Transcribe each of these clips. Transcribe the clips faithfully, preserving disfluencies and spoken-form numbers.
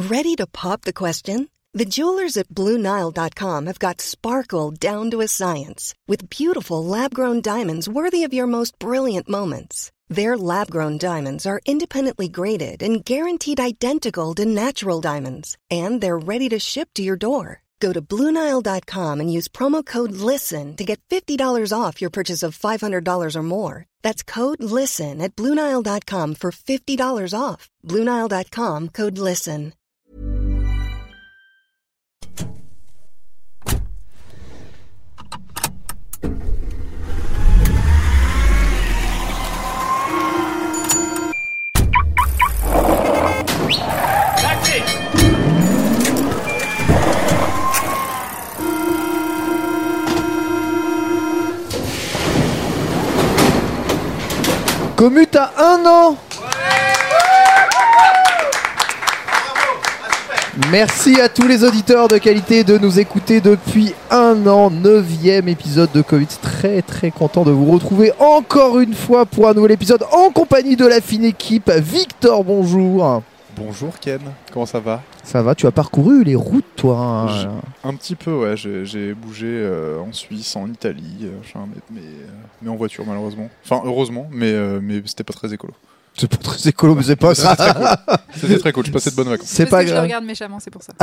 Ready to pop the question? The jewelers at Blue Nile dot com have got sparkle down to a science with beautiful lab-grown diamonds worthy of your most brilliant moments. Their lab-grown diamonds are independently graded and guaranteed identical to natural diamonds, and they're ready to ship to your door. Go to Blue Nile dot com and use promo code LISTEN to get fifty dollars off your purchase of five hundred dollars or more. That's code LISTEN at Blue Nile dot com for fifty dollars off. Blue Nile dot com, code LISTEN. Commute à un an. Merci à tous les auditeurs de qualité de nous écouter depuis un an, neuvième épisode de Commute. Très très content de vous retrouver encore une fois pour un nouvel épisode en compagnie de la fine équipe. Victor, bonjour. Bonjour Ken, comment ça va ? Ça va, tu as parcouru les routes toi hein. Un petit peu ouais, j'ai, j'ai bougé euh, en Suisse, en Italie, euh, mais, mais, mais en voiture malheureusement. Enfin heureusement, mais, euh, mais c'était pas très écolo. C'est pas très écolo, mais c'est pas c'était très cool. C'était très cool, je passais de bonnes vacances. C'est pas parce que grave. je le regarde méchamment, c'est pour ça.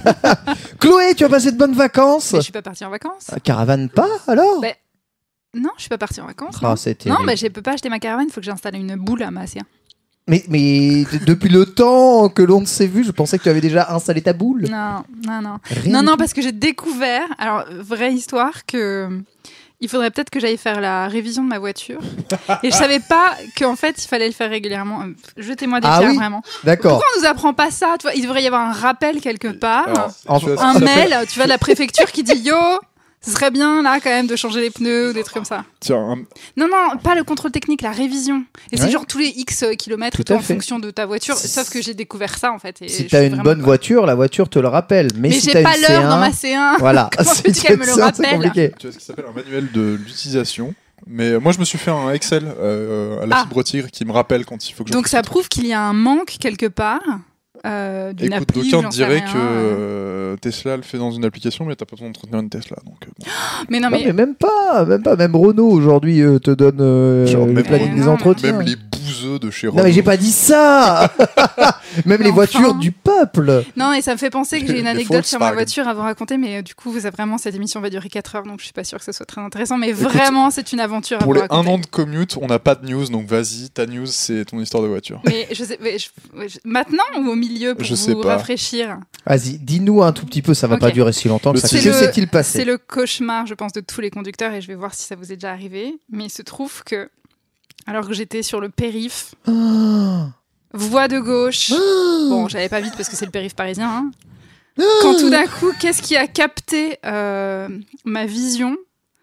Chloé, tu as passé de bonnes vacances ? Mais je suis pas partie en vacances. Caravane pas alors ? Bah, non, je suis pas partie en vacances. Ah, c'est non, terrible. mais je peux pas acheter ma caravane, il faut que j'installe une boule à Massé. Mais, mais d- depuis le temps que l'on ne s'est vu, je pensais que tu avais déjà installé ta boule. Non, non, non. Rien non, du non, tout. parce que j'ai découvert, alors, vraie histoire, que il faudrait peut-être que j'aille faire la révision de ma voiture. Et je savais pas qu'en fait, il fallait le faire régulièrement. Jetez-moi des Ah pierres, oui vraiment. D'accord. Pourquoi on nous apprend pas ça ? Tu vois, il devrait y avoir un rappel quelque part. Alors, En- tu vois, un ça s'appelle- mail, tu vois, de la préfecture qui dit « Yo, ce serait bien, là, quand même, de changer les pneus » ou des trucs comme ça. Tiens, un- Non, non, pas le contrôle technique, la révision. Et c'est Ouais. genre tous les X kilomètres Tout et tout à en fait. fonction de ta voiture. Si- Sauf que j'ai découvert ça, en fait. Et Si je t'as suis une vraiment bonne pas- voiture, la voiture te le rappelle. Mais, Mais si j'ai t'as pas une l'heure C un, dans ma C un. Voilà. Comment Si veux-tu t'as qu'elle une me le C un, c'est rappelle ? compliqué. tu vois ce qui s'appelle un manuel de l'utilisation. Mais moi, je me suis fait un Excel euh, à la Ah. fibre tigre qui me rappelle quand il faut que je Donc fasse ça ce truc. prouve qu'il y a un manque quelque part euh, d'une Écoute, appli. d'aucuns j'en sais diraient rien. que euh, Tesla le fait dans une application, mais t'as pas besoin d'entretenir une Tesla. Donc, euh, bon. Mais non, Non, mais... mais même pas, même pas. Même Renault aujourd'hui euh, te donne euh, Genre, le même- planning Eh des non, entretiens. Même les bouseux de chez Non Renault. mais j'ai pas dit ça. Même Mais les enfin. voitures du peuple. Non, et ça me fait penser que j'ai une Les anecdote sur ma Volkswagen. voiture à vous raconter, mais euh, du coup, vous- vraiment, cette émission va durer quatre heures, donc je suis pas sûre que ce soit très intéressant. Mais Écoute, vraiment, c'est une aventure à Pour vous les un raconter. an de commute, on n'a pas de news, donc vas-y, ta news, c'est ton histoire de voiture. Mais je sais, mais je- ouais, je- maintenant ou au milieu pour Je sais vous pas. rafraîchir. Vas-y, dis-nous un tout petit peu. Ça va Ok. pas durer si longtemps que Le ça. style- Que C'est le- s'est-il passé C'est le cauchemar, je pense, de tous les conducteurs, et je vais voir si ça vous est déjà arrivé. Mais il se trouve que, alors que j'étais sur le périph', Ah. voie de gauche, bon, j'allais pas vite parce que c'est le périph' parisien, hein, quand tout d'un coup, qu'est-ce qui a capté euh, ma vision ?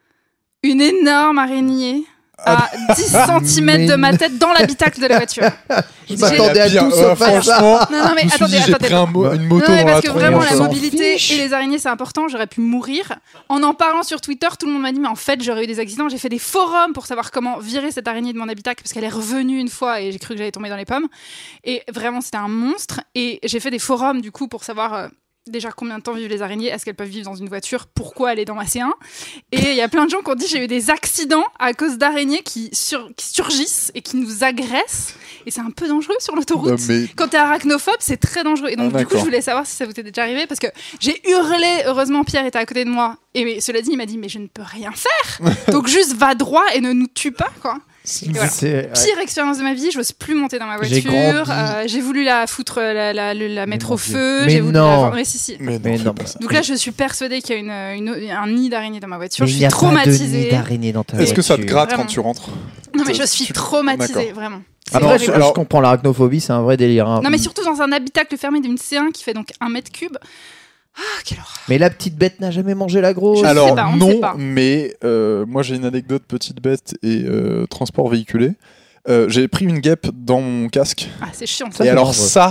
Une énorme araignée à dix centimètres de ma tête dans l'habitacle de la voiture. Je m'attendais à Pire, tout euh, sauf à ça. franchement, Non, non, mais je me suis attendez, dit, j'ai attendez. pris un mo- une moto Non, mais dans parce la que tronche. vraiment, on la s'en mobilité fiche. et les araignées, c'est important. J'aurais pu mourir. En en parlant sur Twitter, tout le monde m'a dit, mais en fait, j'aurais eu des accidents. J'ai fait des forums pour savoir comment virer cette araignée de mon habitacle parce qu'elle est revenue une fois et j'ai cru que j'allais tomber dans les pommes. Et vraiment, c'était un monstre. Et j'ai fait des forums, du coup, pour savoir euh, déjà combien de temps vivent les araignées, est-ce qu'elles peuvent vivre dans une voiture, pourquoi elle est dans ma C un. Et il y a plein de gens qui ont dit, j'ai eu des accidents à cause d'araignées qui, sur- qui surgissent et qui nous agressent. Et c'est un peu dangereux sur l'autoroute. Euh, mais Quand t'es arachnophobe, c'est très dangereux. Et donc, Ah, du coup, d'accord. je voulais savoir si ça vous était déjà arrivé parce que j'ai hurlé. Heureusement, Pierre était à côté de moi. Et mais, cela dit, il m'a dit, mais je ne peux rien faire. Donc, juste va droit et ne nous tue pas, quoi. Et voilà. C'est- ouais. Pire expérience de ma vie, j'ose plus monter dans ma J'ai voiture. grandi. Euh, j'ai voulu la foutre, la, la, la, la mettre mon au Dieu. feu. Mais J'ai voulu non. la vendre. Mais si, si. mais non, Mais fais non, pas mais- ça. Donc là, je suis persuadée qu'il y a une, une- un nid d'araignée dans ma voiture. Mais je il suis n'y a pas de traumatisée. nid d'araignée dans ta Est-ce que ça te voiture. gratte Vraiment. quand tu rentres ? Non, mais je suis Tu- traumatisée, D'accord. vraiment. C'est Après, horrible. je, Alors- je comprends, l'arachnophobie, c'est un vrai délire. hein. Non, mais surtout dans un habitacle fermé d'une C un qui fait donc un mètre cube. Ah, quelle horreur. Mais la petite bête n'a jamais mangé la grosse. Je sais Alors pas, on ne sait non, pas. mais euh, moi j'ai une anecdote petite bête et euh, transport véhiculé. Euh, j'ai pris une guêpe dans mon casque. Ah, c'est chiant Ça, et c'est alors dangereux. ça,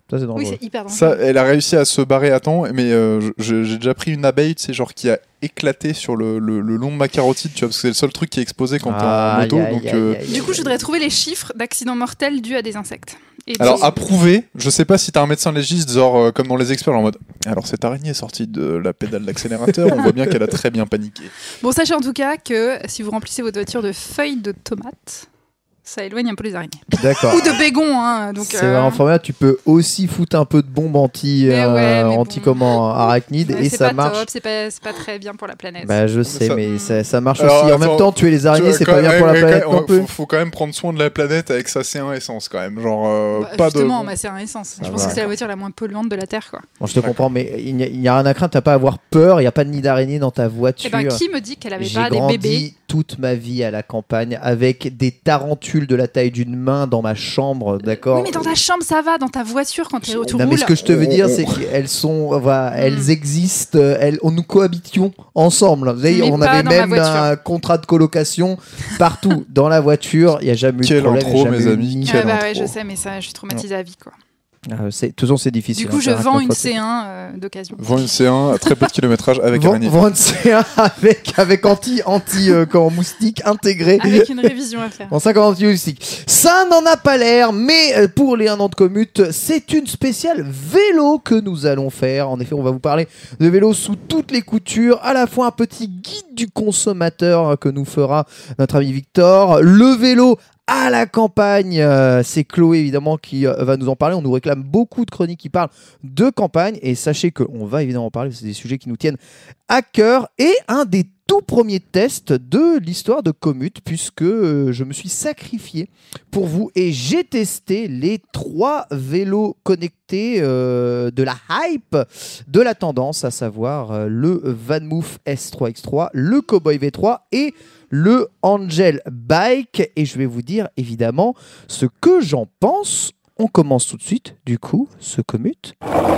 Ça, c'est dangereux. Oui, c'est hyper dangereux. Ça, elle a réussi à se barrer à temps, mais euh, je- j'ai déjà pris une abeille, tu sais, genre qui a éclaté sur le, le, le long de ma carotide, tu vois, parce que c'est le seul truc qui est exposé quand t'es en Aïe, moto. aïe, donc, aïe, euh, aïe, Du coup, aïe, je voudrais trouver les chiffres d'accidents mortels dus à des insectes. Et Alors, des- à prouver, je sais pas si t'as un médecin légiste, genre euh, comme dans les experts, genre en mode. Alors, cette araignée est sortie de la pédale d'accélérateur, on voit bien qu'elle a très bien paniqué. Bon, sachez en tout cas que si vous remplissez votre voiture de feuilles de tomates, ça éloigne un peu les araignées. D'accord. Ou de bégons, hein. Donc, C'est euh, vraiment formidable. Tu peux aussi foutre un peu de bombe anti, Mais euh, ouais, mais anti bon. comment arachnide ouais, et c'est ça pas marche. top, c'est pas, c'est pas très bien pour la planète. Bah je sais, ça- mais ça, ça marche Alors, aussi. En attends, même temps, tuer les Tu araignées, vois, c'est quand pas bien même- pour la quand planète même, non plus. Faut, faut quand même prendre soin de la planète avec sa C un essence quand même, genre euh, Bah, pas justement, de. ma c'est un essence. Je Ça pense va. que c'est la voiture la moins polluante de la Terre, quoi. Bon, je te comprends, mais il n'y a, il n'y a rien à craindre. T'as pas à avoir peur. Il n'y a pas de nid d'araignée dans ta voiture. Et ben, qui me dit qu'elle avait J'ai pas des grandi bébés toute ma vie à la campagne avec des tarentules de la taille d'une main dans ma chambre, d'accord. Oui, mais dans ta chambre, ça va. Dans ta voiture, quand tu Non, tu mais roules. ce que je te veux On- dire, on- c'est qu'elles sont, voilà, Mm. elles existent, euh, elles, on nous cohabitions ensemble. Vous savez, Mais on pas avait dans ma même voiture. un contrat de colocation partout dans la voiture. Il n'y a jamais eu de Quelle problème. intro, jamais mes eu de amis, nid. quelle Ah bah ouais, intro. je sais, mais ça, je suis traumatisée à vie, quoi. Ah, c'est- de toute façon, c'est difficile. Du coup, hein, je ça vends reste une pas C un euh, d'occasion. Vend une C un à très peu de kilométrage avec Vend- araignée. vend une C un avec, avec anti, anti euh, comment, moustique intégré. Avec une révision à faire. En cinquante anti-moustique. Ça n'en a pas l'air, mais euh, pour les un an de commute, c'est une spéciale vélo que nous allons faire. En effet, on va vous parler de vélo sous toutes les coutures, à la fois un petit guide du consommateur euh, que nous fera notre ami Victor, le vélo à la campagne, euh, c'est Chloé évidemment qui euh, va nous en parler. On nous réclame beaucoup de chroniques qui parlent de campagne et sachez qu'on va évidemment en parler, c'est des sujets qui nous tiennent à cœur et un des tout premiers tests de l'histoire de Commute puisque euh, je me suis sacrifié pour vous et j'ai testé les trois vélos connectés euh, de la hype de la tendance, à savoir euh, le VanMoof S trois X trois, le Cowboy V trois et le Angel Bike. Et je vais vous dire évidemment ce que j'en pense. On commence tout de suite, du coup, ce Commute.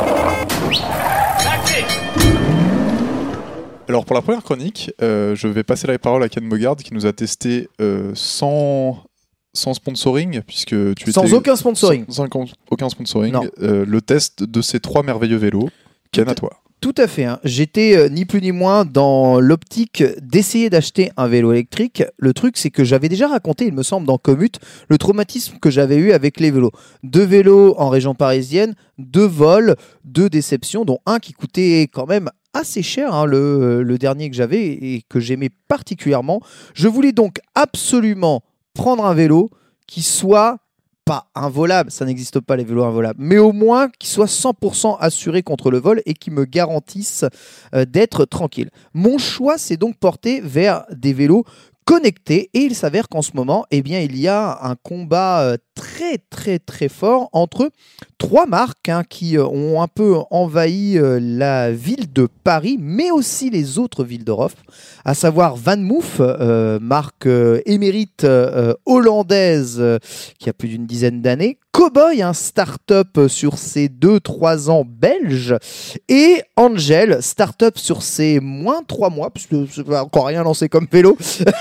Alors pour la première chronique, euh, je vais passer la parole à Ken Bogard qui nous a testé euh, sans, sans sponsoring, puisque tu Sans étais... aucun sponsoring. Sans, sans aucun sponsoring. Non. euh, le test de ces trois merveilleux vélos. Ken, à toi. Tout à fait. Hein. J'étais euh, ni plus ni moins dans l'optique d'essayer d'acheter un vélo électrique. Le truc, c'est que j'avais déjà raconté, il me semble, dans Commute, le traumatisme que j'avais eu avec les vélos. Deux vélos en région parisienne, deux vols, deux déceptions, dont un qui coûtait quand même assez cher, hein, le, le dernier que j'avais et que j'aimais particulièrement. Je voulais donc absolument prendre un vélo qui soit pas involable, ça n'existe pas les vélos involables, mais au moins qui soit cent pour cent assuré contre le vol et qui me garantisse euh, d'être tranquille. Mon choix s'est donc porté vers des vélos connectés et il s'avère qu'en ce moment, eh bien, il y a un combat euh, très très très fort entre trois marques hein, qui euh, ont un peu envahi euh, la ville de Paris, mais aussi les autres villes d'Europe, à savoir VanMoof, euh, marque euh, émérite euh, hollandaise euh, qui a plus d'une dizaine d'années, Cowboy, un start-up sur ses deux trois ans belge, et Angel, start-up sur ses moins trois mois, puisque c'est pas encore rien lancé comme vélo,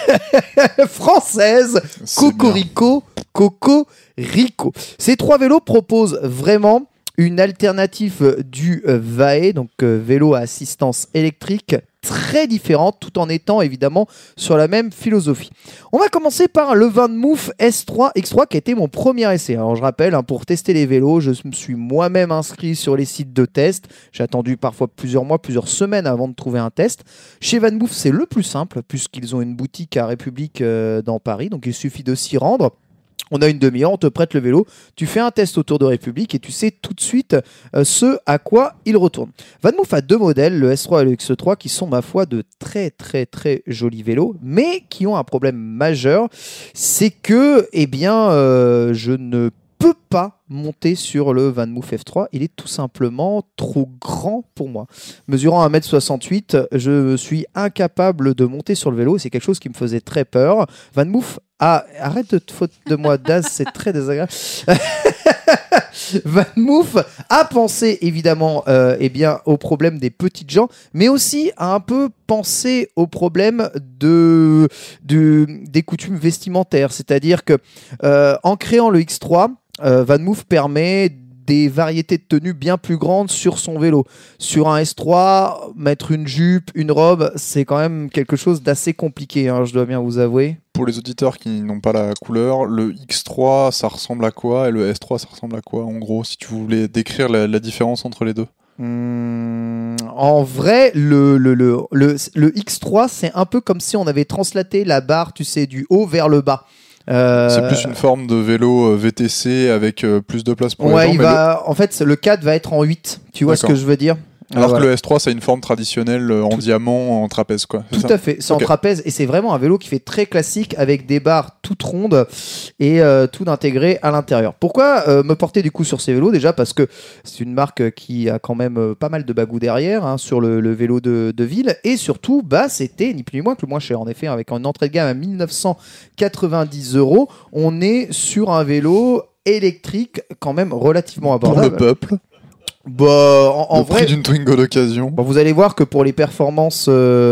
française, C'est Cocorico, Coco Rico. Ces trois vélos proposent vraiment une alternative du euh, V A E, donc euh, vélo à assistance électrique, très différente, tout en étant évidemment sur la même philosophie. On va commencer par le VanMoof S trois X trois qui a été mon premier essai. Alors je rappelle, hein, pour tester les vélos, je me suis moi-même inscrit sur les sites de test. J'ai attendu parfois plusieurs mois, plusieurs semaines avant de trouver un test. Chez VanMoof, c'est le plus simple puisqu'ils ont une boutique à République euh, dans Paris, donc il suffit de s'y rendre. On a une demi-heure, on te prête le vélo, tu fais un test autour de République et tu sais tout de suite euh, ce à quoi il retourne. VanMoof a deux modèles, le S trois et le X trois, qui sont ma foi de très très très jolis vélos, mais qui ont un problème majeur, c'est que eh bien, euh, je ne peux pas monter sur le VanMoof F trois, il est tout simplement trop grand pour moi. Mesurant un mètre soixante-huit, je suis incapable de monter sur le vélo, c'est quelque chose qui me faisait très peur. VanMoof Ah, arrête de te foutre de moi, Daz, c'est très désagréable. VanMoof a pensé évidemment euh, eh bien, au problème des petites gens, mais aussi a un peu pensé au problème de, de, des coutumes vestimentaires. C'est-à-dire que euh, en créant le X trois, euh, VanMoof permet des variétés de tenues bien plus grandes sur son vélo. Sur un S trois, mettre une jupe, une robe, c'est quand même quelque chose d'assez compliqué, hein, je dois bien vous avouer. Pour les auditeurs qui n'ont pas la couleur, le X trois, ça ressemble à quoi et le S trois, ça ressemble à quoi en gros, si tu voulais décrire la, la différence entre les deux? Mmh, en vrai, le, le, le, le, le X trois, c'est un peu comme si on avait translaté la barre, tu sais, du haut vers le bas. Euh... C'est plus une forme de vélo V T C avec euh, plus de place pour ouais, les gens. Il va... le... En fait, le quatre va être en huit. Tu vois D'accord. ce que je veux dire? Alors voilà. que le S trois, c'est une forme traditionnelle en Tout... diamant, en trapèze, quoi. Tout ça à fait, c'est okay. en trapèze et c'est vraiment un vélo qui fait très classique avec des barres toutes rondes et euh, tout intégré à l'intérieur. Pourquoi euh, me porter du coup sur ces vélos? Déjà parce que c'est une marque qui a quand même euh, pas mal de bagou derrière hein, sur le, le vélo de, de ville et surtout, bah, c'était ni plus ni moins que le moins cher. En effet, avec une entrée de gamme à mille neuf cent quatre-vingt-dix euros, on est sur un vélo électrique quand même relativement abordable. Pour le peuple. Bah, en, en le vrai, prix d'une Twingo d'occasion. Bon, vous allez voir que pour les performances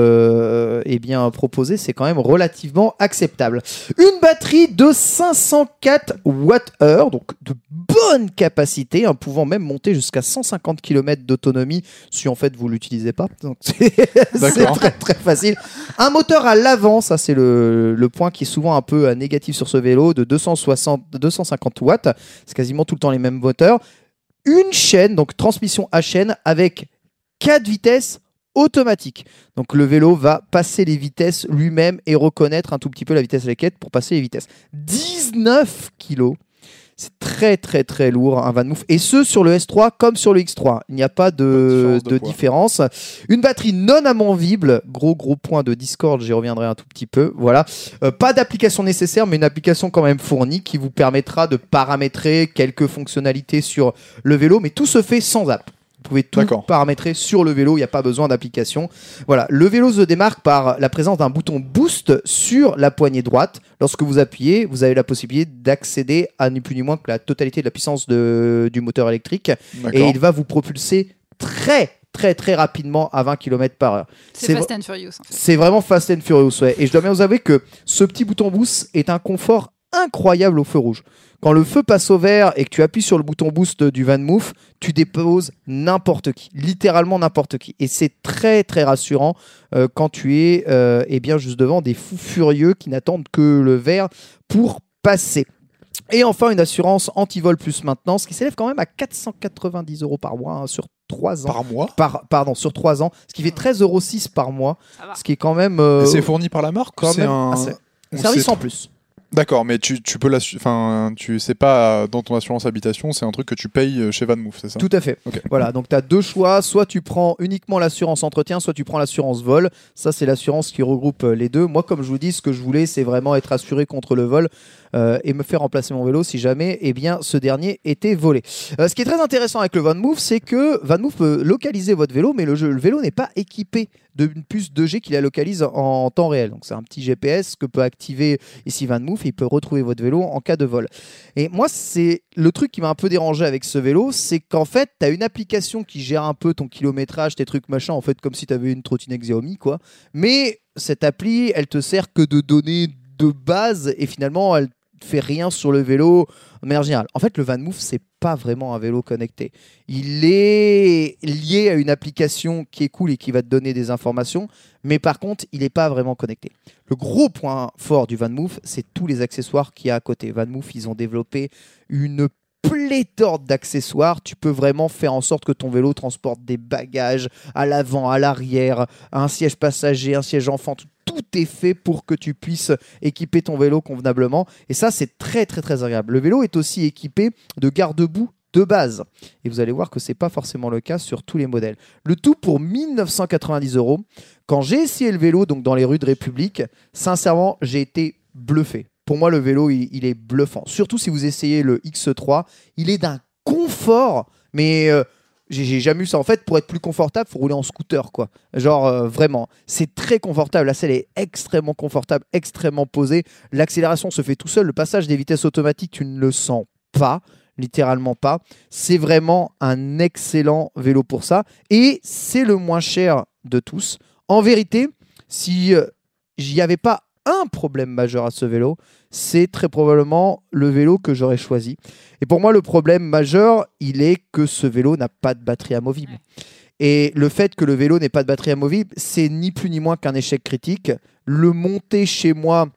euh, eh bien, proposées, c'est quand même relativement acceptable. Une batterie de cinq cent quatre watts-heure, donc de bonne capacité, hein, pouvant même monter jusqu'à cent cinquante kilomètres d'autonomie si en fait vous l'utilisez pas. Donc c'est, c'est très très facile. Un moteur à l'avant, ça c'est le, le point qui est souvent un peu négatif sur ce vélo, de deux cent soixante, deux cent cinquante watts. C'est quasiment tout le temps les mêmes moteurs. Une chaîne, donc transmission à chaîne avec quatre vitesses automatiques. Donc le vélo va passer les vitesses lui-même et reconnaître un tout petit peu la vitesse à la quête pour passer les vitesses. dix-neuf kilos. C'est très très très lourd un VanMoof et ce sur le S trois comme sur le X trois. Il n'y a pas de, de, de différence. Une batterie non amovible, gros gros point de Discord, j'y reviendrai un tout petit peu. Voilà, euh, pas d'application nécessaire mais une application quand même fournie qui vous permettra de paramétrer quelques fonctionnalités sur le vélo, mais tout se fait sans app. Vous pouvez tout D'accord. paramétrer sur le vélo, il n'y a pas besoin d'application. Voilà, le vélo se démarque par la présence d'un bouton boost sur la poignée droite. Lorsque vous appuyez, vous avez la possibilité d'accéder à ni plus ni moins que la totalité de la puissance de, du moteur électrique. D'accord. Et il va vous propulser très très très rapidement à vingt kilomètres par heure. C'est, c'est Fast v- and Furious. En fait. C'est vraiment Fast and Furious, ouais. Et je dois bien vous avouer que ce petit bouton boost est un confort incroyable au feu rouge. Quand le feu passe au vert et que tu appuies sur le bouton boost du VanMoof, tu déposes n'importe qui, littéralement n'importe qui. Et c'est très très rassurant euh, quand tu es euh, eh bien, juste devant des fous furieux qui n'attendent que le vert pour passer. Et enfin, une assurance anti-vol plus maintenance qui s'élève quand même à quatre cent quatre-vingt-dix euros par mois hein, sur trois ans. Par mois par, Pardon, sur trois ans, ce qui fait treize euros six par mois. Ce qui est quand même... Euh, et c'est fourni par la marque quand c'est même un... assez... service en plus. D'accord, mais tu, tu peux l'assurer, enfin, tu sais pas, dans ton assurance habitation, c'est un truc que tu payes chez VanMoof, c'est ça? Tout à fait. Okay. Voilà, donc tu as deux choix, soit tu prends uniquement l'assurance entretien, soit tu prends l'assurance vol. Ça, c'est l'assurance qui regroupe les deux. Moi, comme je vous dis, ce que je voulais, c'est vraiment être assuré contre le vol euh, et me faire remplacer mon vélo si jamais, eh bien, ce dernier était volé. Euh, ce qui est très intéressant avec le VanMoof, c'est que VanMoof peut localiser votre vélo, mais le, jeu, le vélo n'est pas équipé d'une puce deux G qui la localise en temps réel. Donc c'est un petit G P S que peut activer ici VanMoof et il peut retrouver votre vélo en cas de vol. Et moi, c'est le truc qui m'a un peu dérangé avec ce vélo, c'est qu'en fait, tu as une application qui gère un peu ton kilométrage, tes trucs machin, en fait comme si tu avais une trottinette Xiaomi quoi. Mais cette appli, elle te sert que de données de base et finalement, elle fait rien sur le vélo de manière générale. En fait, le VanMoof, c'est pas vraiment un vélo connecté. Il est lié à une application qui est cool et qui va te donner des informations, mais par contre, il n'est pas vraiment connecté. Le gros point fort du VanMoof, c'est tous les accessoires qu'il y a à côté. VanMoof, ils ont développé une pléthore d'accessoires. Tu peux vraiment faire en sorte que ton vélo transporte des bagages à l'avant, à l'arrière, un siège passager, un siège enfant, tout. Tout est fait pour que tu puisses équiper ton vélo convenablement. Et ça, c'est très, très, très agréable. Le vélo est aussi équipé de garde-boue de base. Et vous allez voir que ce n'est pas forcément le cas sur tous les modèles. Le tout pour mille neuf cent quatre-vingt-dix euros. Quand j'ai essayé le vélo donc dans les rues de République, sincèrement, j'ai été bluffé. Pour moi, le vélo, il, il est bluffant. Surtout si vous essayez le X trois. Il est d'un confort, mais... Euh, J'ai, j'ai jamais eu ça. En fait, pour être plus confortable, il faut rouler en scooter, quoi. Genre, euh, vraiment. C'est très confortable. La selle est extrêmement confortable, extrêmement posée. L'accélération se fait tout seul. Le passage des vitesses automatiques, tu ne le sens pas. Littéralement pas. C'est vraiment un excellent vélo pour ça. Et c'est le moins cher de tous. En vérité, si il euh, n'y avait pas un problème majeur à ce vélo, c'est très probablement le vélo que j'aurais choisi. Et pour moi, le problème majeur, il est que ce vélo n'a pas de batterie amovible. Et le fait que le vélo n'ait pas de batterie amovible, c'est ni plus ni moins qu'un échec critique. Le monter chez moi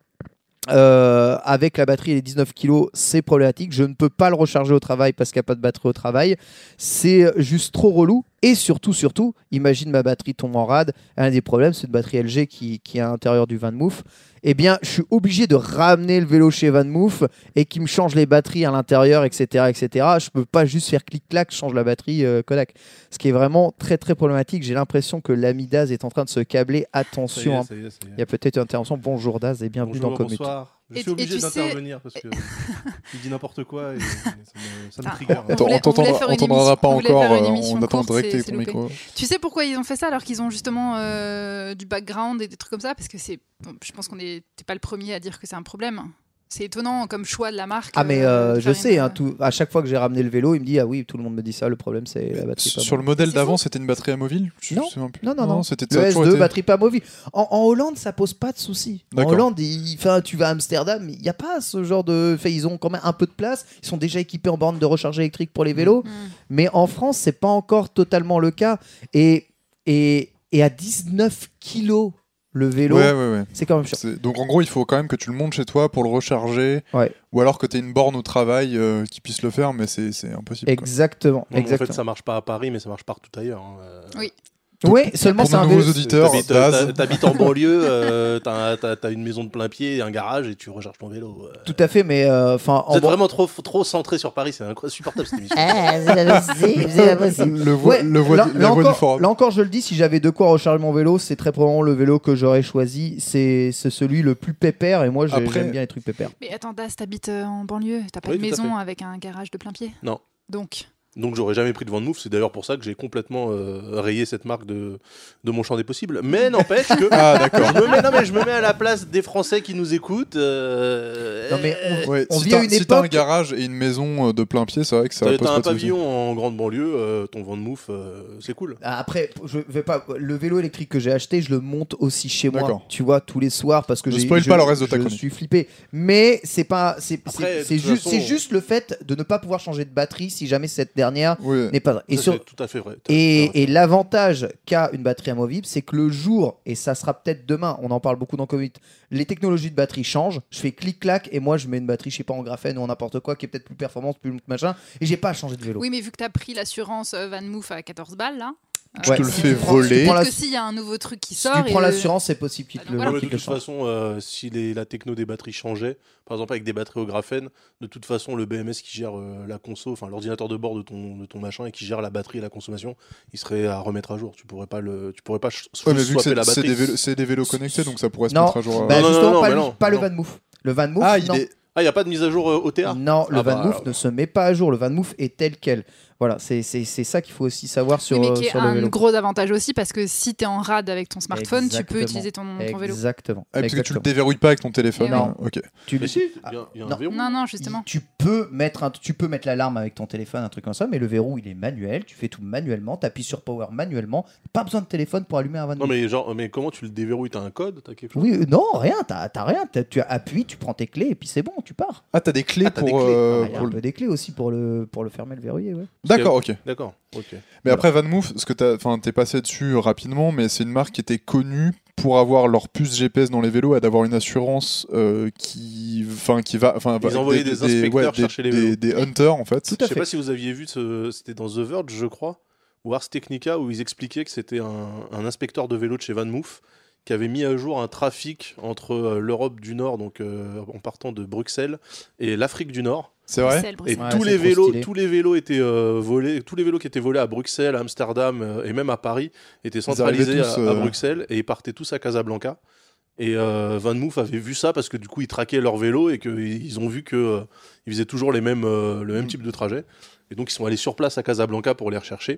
euh, avec la batterie et les dix-neuf kilos, c'est problématique. Je ne peux pas le recharger au travail parce qu'il n'y a pas de batterie au travail. C'est juste trop relou. Et surtout, surtout, imagine ma batterie tombe en rade. Un des problèmes, c'est une batterie L G qui, qui est à l'intérieur du VanMoof. Eh bien, je suis obligé de ramener le vélo chez VanMoof et qui me change les batteries à l'intérieur, et cetera, et cetera. Je peux pas juste faire clic-clac, je change la batterie euh, Kodak. Ce qui est vraiment très, très problématique. J'ai l'impression que l'ami Daz est en train de se câbler. Attention, hein. Ça y est, ça y est, ça y est. Il y a peut-être une intervention. Bonjour Daz et bienvenue Bonjour, dans Commute. bonsoir. Je Et- suis et obligé tu sais- d'intervenir parce que il dit n'importe quoi et ça me, ça me Ah, trigger. on Attends, voulait- on on voulait t'entendra faire on une t'entendra émission- pas on voulait encore, faire une euh, émission on attend courte, direct c'est- avec c'est ton loupé. micro. Tu sais pourquoi ils ont fait ça alors qu'ils ont justement euh, du background et des trucs comme ça? Parce que c'est, bon, je pense qu'on n'est t'es pas le premier à dire que c'est un problème. C'est étonnant comme choix de la marque. Ah mais euh, euh, de je faire sais, une- hein, tout, à chaque fois que j'ai ramené le vélo, il me dit ah oui, tout le monde me dit ça, le problème c'est la batterie. pas Sur le bonne. modèle C'est d'avant, faux. c'était une batterie amovible? Je Non. sais même plus. Non, non, non. C'était Le ça a S toujours deux, été- batterie pas amovible. En, en Hollande, ça pose pas de soucis. En D'accord. Hollande, il, enfin, tu vas à Amsterdam, il n'y a pas ce genre de. Enfin, ils ont quand même un peu de place. Ils sont déjà équipés en borne de recharge électrique pour les vélos. Mm. Mais en France, c'est pas encore totalement le cas. Et, et, et à dix-neuf kilos, le vélo, Ouais, ouais, ouais. c'est quand même chiant. C'est- Donc en gros, il faut quand même que tu le montes chez toi pour le recharger, Ouais. ou alors que tu aies une borne au travail euh, qui puisse le faire, mais c'est c'est impossible. quoi. Exactement. Non, mais en exactement. fait, ça marche pas à Paris, mais ça marche partout ailleurs. hein. Euh, Oui. Ouais, seulement Pour c'est nos un nouveaux vélo. auditeurs, T'habites, Daz. t'as- t'habites en banlieue, euh, t'as, t'as- t'as une maison de plein pied, un garage et tu recharges ton vélo. euh. Tout à fait, mais euh, enfin. Vous êtes ban- vraiment trop, trop centré sur Paris, c'est insupportable cette émission. Ah, vous avez aussi, vous avez aussi. Le voix, Ouais, le voix là, du- là la voix du encore, forum. là encore, je le dis, si j'avais de quoi recharger mon vélo, c'est très probablement le vélo que j'aurais choisi. C'est c'est celui le plus pépère et moi j'ai- Après- j'aime bien les trucs pépères. Mais attends, Das, t'habites euh, en banlieue, t'as pas Oui, de tout à maison fait. avec un garage de plein pied? Non. Donc, Donc j'aurais jamais pris de VanMoof, c'est d'ailleurs pour ça que j'ai complètement euh, rayé cette marque de, de mon champ des possibles. Mais n'empêche que Ah d'accord. je, me mets, non, mais je me mets à la place des Français qui nous écoutent. euh, Non, mais euh, Ouais, On si vit à t'as une si t'as un époque- garage et une maison euh, de plein pied, c'est vrai que ça T'as pose t'as pas un de soucis. pavillon en grande banlieue, euh, ton VanMoof, euh, c'est cool. Ah, Après, je vais pas. Le vélo électrique que j'ai acheté, je le monte aussi chez moi. D'accord. Tu vois, tous les soirs parce que Ne j'ai. spoil je- pas le reste de ta Je chronique. suis flippé, mais c'est pas. C'est Après, c'est- c'est de toute juste, façon- c'est juste le fait de ne pas pouvoir changer de batterie si jamais cette dernière Oui. n'est pas. Et Ça, sur, c'est tout à fait vrai. T'as- Et, t'as- et l'avantage qu'a une batterie amovible, c'est que le jour, et ça sera peut-être demain, on en parle beaucoup dans Covid, les technologies de batterie changent. Je fais clic-clac et moi je mets une batterie, je sais pas, en graphène ou en n'importe quoi, qui est peut-être plus performante, plus machin, et j'ai pas à changer de vélo. oui, mais vu que t'as pris l'assurance euh, VanMoof à quatorze balles, là. Tu Ouais, te le si fais tu prends- voler. si tu prends Peut-être la- que s'il y a un nouveau truc qui Si sort. tu prends et, l'assurance, c'est possible qu'il te Ah, le, donc voilà. Ouais, qu'il de te toute le change. façon, euh, si les- la techno des batteries changeait, par exemple avec des batteries au graphène, de toute façon, le B M S qui gère euh, la conso, enfin l'ordinateur de bord de ton, de ton machin et qui gère la batterie et la consommation, il serait à remettre à jour. Tu pourrais pas le, tu pourrais pas ch- Ouais, mais vu que swapper c'est la c'est batterie. des, vélos- c'est des vélos connectés, donc ça pourrait se Non, mettre à jour. euh. Bah, Non, non, justement, non, pas, mais lui- non, pas le non. VanMoof. Le VanMoof, Ah, il non. est. Ah, il n'y a pas de mise à jour euh, O T A Non, le Ah bah, VanMoof alors. ne se met pas à jour. Le VanMoof est tel quel. Voilà, c'est c'est- c'est ça qu'il faut aussi savoir sur, Oui, mais euh, qui est sur le un vélo. gros avantage aussi parce que si t'es en rade avec ton smartphone, tu peux Exactement. utiliser ton, ton vélo. Exactement. Ah, parce que tu le Exactement. déverrouilles pas avec ton téléphone. Eh oui. hein. Ok. Tu Mais le- si, il Ah, y a, il y a un non. verrou. Non, non, justement. Tu peux mettre un, tu peux mettre l'alarme avec ton téléphone, un truc comme ça, mais le verrou il est manuel. Tu fais tout manuellement. Tu appuies sur Power manuellement. Pas besoin de téléphone pour allumer un VanMoof. Non, mais genre, mais comment tu le déverrouilles? T'as un code? T'as quelque chose? Oui, euh, non, rien. T'as t'as rien. T'as- tu appuies, tu prends tes clés et puis c'est bon, tu pars. Ah, t'as des clés Ah, t'as pour. des clés. euh, Ah, il y a pour un le- peu des clés aussi pour le pour le fermer, le verrouiller. Ouais. D'accord, ok. D'accord, ok. Mais après VanMoof, ce que t'as, enfin, t'es passé dessus rapidement, mais c'est une marque qui était connue pour avoir leur puce G P S dans les vélos et d'avoir une assurance euh, qui, enfin, qui va, enfin, Ils va- envoyaient des inspecteurs des, chercher les des- vélos. des hunters en fait. Tout Je à sais fait. pas si vous aviez vu, ce... c'était dans The Verge, je crois, ou Ars Technica, où ils expliquaient que c'était un, un inspecteur de vélo de chez VanMoof qui avait mis à jour un trafic entre euh, l'Europe du Nord, donc euh, en partant de Bruxelles, et l'Afrique du Nord. C'est vrai. Bruxelles, Et Bruxelles. Ouais, tous c'est les trop vélos, stylé. tous les vélos étaient euh, volés, tous les vélos qui étaient volés à Bruxelles, à Amsterdam euh, et même à Paris étaient centralisés arrivaient tous, à, à euh, Bruxelles et ils partaient tous à Casablanca. Et euh, VanMoof avait vu ça parce que du coup ils traquaient leurs vélos et qu'ils ont vu que euh, ils faisaient toujours les mêmes, euh, le même Mm. type de trajet. Et donc ils sont allés sur place à Casablanca pour les rechercher.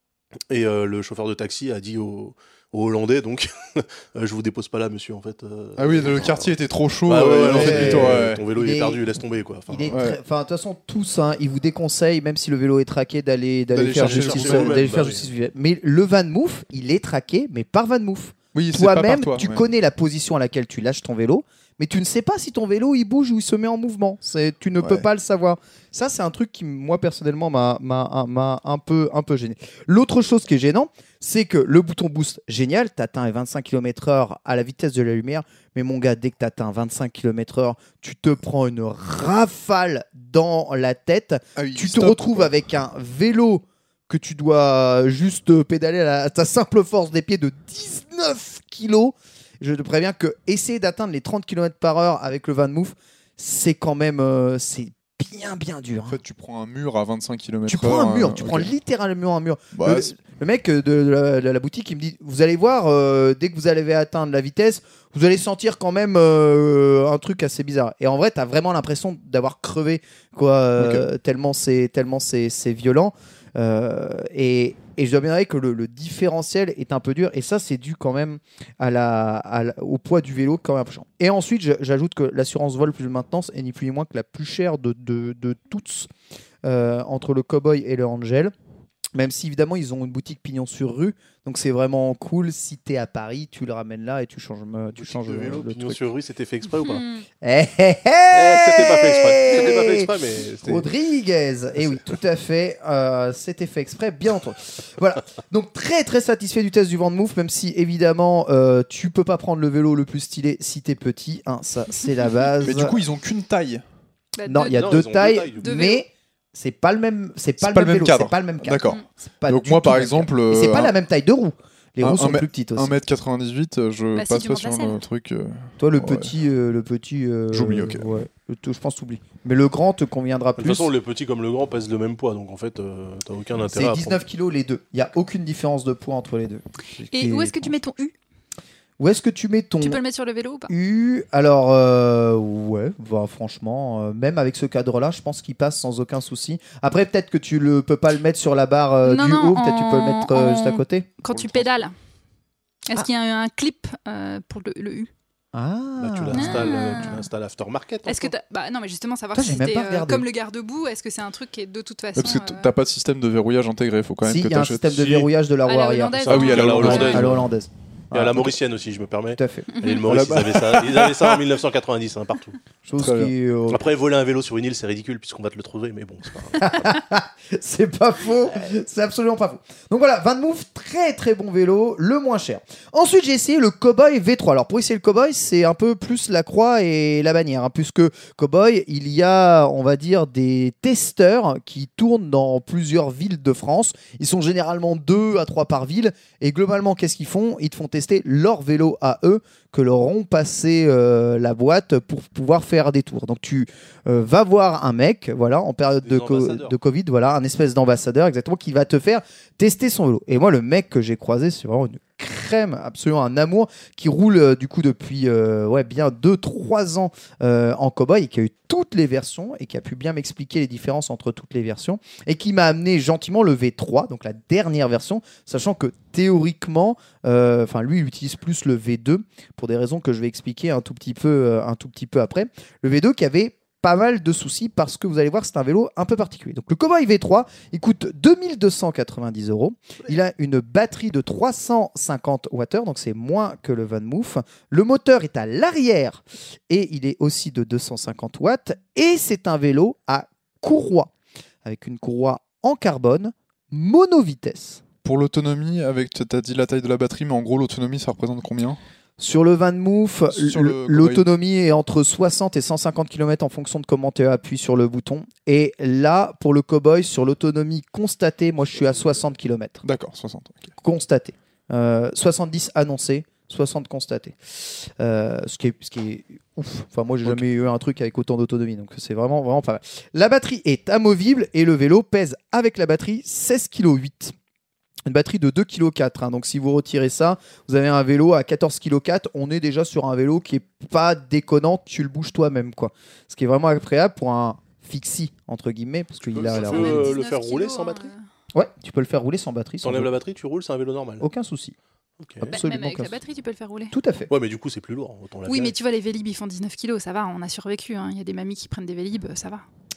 Et euh, le chauffeur de taxi a dit au, au Hollandais donc euh, je vous dépose pas là monsieur en fait. euh, Ah oui, le quartier était trop chaud. Ah ouais, euh, ouais, non, ouais, c'est ouais, plutôt, ouais. ton vélo Il il est est- perdu, laisse tomber quoi. Enfin, Il est ouais. très- enfin, de toute façon, tous, hein, ils vous déconseillent, même si le vélo est traqué, d'aller d'aller D'aller faire chercher justice, sur vous-même, d'aller bah faire oui. justice visuelle. Mais le VanMoof, il est traqué, mais par VanMoof. Oui, c'est pas par Toi-même, toi, tu ouais. connais la position à laquelle tu lâches ton vélo, mais tu ne sais pas si ton vélo il bouge ou il se met en mouvement. C'est, tu ne Ouais. peux pas le savoir. Ça, c'est un truc qui, moi, personnellement, m'a, m'a, m'a un, peu, un peu gêné. L'autre chose qui est gênant, c'est que le bouton boost, génial, tu atteins vingt-cinq kilomètres heure à la vitesse de la lumière, mais mon gars, dès que tu atteins vingt-cinq kilomètres heure, tu te prends une rafale dans la tête. Ah oui, Tu te stop, retrouves quoi. avec un vélo que tu dois juste pédaler à, la- à ta simple force des pieds de dix-neuf kilos. Je te préviens que essayer d'atteindre les trente kilomètres par heure avec le VanMoof, c'est quand même euh, c'est bien bien dur. En hein. fait, tu prends un mur à vingt-cinq kilomètres Tu prends un mur, euh, tu ok. prends littéralement un mur. Bah, le, c'est- le mec de, de la, de la boutique, il me dit, vous allez voir, euh, dès que vous allez atteindre la vitesse, vous allez sentir quand même euh, un truc assez bizarre. Et en vrai, t'as vraiment l'impression d'avoir crevé, quoi, euh, tellement c'est tellement c'est c'est violent. Euh, et, et je dois bien avouer que le, le différentiel est un peu dur. Et ça, c'est dû quand même à la, à la- au poids du vélo, quand même. Et ensuite, je- j'ajoute que l'assurance vol plus maintenance est ni plus ni moins que la plus chère de, de, de toutes euh, entre le Cowboy et le Angel. Même si évidemment ils ont une boutique pignon sur rue, donc c'est vraiment cool. Si t'es à Paris, tu le ramènes là et tu changes, me- tu Boutique changes de le, vélo, le pignon truc. sur rue, c'était fait exprès ou pas Hmm. Eh, eh, eh Eh, C'était pas fait exprès. C'était pas fait exprès, mais c'était- Rodriguez. Et oui, tout à fait. euh, C'était fait exprès, bien entendu. Voilà. Donc très très satisfait du test du VanMoof, même si évidemment euh, tu peux pas prendre le vélo le plus stylé si t'es petit. Hein, ça c'est la base. Mais du coup, ils ont qu'une taille. Bah, non, deux- il y a Non, deux ils ont deux tailles, tailles, du coup. Deux mais c'est pas le même, c'est pas, C'est le pas même le même vélo, cadre. c'est pas le même cadre. D'accord. C'est pas Donc du moi, tout par le même exemple, cadre. Et c'est euh, pas un- la même taille de roue. Les un- roues un sont mètre- plus petites aussi. un mètre quatre-vingt-dix-huit, euh, je Bah, si passe tu pas montes sur la selle. le truc. euh, Toi, le ouais. petit, euh, le petit. euh, J'oublie, ok. Ouais, le t- je pense t'oublies. Mais le grand te conviendra De toute plus. façon, le petit comme le grand pèsent le même poids, donc en fait, euh, t'as aucun intérêt C'est à dix-neuf prendre. kilos les deux. Il y a aucune différence de poids entre les deux. Et où est-ce que tu mets ton U Où est-ce que tu mets ton Tu peux le mettre sur le vélo ou pas U? Alors, euh, ouais, bah, franchement, euh, même avec ce cadre-là, je pense qu'il passe sans aucun souci. Après, peut-être que tu ne peux pas le mettre sur la barre euh, Non, du non, haut, peut-être tu peux le en- mettre euh, en- juste à côté. Quand Pour tu le pédales. Est-ce Ah. qu'il y a un clip euh, pour le, le U Ah, Bah, tu l'installes, Ah. euh, tu l'installes aftermarket. Est-ce que encore. t'as- bah non mais justement savoir Putain, si j'ai même c'était pas euh, regardé. comme le garde-boue, est-ce que c'est un truc qui est de toute façon Ouais, parce que t- euh, t'as pas de système de verrouillage intégré, faut quand même si, que il y a un t'achètes. système de Si. verrouillage de la à roue la arrière. hollandaise, Ah oui, à la hein. hollandaise. À la hollandaise. Et à la Ah, mauricienne aussi, je me permets. Tout à fait. Et le Maurice, ils avaient ça, ils avaient ça en dix-neuf cent quatre-vingt-dix, hein, partout. Chose Très qui. euh, Après, voler un vélo sur une île, c'est ridicule puisqu'on va te le trouver, mais bon, c'est pas grave. C'est pas faux, c'est absolument pas faux. Donc voilà, VanMoof, très très bon vélo, le moins cher. Ensuite, j'ai essayé le Cowboy V trois. Alors pour essayer le Cowboy, c'est un peu plus la croix et la bannière, hein, puisque Cowboy, il y a, on va dire, des testeurs qui tournent dans plusieurs villes de France. Ils sont généralement deux à trois par ville, et globalement, qu'est-ce qu'ils font? Ils te font tester leur vélo à eux, que leur ont passé euh, la boîte pour pouvoir faire des tours. Donc tu euh, vas voir un mec, voilà, en période Des de, co- ambassadeurs. de Covid, voilà, un espèce d'ambassadeur exactement qui va te faire tester son vélo. Et moi, le mec que j'ai croisé, c'est vraiment une crème, absolument un amour, qui roule euh, du coup depuis euh, ouais, bien deux trois ans euh, en Cowboy et qui a eu toutes les versions et qui a pu bien m'expliquer les différences entre toutes les versions et qui m'a amené gentiment le V trois, donc la dernière version, sachant que théoriquement, euh, enfin lui, il utilise plus le V deux pour des raisons que je vais expliquer un tout petit peu, euh, un tout petit peu après. Le V deux qui avait pas mal de soucis parce que vous allez voir, c'est un vélo un peu particulier. Donc le Cowboy V trois, il coûte deux mille deux cent quatre-vingt-dix euros. Il a une batterie de trois cent cinquante watts, donc c'est moins que le VanMoof. Le moteur est à l'arrière et il est aussi de deux cent cinquante watts. Et c'est un vélo à courroie, avec une courroie en carbone, monovitesse. Pour l'autonomie, avec t'as dit la taille de la batterie, mais en gros l'autonomie ça représente combien? Sur le VanMoof, Sur l- le Cowboy. l'autonomie est entre soixante et cent cinquante kilomètres en fonction de comment tu appuies sur le bouton. Et là, pour le Cowboy, sur l'autonomie constatée, moi je suis à soixante kilomètres. D'accord, soixante. ok. Constaté. Euh, soixante-dix annoncé, soixante constaté. Euh, ce, qui est, ce qui est ouf. Enfin, moi, j'ai Ok. jamais eu un truc avec autant d'autonomie, donc c'est vraiment, vraiment pas mal. La batterie est amovible et le vélo pèse avec la batterie seize virgule huit kilos. Une batterie de deux virgule quatre kilos. Hein. Donc, si vous retirez ça, vous avez un vélo à quatorze virgule quatre kilos. On est déjà sur un vélo qui est pas déconnant. Tu le bouges toi-même, quoi. Ce qui est vraiment agréable pour un fixie, entre guillemets, parce qu'il peux- a ça la peut, roue. euh, le dix-neuf faire rouler kilos, sans hein, batterie euh. Ouais, tu peux le faire rouler sans batterie. Sans T'enlèves doute. la batterie, tu roules, c'est un vélo normal. Aucun souci. Ok. Hop. Bah, Absolument même avec aucun la souci. batterie, tu peux le faire rouler. Tout à fait. Ouais, mais du coup, c'est plus lourd. Autant la Oui, virer. mais tu vois, les Vélib, ils font dix-neuf kilos, ça va, on a survécu. hein. Il y a des mamies qui prennent des Vélib, ça va.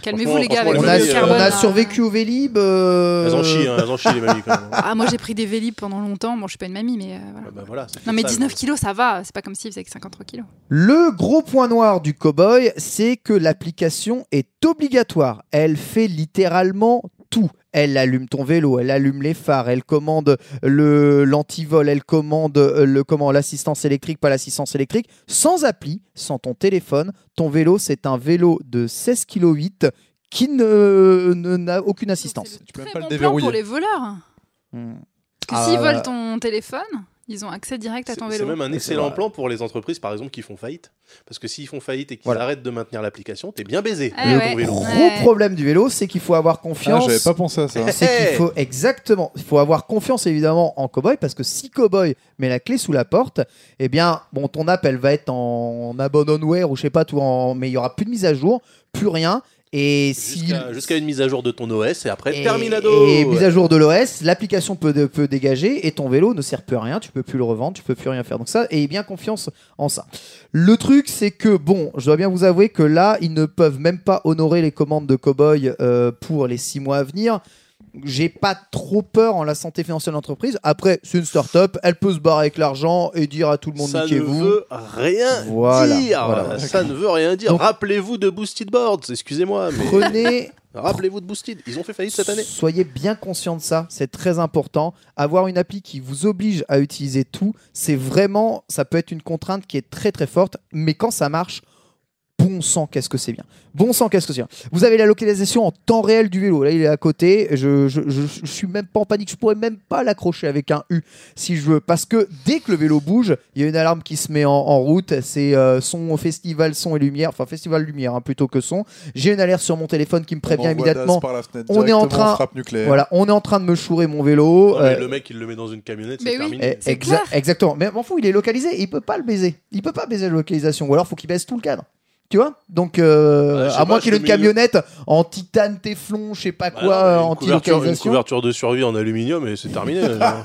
calmez-vous les gars. franchement, Avec On le a, les gaz mamies, on carbone, a euh. survécu au Vélib. euh, Elles en chient, hein, elles en chient les mamies quand même. Ah, moi j'ai pris des Vélib pendant longtemps. Bon, je suis pas une mamie, mais euh, voilà. Ah bah voilà, ça fait Non, mais ça, dix-neuf mais- kilos, ça va. C'est pas comme s'il faisait que cinquante-trois kilos. Le gros point noir du cowboy, c'est que l'application est obligatoire. Elle fait littéralement tout. Elle allume ton vélo, elle allume les phares, elle commande le l'antivol, elle commande le comment l'assistance électrique, pas l'assistance électrique, sans appli, sans ton téléphone. Ton vélo, c'est un vélo de seize virgule huit kilos qui ne, ne- n'a aucune assistance. C'est Tu peux le même très pas le bon plan déverrouiller. pour les voleurs. Hmm. Parce Ah, que s'ils bah. volent ton téléphone, ils ont accès direct à C'est ton c'est vélo. même un C'est excellent vrai. plan pour les entreprises, par exemple, qui font faillite. Parce que s'ils font faillite et qu'ils Voilà. arrêtent de maintenir l'application, t'es bien baisé. Ah avec ouais. ton vélo. Gros Ouais. problème du vélo, c'est qu'il faut avoir Ah, confiance. j'avais pas pensé à ça. C'est qu'il faut exactement, il faut avoir confiance évidemment en Cowboy parce que si Cowboy met la clé sous la porte, eh bien bon ton app elle va être en abandonware ou je sais pas tout, en... mais il y aura plus de mise à jour, plus rien. Et si Jusqu'à jusqu'à une mise à jour de ton O S et après et, terminado. et mise à jour de l'O S, l'application peut, de- peut dégager et ton vélo ne sert plus à rien, tu peux plus le revendre, tu peux plus rien faire. Donc ça, ayez bien confiance en ça. Le truc, c'est que bon, je dois bien vous avouer que là, ils ne peuvent même pas honorer les commandes de Cowboy euh, pour les six mois à venir. J'ai pas trop peur en la santé financière de l'entreprise. Après, c'est une start-up, elle peut se barrer avec l'argent et dire à tout le monde Ça ne niquez-vous. veut rien Voilà, dire. voilà. Ça ne veut rien dire. Donc- Rappelez-vous de Boosted Boards. Excusez-moi, mais Prenez rappelez-vous de Boosted. Ils ont fait faillite cette année. Soyez bien conscient de ça, c'est très important. Avoir une appli qui vous oblige à utiliser tout, c'est vraiment, ça peut être une contrainte qui est très très forte, mais quand ça marche, bon sang, qu'est-ce que c'est bien. Bon sang, qu'est-ce que c'est bien. Vous avez la localisation en temps réel du vélo. Là, il est à côté. Je, je, je, je suis même pas en panique. Je pourrais même pas l'accrocher avec un U si je veux. Parce que dès que le vélo bouge, il y a une alarme qui se met en, en route. C'est euh, son festival son et lumière. Enfin, festival lumière hein, plutôt que son. J'ai une alerte sur mon téléphone qui me prévient On envoie immédiatement. Das par la fenêtre On est en directement, train- frappe nucléaire. Voilà, on est en train de me chourer mon vélo. Non, mais euh, le mec, il le met dans une camionnette, Mais c'est oui. terminé. Eh, C'est exa- clair. Exactement. Mais m'en fous, il est localisé. Il peut pas le baiser. Il peut pas baiser la localisation. Ou alors, faut qu'il baisse tout le cadre. Tu vois. Donc, euh, Ouais, je sais à moins pas, qu'il ait je une te mets camionnette en titane, téflon, je sais pas Bah quoi, non, mais une couverture, une anti-localisation. couverture de survie en aluminium et c'est terminé.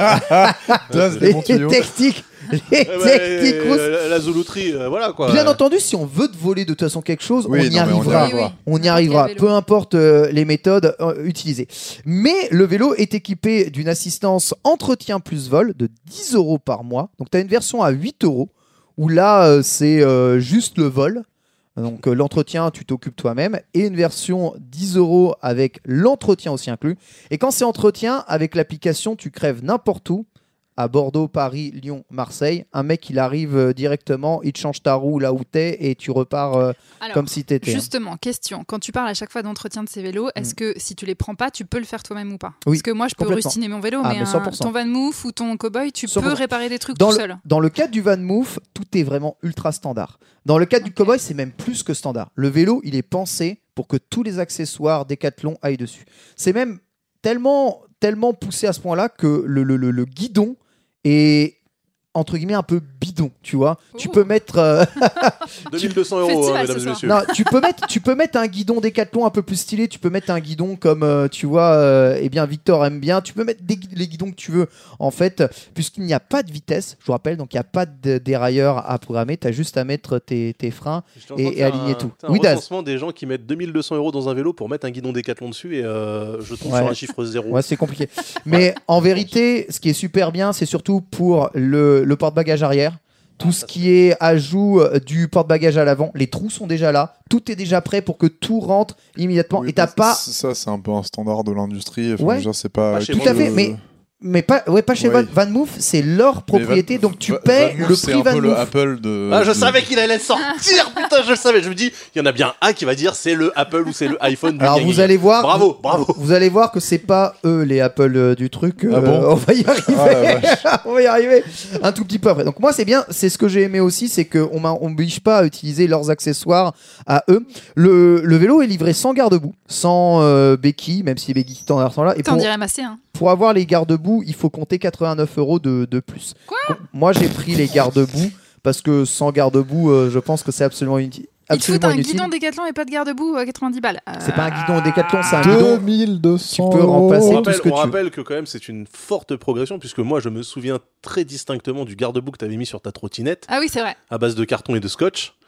Das, des Les bons tuyaux. techniques, les Eh ben, techniques. euh, la zoulouterie, euh, voilà quoi. Bien entendu, si on veut te voler de toute façon quelque chose, Oui, on y non, mais on y arrivera. arrivera. Oui, oui. On y N'importe arrivera, quel vélo. peu importe euh, les méthodes euh, utilisées. Mais le vélo est équipé d'une assistance entretien plus vol de dix euros par mois. Donc tu as une version à huit euros où là euh, c'est euh, juste le vol. Donc euh, l'entretien, tu t'occupes toi-même. Et une version dix euros avec l'entretien aussi inclus. Et quand c'est entretien, avec l'application, tu crèves n'importe où. À Bordeaux, Paris, Lyon, Marseille. Un mec, il arrive euh, directement, il te change ta roue là où t'es et tu repars euh, Alors, comme si t'étais. hein. justement, question. Quand tu parles à chaque fois d'entretien de ces vélos, est-ce que si tu les prends pas, tu peux le faire toi-même ou pas Oui, Parce que moi, je peux complètement. rustiner mon vélo, Ah, mais, mais un- cent pour cent. ton Van Moof ou ton Cowboy, tu cent pour peux cent. réparer des trucs Dans tout le, seul. dans le cadre du Van Moof, tout est vraiment ultra standard. Dans le cadre du Ok. Cowboy, c'est même plus que standard. Le vélo, il est pensé pour que tous les accessoires Décathlon aillent dessus. C'est même tellement, tellement poussé à ce point-là que le, le, le, le guidon est entre guillemets un peu bidon, tu vois. Tu Oh. peux mettre euh, deux mille deux cents euros, hein, Festival, mesdames ce et soir. messieurs. non, tu peux mettre tu peux mettre un guidon Décathlon un peu plus stylé, tu peux mettre un guidon comme euh, tu vois euh, eh bien Victor aime bien, tu peux mettre des, gui- les guidons que tu veux en fait puisqu'il n'y a pas de vitesse, je vous rappelle, donc il n'y a pas de dérailleur à programmer, tu as juste à mettre tes, tes freins. J'étais en train Et- de et faire aligner un- tout. t'as un Oui, Daz. recensement des gens qui mettent deux mille deux cents euros dans un vélo pour mettre un guidon Décathlon dessus et euh, je tombe Ouais. sur un chiffre zéro. Ouais, c'est compliqué. Mais en vérité, ce qui est super bien, c'est surtout pour le, le porte-bagages arrière. Tout Ah, ce ça, qui est ajout euh, du porte-bagages à l'avant, les trous sont déjà là, tout est déjà prêt pour que tout rentre immédiatement. Oui, et t'as bah, pas, c- Ça, c'est un peu un standard de l'industrie. Enfin, Ouais. je veux dire, c'est pas. Pas chez tout tout à fait, le- mais mais pas, ouais, pas chez Ouais. Van, Van Moof, c'est leur propriété, Mais Van- donc tu Va- paies Van Moof, le c'est prix un Van peu le Moof. Apple de. Ah, je de- savais qu'il allait sortir, putain, je le savais. Je me dis, il y en a bien un qui va dire c'est le Apple ou c'est le iPhone. du Alors gna vous gna. allez voir, Bravo, bravo. vous allez voir que c'est pas eux les Apple euh, du truc. Ah euh, bon on va y arriver. Ah, la vache. on va y arriver un tout petit peu après. Donc moi c'est bien, c'est ce que j'ai aimé aussi, c'est qu'on m'oblige pas à utiliser leurs accessoires à eux. Le, le vélo est livré sans garde-boue, sans euh, béquille, même si les béquilles standards sont là. Et T'en pour, dirais massé, hein. pour avoir les garde-boue, il faut compter quatre-vingt-neuf euros de, de plus. Quoi Donc, moi j'ai pris les garde-boue parce que sans garde-boue, euh, je pense que c'est absolument inutile. Ils te foutent Absolument un inutile. guidon Décathlon et pas de garde-boue à quatre-vingt-dix balles. C'est pas un guidon Décathlon, c'est un deux guidon. mille deux cents Tu peux remplacer On tout rappelle, ce que on tu veux. rappelle que quand même c'est une forte progression puisque moi je me souviens très distinctement du garde-boue que tu avais mis sur ta trottinette Ah oui, c'est vrai. à base de carton et de scotch.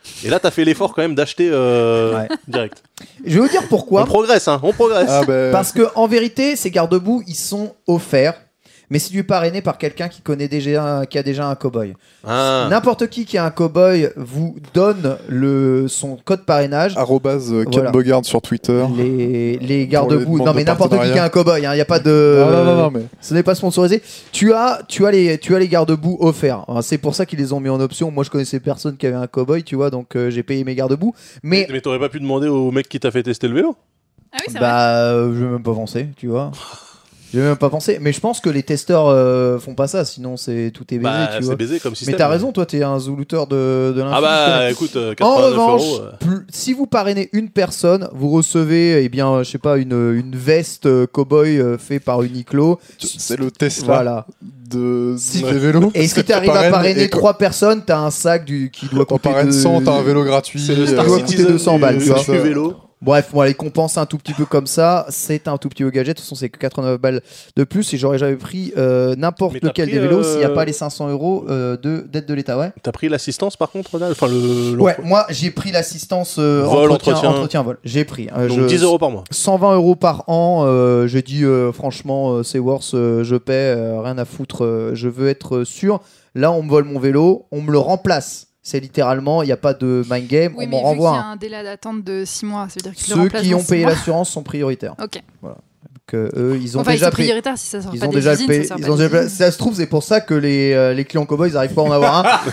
Et là, t'as fait l'effort quand même d'acheter euh, Ouais. direct. Je vais vous dire pourquoi. On progresse, hein, on progresse. Ah bah, Parce que en vérité, ces garde-boue, ils sont offerts. Mais c'est du parrainé par quelqu'un qui connaît déjà, qui a déjà un cow-boy. Ah. N'importe qui qui a un cow-boy vous donne le, son code parrainage. arrobase euh, Ken Voilà. Bogard sur Twitter. Les, les Pour garde-boue. les demandes Non, mais de n'importe qui qui partenariat. a un cow-boy. Il n'y a pas de. Non, non, non, non, mais Ce n'est pas sponsorisé. Tu as, tu as les, tu as les garde-boue offerts. Alors, c'est pour ça qu'ils les ont mis en option. Moi, je connaissais personne qui avait un cow-boy, tu vois, donc euh, j'ai payé mes garde-boue. Mais, Mais, mais t'aurais pas pu demander au mec qui t'a fait tester le vélo? Ah oui, c'est vrai. bah, euh, je vais même pas penser, tu vois. Je vais même pas penser. Mais je pense que les testeurs euh, font pas ça, sinon c'est tout est baisé, Bah, tu c'est vois. baisé comme système. Mais t'as raison, toi, t'es un zoulouteur de, de l'info. Ah je bah connais. écoute, euh, En quatre-vingt-neuf revanche, euros. euh. plus- si vous parrainez une personne, vous recevez, eh bien, je sais pas, une, une veste euh, cow-boy euh, fait par Uniqlo. c'est le Tesla Voilà. de Si- des vélos. Et si t'arrives à parrainer trois personnes, t'as un sac du, qui doit Quand on coûter parraine de- cent, t'as un vélo gratuit. C'est le euh, Star doit coûter Citizen deux cents du- balles, tu du vois. vélo. Bref, bon, allez, compense un tout petit peu comme ça. C'est un tout petit peu gadget. De toute façon, c'est que quatre-vingt-neuf balles de plus. Et j'aurais jamais pris euh, n'importe Mais t'as lequel pris, des vélos euh, s'il n'y a pas les cinq cents euros euh, de- d'aide de l'État. Ouais. T'as pris l'assistance par contre, Ronald? Enfin, le. Ouais, moi j'ai pris l'assistance euh, Vol, entretien, entretien. entretien, vol. J'ai pris. euh, Donc je- dix euros par mois. cent vingt euros par an. Euh, je dis euh, franchement, euh, c'est worth. euh, je paie, euh, rien à foutre. euh, je veux être sûr. Là, on me vole mon vélo, on me le remplace. C'est littéralement, il n'y a pas de mind game, Oui, on mais m'en vu qu'il y renvoie a un. un délai d'attente de six mois, ça veut dire qu'ils le Ceux remplacent qui dans ont six payé mois. l'assurance sont prioritaires. Ok. Donc, euh, eux, ils ont Enfin, déjà c'est payé. prioritaire si ça sort Ils pas ont des déjà usines, payé. ça sort Ils pas ont des déjà- usines. Ça se trouve, c'est pour ça que les, euh, les clients cowboys ils n'arrivent pas à en avoir un.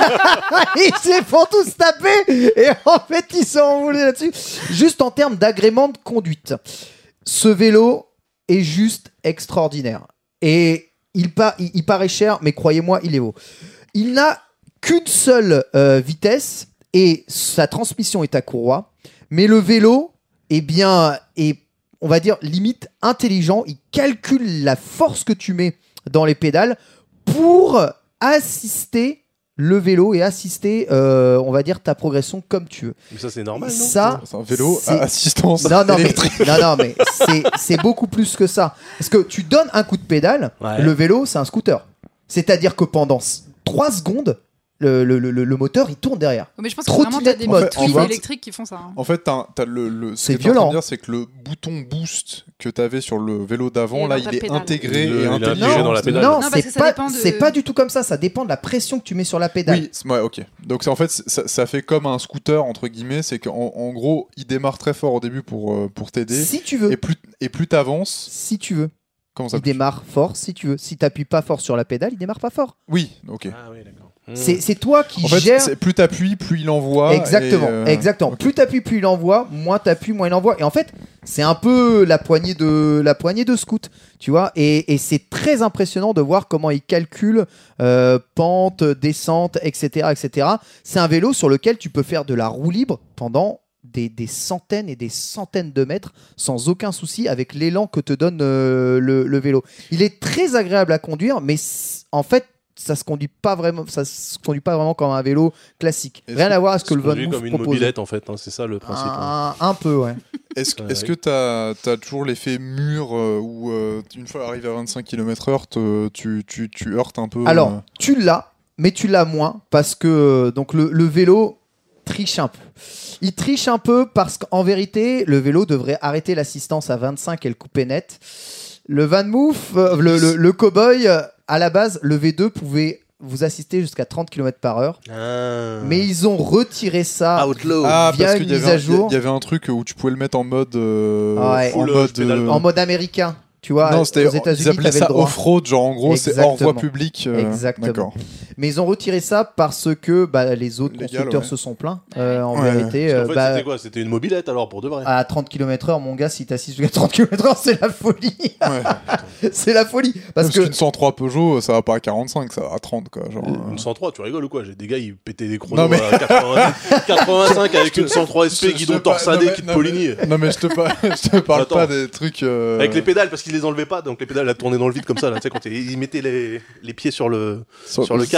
Ils se font tous taper et en fait ils sont enroulés là-dessus. Juste en termes d'agrément de conduite, ce vélo est juste extraordinaire et il, pa- il, il paraît cher, mais croyez-moi, il est beau. Il n'a qu'une seule euh, vitesse et sa transmission est à courroie, mais le vélo, eh bien, est, on va dire, limite intelligent. Il calcule la force que tu mets dans les pédales pour assister le vélo et assister, euh, on va dire, ta progression comme tu veux. Mais ça, c'est normal, non? Ça, C'est un vélo c'est- à assistance non, non, mais, électrique. non, non, mais c'est, c'est beaucoup plus que ça. Parce que tu donnes un coup de pédale, Ouais. le vélo, c'est un scooter. C'est-à-dire que pendant trois secondes, le, le, le, le moteur, il tourne derrière. Mais je pense que vraiment, t'as des Trottinette mode, tweets tu vois. électriques qui font ça. hein. En fait, t'as, t'as le, le, ce C'est que t'es en train de violent. dire, c'est que le bouton boost que t'avais sur le vélo Il d'avant, est là, dans ta il est pédale. intégré Il est- et il est intelligent. intégré dans la pédale. Non, Non, parce c'est que ça pas, dépend de- c'est pas du tout comme ça. Ça dépend de la pression que tu mets sur la pédale. Oui, c'est- ouais, ok. Donc c'est- en fait, c'est- ça, ça fait comme un scooter entre guillemets, c'est qu'en en gros, il démarre très fort au début pour euh, pour t'aider, Si tu veux. et plus et plus t'avances, Si tu veux. comment ça Il démarre fort si tu veux. Si t'appuies pas fort sur la pédale, il démarre pas fort. Oui, ok. Ah oui, d'accord. Hmm. C'est, c'est toi qui En fait, gères. c'est plus t'appuies, plus il envoie. Exactement, et, euh, exactement. ok. Plus t'appuies, plus il envoie. Moins t'appuies, moins il envoie. Et en fait, c'est un peu la poignée de la poignée de scout, tu vois. Et, et c'est très impressionnant de voir comment il calcule euh, pente, descente, et cetera, et cetera. C'est un vélo sur lequel tu peux faire de la roue libre pendant des, des centaines et des centaines de mètres sans aucun souci avec l'élan que te donne euh, le, le vélo. Il est très agréable à conduire, mais c- en fait, ça se conduit pas vraiment, ça se conduit pas vraiment comme un vélo classique. Est-ce Rien que- à voir avec ce que C'est le Van conduit Moof comme une propose. mobilette en fait, hein, c'est ça le principe. hein. Un, un peu, ouais. Est-ce, Ouais, est-ce oui. que t'as as toujours l'effet mur euh, où euh, une fois arrivé à vingt-cinq kilomètres heure, te- tu, tu, tu heurtes un peu euh, Alors, tu l'as, mais tu l'as moins parce que euh, donc le, le vélo triche un peu. Il triche un peu parce qu'en vérité, le vélo devrait arrêter l'assistance à vingt-cinq et le couper net. Le Van Moof, euh, le, le, le Cowboy, euh, à la base, le V deux pouvait vous assister jusqu'à trente kilomètres par heure. Ah. Mais ils ont retiré ça. Outlaw. Ah, via parce une qu'il y mise avait, à un, jour. il y avait un truc où tu pouvais le mettre en mode. euh, Ouais. en Full, mode. je pédale euh, pas. En mode américain. Tu vois, non, c'était, aux États-Unis, ils appelaient t'avais le ça droit. off-road, genre en gros, c'est hors voie Exactement. publique. euh, Exactement. D'accord. Mais ils ont retiré ça parce que bah, les autres Légal, constructeurs ouais. se sont plaints. euh, en Ouais. vérité, Parce qu'en euh, fait, bah, c'était quoi? C'était une mobilette alors pour de vrai. à trente kilomètres heure, mon gars, si t'assises jusqu'à trente kilomètres heure, c'est la folie. Ouais. C'est la folie. Parce Parce que qu'une cent trois Peugeot, ça va pas à quarante-cinq, ça va à trente, quoi. Genre, euh. Une cent trois, tu rigoles ou quoi? J'ai des gars, ils pétaient des chronos Non, mais- à quatre-vingts quatre-vingt-cinq avec une cent trois S P Je- je guidon te par- torsadé non, mais- qui te non, polignait. mais- Non, mais je te, par- je te parle Attends. pas des trucs. euh, Avec les pédales, parce qu'ils les enlevaient pas, donc les pédales, elles tournaient dans le vide comme ça, là, tu sais, quand ils ils mettaient les, les pieds sur le, sur, sur le cadre.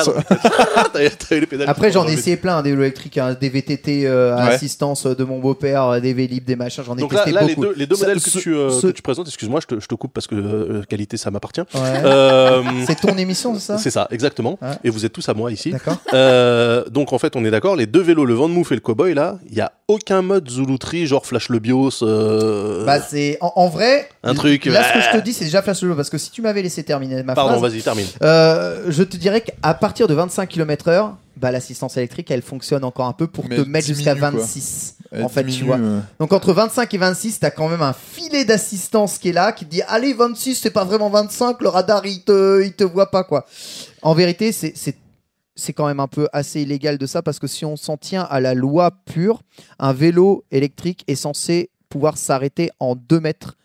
ça. T'avais- t'avais les pédales Après, qui j'en ai enlevaient. essayé plein, des vélos électriques, hein, des V T T euh, à Ouais. assistance de mon beau-père, des Vélib, des machins, j'en ai Donc là, testé là, les beaucoup. deux, les deux Ça- modèles que, ce- tu, euh, ce- que tu présentes, excuse-moi, je te, je te coupe parce que euh, qualité, ça m'appartient. Ouais. Euh, C'est ton émission, c'est ça c'est ça, exactement. Ouais. Et vous êtes tous à moi ici. D'accord. Euh, donc en fait, on est d'accord, les deux vélos, le Vanmoof et le Cowboy, là, il y a aucun mode Zulu Tree, genre Flash le BIOS. euh, Bah, c'est. En, en vrai. Un truc, Là, ce que ouais. je te dis, c'est déjà flash le jeu, parce que si tu m'avais laissé terminer ma Pardon, phrase. vas-y, termine. Euh, je te dirais qu'à partir de vingt-cinq kilomètres heure, bah, l'assistance électrique, elle fonctionne encore un peu pour Mais te elle mettre jusqu'à diminue, quoi. vingt-six. Elle En fait, tu diminue, vois. euh. Donc entre vingt-cinq et vingt-six, t'as quand même un filet d'assistance qui est là, qui te dit allez vingt-six, c'est pas vraiment vingt-cinq, le radar il te, il te voit pas quoi. En vérité, c'est c'est c'est quand même un peu assez illégal de ça parce que si on s'en tient à la loi pure, un vélo électrique est censé pouvoir s'arrêter en deux mètres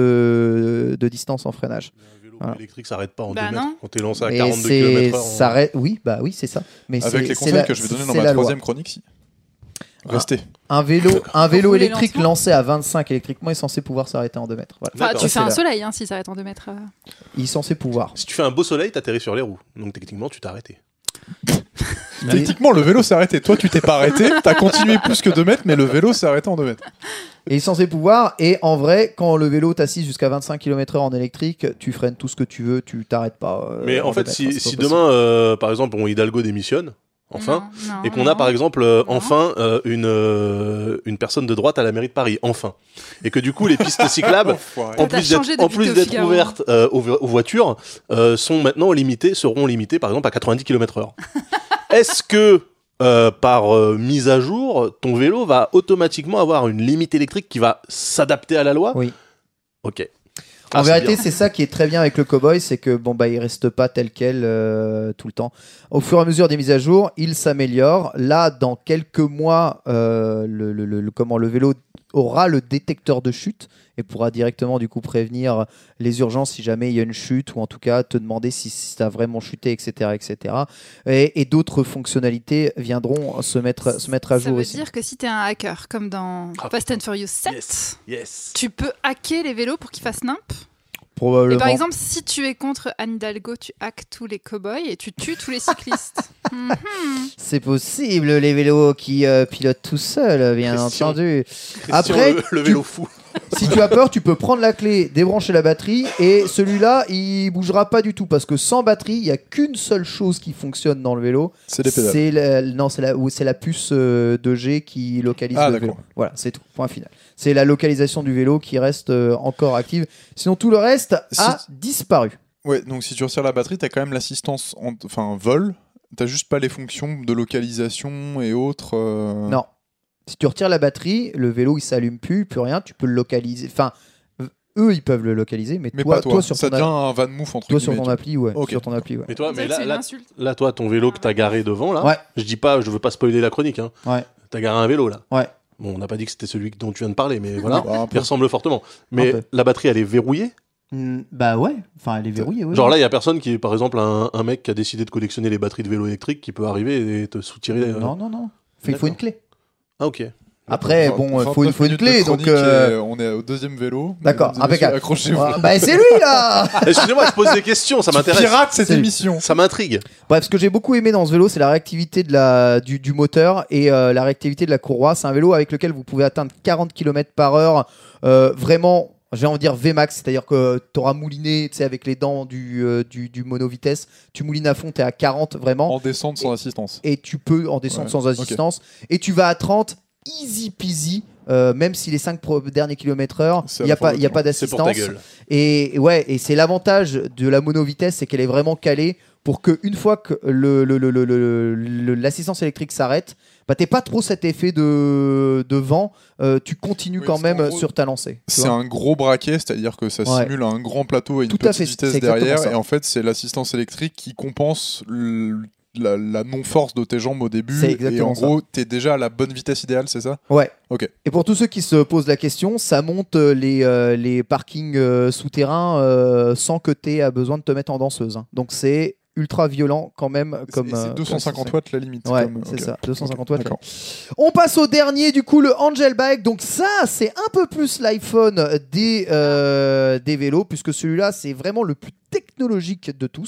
de, de distance en freinage. Un vélo Voilà. électrique s'arrête pas en Bah deux mètres. non. Quand t'es lancé à Et quarante-deux c'est kilomètres heure. ça reste- oui bah oui c'est ça. Mais Avec c'est- les c'est conseils la- que je vais donner dans c'est ma la loi. troisième chronique, si. Restez. Un vélo, un vélo rouler électrique lentement. lancé à vingt-cinq éliquement est censé pouvoir s'arrêter en deux mètres. Voilà. Enfin, D'accord. tu Ça, fais un c'est la- soleil hein, si ça arrête en deux mètres. euh. Il est censé pouvoir. Si tu fais un beau soleil, t'atterris sur les roues. Donc techniquement, tu t'es arrêté. Il est- Techniquement, le vélo s'est arrêté. Toi, tu t'es pas arrêté. T'as continué plus que deux mètres, mais le vélo s'est arrêté en deux mètres. Et il est censé pouvoir. Et en vrai, quand le vélo t'assise jusqu'à vingt-cinq kilomètres heure en électrique, tu freines tout ce que tu veux, tu t'arrêtes pas. euh, Mais en deux fait, mètres, si, hein, c'est si pas demain, euh, par exemple, on Hidalgo démissionne, enfin, Non, non, et qu'on non. a par exemple, euh, Non. enfin, euh, une, euh, une personne de droite à la mairie de Paris, enfin, et que du coup, les pistes cyclables, Enfoiré. en T'as plus changé d'être, en depuis plus Théo d'être Figaro. ouvertes euh, aux, aux voitures, euh, sont maintenant limitées, seront limitées par exemple à quatre-vingt-dix kilomètres heure. Est-ce que euh, par euh, mise à jour, ton vélo va automatiquement avoir une limite électrique qui va s'adapter à la loi? Oui. Ok. En Ah, c'est vérité, bien. c'est ça qui est très bien avec le cowboy, c'est que bon bah il reste pas tel quel euh, tout le temps. Au fur et à mesure des mises à jour, il s'améliore. Là, dans quelques mois, euh, le, le- le- le- comment le vélo aura le détecteur de chute et pourra directement du coup prévenir les urgences si jamais il y a une chute ou en tout cas te demander si, si tu as vraiment chuté, et cetera, et cetera. Et, et d'autres fonctionnalités viendront se mettre se mettre à Ça jour veut aussi. dire que si t'es un hacker, comme dans Ah, Fast and Furious sept, Yes. Yes. tu peux hacker les vélos pour qu'ils fassent nimp. Probablement. Et par exemple, si tu es contre Anne Hidalgo, tu hackes tous les cow-boys et tu tues tous les cyclistes. Mhm. C'est possible, les vélos qui euh, pilotent tout seuls, bien Christian. entendu. Christian, Après, le, le tu- vélo fou. Si tu as peur, tu peux prendre la clé, débrancher la batterie et celui-là, il bougera pas du tout parce que sans batterie, il y a qu'une seule chose qui fonctionne dans le vélo. C'est les pédales. C'est la, non, c'est la, ou c'est la puce euh, deux G qui localise Ah, le vélo. d'accord. Voilà, c'est tout. Point final. C'est la localisation du vélo qui reste euh, encore active. Sinon, tout le reste a Si- disparu. Ouais, donc si tu retires la batterie, t'as quand même l'assistance, en... enfin vol. T'as juste pas les fonctions de localisation et autres. euh, Non. Si tu retires la batterie, le vélo il s'allume plus, plus rien. Tu peux le localiser. Enfin, euh, eux ils peuvent le localiser, mais, Mais toi, pas toi. sur Ça ton, devient a- un van move entre toi sur guillemets. ton appli, ouais. Ok. Sur ton appli, ouais. Mais toi, On mais dirait que là, c'est une là, insulte. là, toi, ton vélo que t'as garé devant, là, Ouais. je dis pas, je veux pas spoiler la chronique, hein. Ouais. T'as garé un vélo, là. Ouais. Bon, on n'a pas dit que c'était celui dont tu viens de parler, mais voilà. Bah, un Il peu. ressemble fortement. Mais peu. la batterie, elle est verrouillée. Mm, bah ouais. Enfin, elle est verrouillée. Ouais. Genre là, il y a personne qui est, par exemple, un, un mec qui a décidé de collectionner les batteries de vélo électrique qui peut arriver et te soutirer. euh, Non, non, non. Faut- Il faut D'accord. une clé. Ah, ok. Après, Enfin, bon, il faut, vingt-neuf il faut une minutes clé, de donc. chronique euh, et on est au deuxième vélo. D'accord, Mesdames et messieurs, impeccable. Accrochez-vous. ah, bah c'est lui là. Excusez-moi, je pose des questions, ça Tu m'intéresse. pirates cette C'est- émission. Ça m'intrigue. Bref, ce que j'ai beaucoup aimé dans ce vélo, c'est la réactivité de la, du, du moteur et euh, la réactivité de la courroie. C'est un vélo avec lequel vous pouvez atteindre quarante kilomètres par heure. Euh, vraiment, j'ai envie de dire V max, c'est-à-dire que tu auras mouliné, tu sais, avec les dents du, euh, du, du mono vitesse. Tu moulines à fond, tu es à quarante vraiment. En descente sans assistance. Et tu peux en descendre Ouais, sans assistance. Et tu vas à trente, easy peasy. Euh, même si les cinq pro- derniers kilomètres heure, C'est il n'y a, à fond pas- il y a le pas C'est pour ta d'assistance. gueule. Et et ouais, et c'est l'avantage de la mono vitesse, c'est qu'elle est vraiment calée pour que une fois que le, le- le- le- le- le- l'assistance électrique s'arrête, bah t'es pas trop cet effet de, de vent, euh, tu continues Oui, quand parce qu'en même gros, sur ta lancée. tu C'est vois. un gros braquet, c'est-à-dire que ça Ouais. simule un grand plateau et une Tout à petite fait, vitesse c'est exactement derrière. ça. Et en fait, c'est l'assistance électrique qui compense le- la, la non-force de tes jambes au début. C'est Et exactement en ça. gros, t'es déjà à la bonne vitesse idéale, c'est ça? Ouais. Ok. Et pour tous ceux qui se posent la question, ça monte euh, les, euh, les parkings euh, souterrains euh, sans que tu aies besoin de te mettre en danseuse. hein. Donc c'est ultra violent quand même. Comme, Et c'est euh, deux cent cinquante watts la limite. Ouais, comme- c'est ok. ça, deux cent cinquante watts. D'accord. On passe au dernier, du coup, le Angel Bike. Donc ça, c'est un peu plus l'iPhone des, euh, des vélos, puisque celui-là, c'est vraiment le plus technologique de tous.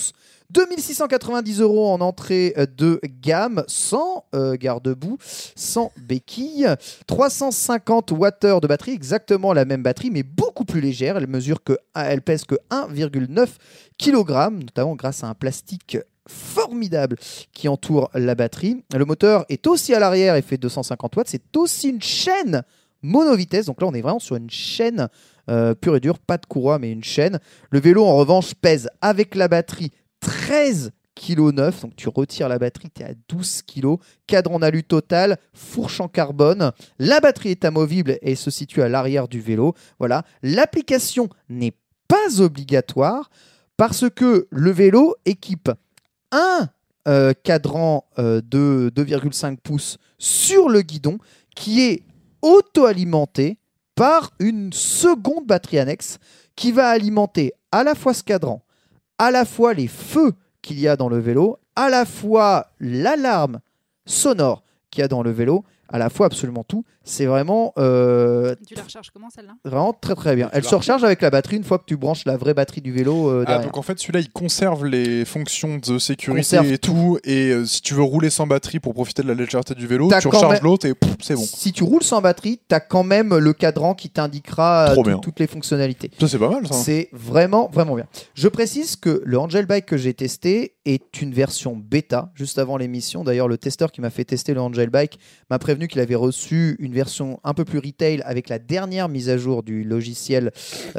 deux mille six cent quatre-vingt-dix euros en entrée de gamme, sans euh, garde-boue, sans béquille. trois cent cinquante watts de batterie, exactement la même batterie, mais beaucoup plus légère. Elle mesure que, elle pèse que un virgule neuf kilogrammes, notamment grâce à un plastique formidable qui entoure la batterie. Le moteur est aussi à l'arrière et fait deux cent cinquante watts. C'est aussi une chaîne monovitesse. Donc là, on est vraiment sur une chaîne euh, pure et dure, pas de courroie, mais une chaîne. Le vélo, en revanche, pèse avec la batterie treize virgule neuf kilos. Donc tu retires la batterie, tu es à douze kilos. Cadre en alu total, fourche en carbone. La batterie est amovible et se situe à l'arrière du vélo. Voilà. L'application n'est pas obligatoire parce que le vélo équipe un euh, cadran euh, de deux virgule cinq pouces sur le guidon qui est auto-alimenté par une seconde batterie annexe qui va alimenter à la fois ce cadran, à la fois les feux qu'il y a dans le vélo, à la fois l'alarme sonore qu'il y a dans le vélo, à la fois absolument tout. C'est vraiment... Euh, tu la recharges comment celle-là ? Vraiment très très bien. Elle se recharge avec la batterie une fois que tu branches la vraie batterie du vélo euh, derrière. Ah, donc en fait celui-là il conserve les fonctions de sécurité Conserve et tout, tout et euh, si tu veux rouler sans batterie pour profiter de la légèreté du vélo, T'as tu quand recharges même- l'autre et pff, c'est bon. Si tu roules sans batterie, tu as quand même le cadran qui t'indiquera euh, Trop tout- bien. toutes les fonctionnalités. Ça c'est pas mal ça. C'est vraiment, vraiment bien. Je précise que le Angel Bike que j'ai testé est une version bêta, juste avant l'émission. D'ailleurs, le testeur qui m'a fait tester le Angel Bike m'a prévenu qu'il avait reçu une version un peu plus retail avec la dernière mise à jour du logiciel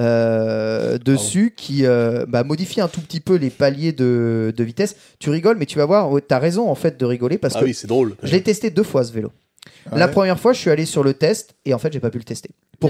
euh, dessus qui euh, bah, modifie un tout petit peu les paliers de, de vitesse. Tu rigoles, mais tu vas voir, tu as raison en fait de rigoler parce Ah que oui, c'est drôle. je l'ai testé deux fois ce vélo. Ah La ouais. première fois, je suis allé sur le test et en fait, j'ai pas pu le tester. Pourquoi ?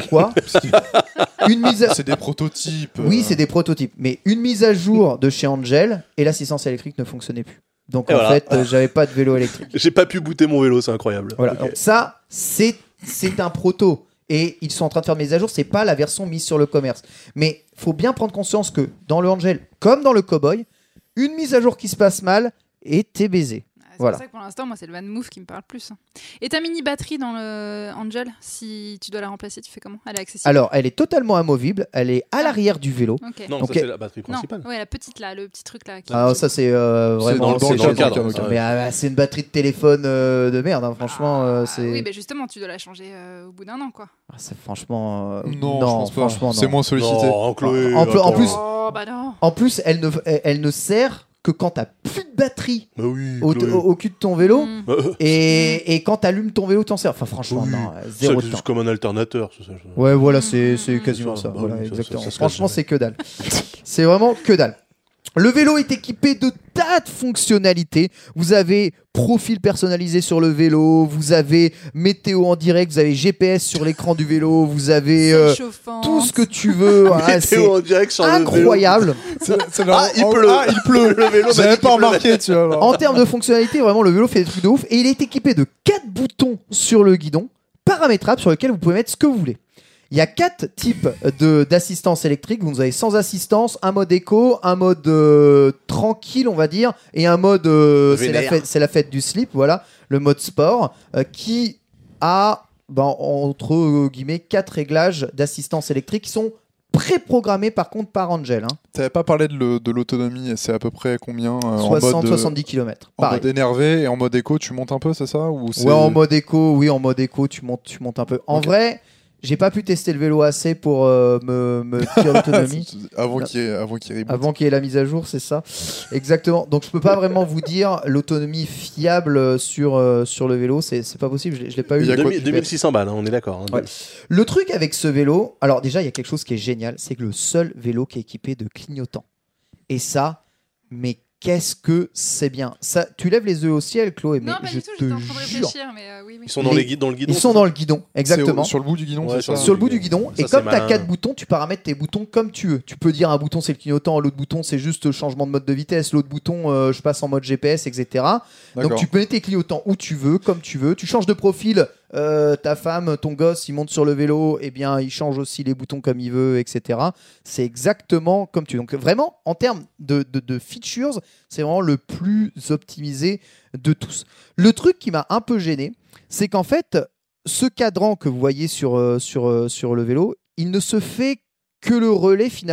Une mise à... C'est des prototypes. Oui, euh, c'est des prototypes. Mais une mise à jour de chez Angel et l'assistance électrique ne fonctionnait plus. Donc Et en voilà. fait, euh, j'avais pas de vélo électrique. J'ai pas pu booter mon vélo, c'est incroyable. Voilà. Ok. Donc ça, c'est c'est un proto. Et ils sont en train de faire des mises à jour. C'est pas la version mise sur le commerce. Mais faut bien prendre conscience que dans le Angel, comme dans le Cowboy, une mise à jour qui se passe mal et t'es baisé. C'est Voilà. pour ça que pour l'instant, moi, c'est le Van Move qui me parle plus. Et ta mini batterie dans le Angel, si tu dois la remplacer, tu fais comment ? Elle est accessible ? Alors, elle est totalement amovible. Elle est à l'arrière du vélo. Ok. Non, Ok. ça c'est la batterie Non, principale. ouais, la petite là, le petit truc là. Qui... Ah, ça c'est euh, C'est vraiment dans le- dans le c'est- cadre, c'est- dans le cadre. Mais ah, c'est une batterie de téléphone euh, de merde, hein, franchement. euh, Ah, c'est oui, mais justement, tu dois la changer euh, au bout d'un an, quoi. Ah, c'est franchement. euh, Non, je pense pas. franchement, C'est non. moins sollicité. Non, Chloé. En plus- en attends. plus- Oh, bah non. En plus, elle ne, elle, elle ne sert que quand t'as plus de batterie Bah oui, au, Chloé. au- au cul de ton vélo Mm. Bah, euh, et, et quand t'allumes ton vélo, t'en sers. Enfin, franchement, oui. non, euh, ça, zéro de c'est temps. juste comme un alternateur. ça, ça, ça. Ouais, voilà, c'est c'est quasiment Ça, ça. bah Voilà, oui, ça, exactement. ça, ça se Franchement, casse c'est que dalle. C'est vraiment que dalle. Le vélo est équipé de tas de fonctionnalités. Vous avez profil personnalisé sur le vélo, vous avez météo en direct, vous avez G P S sur l'écran du vélo, vous avez euh, Chauffante. tout ce que tu veux. Voilà, c'est Météo en direct sur le vélo. incroyable. C'est- c'est genre- Ah, il oh, pleut. Ah, il pleut. Le vélo m'a J'avais dit pas qu'il pleuvait. remarqué, tu vois. alors. En termes de fonctionnalité, vraiment, le vélo fait des trucs de ouf. Et il est équipé de quatre boutons sur le guidon, paramétrables, sur lesquels vous pouvez mettre ce que vous voulez. Il y a quatre types de, d'assistance électrique. Vous avez sans assistance, un mode éco, un mode euh, tranquille, on va dire, et un mode euh, c'est, la Vénère. fête, c'est la fête du slip, voilà, le mode sport, euh, qui a, ben, entre euh, guillemets, quatre réglages d'assistance électrique qui sont préprogrammés par contre par Angel. Hein. T'avais pas parlé de, le- de l'autonomie, c'est à peu près combien euh, en soixante mode, euh, soixante-dix kilomètres. en mode énervé et en mode éco, tu montes un peu, c'est ça ou c'est... Ouais, en mode éco, oui, en mode éco, tu montes, tu montes un peu. En Ok. vrai, j'ai pas pu tester le vélo assez pour euh, me, me dire l'autonomie. avant Non. qu'il y ait, avant qu'il reboot. Avant qu'il y ait la mise à jour, c'est ça. Exactement. Donc je peux pas vraiment vous dire l'autonomie fiable sur, euh, sur le vélo, c'est, c'est pas possible, je l'ai, je l'ai pas eu. Il y a quoi- deux mille deux mille six cents balles, hein, on est d'accord. hein. Ouais. Le truc avec ce vélo, alors déjà il y a quelque chose qui est génial, c'est que le seul vélo qui est équipé de clignotants. Et ça, mais qu'est-ce que c'est bien. Ça, tu lèves les yeux au ciel, Chloé, mais Non, pas je du tout, te j'étais en train de jure. réfléchir, mais euh, oui, oui. Ils sont dans, Les- les guides, dans le guidon. Ils sont dans le guidon, C'est exactement. au- sur le bout du guidon, Ouais, c'est sur ça. Sur le bout du guidon, Ça, et c'est comme tu as malin. quatre boutons, tu paramètres tes boutons comme tu veux. Tu peux dire un bouton c'est le clignotant, l'autre bouton c'est juste changement de mode de vitesse, l'autre bouton euh, je passe en mode G P S, et cetera. D'accord. Donc tu peux mettre tes clignotants où tu veux, comme tu veux. Tu changes de profil, euh, ta femme, ton gosse, il monte sur le vélo, et bien il change aussi les boutons comme il veut, et cetera. C'est exactement comme tu veux. Donc vraiment, en termes de, de, de features, c'est vraiment le plus optimisé de tous. Le truc qui m'a un peu gêné, c'est qu'en fait, ce cadran que vous voyez sur, euh, sur, euh, sur le vélo, il ne se fait que le relais finalement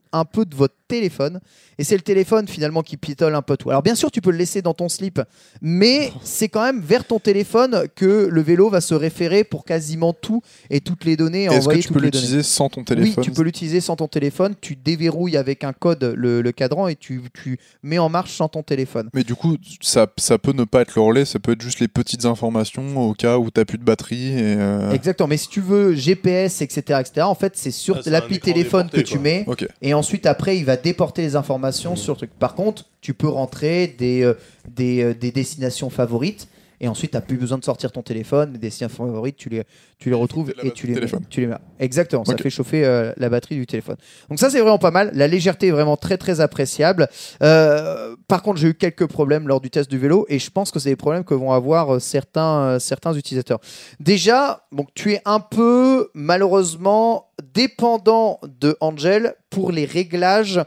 un peu de votre téléphone. Et c'est le téléphone finalement qui piétole un peu tout. Alors bien sûr, tu peux le laisser dans ton slip, mais c'est quand même vers ton téléphone que le vélo va se référer pour quasiment tout et toutes les données. Est-ce que envoyer tu toutes peux les l'utiliser données. sans ton téléphone? Oui, tu peux l'utiliser sans ton téléphone. Tu déverrouilles avec un code le, le cadran et tu, tu mets en marche sans ton téléphone. Mais du coup, ça, ça peut ne pas être le relais, ça peut être juste les petites informations au cas où tu n'as plus de batterie. Et euh... Exactement, mais si tu veux G P S, et cetera, et cetera, en fait, c'est sur Ah, c'est l'appli un écran téléphone déporté, que tu quoi. mets. Ok. Et ensuite, après, il va déporter les informations mmh. sur le truc. Par contre, tu peux rentrer des, euh, des, euh, des destinations favorites. Et ensuite, tu n'as plus besoin de sortir ton téléphone. Les destinations favorites, tu les, tu les retrouves et tu les, mets, tu les mets. Exactement, ça okay. fait chauffer euh, la batterie du téléphone. Donc ça, c'est vraiment pas mal. La légèreté est vraiment très, très appréciable. Euh, par contre, j'ai eu quelques problèmes lors du test du vélo. Et je pense que c'est des problèmes que vont avoir euh, certains, euh, certains utilisateurs. Déjà, bon, tu es un peu, malheureusement, dépendant de Angel pour les réglages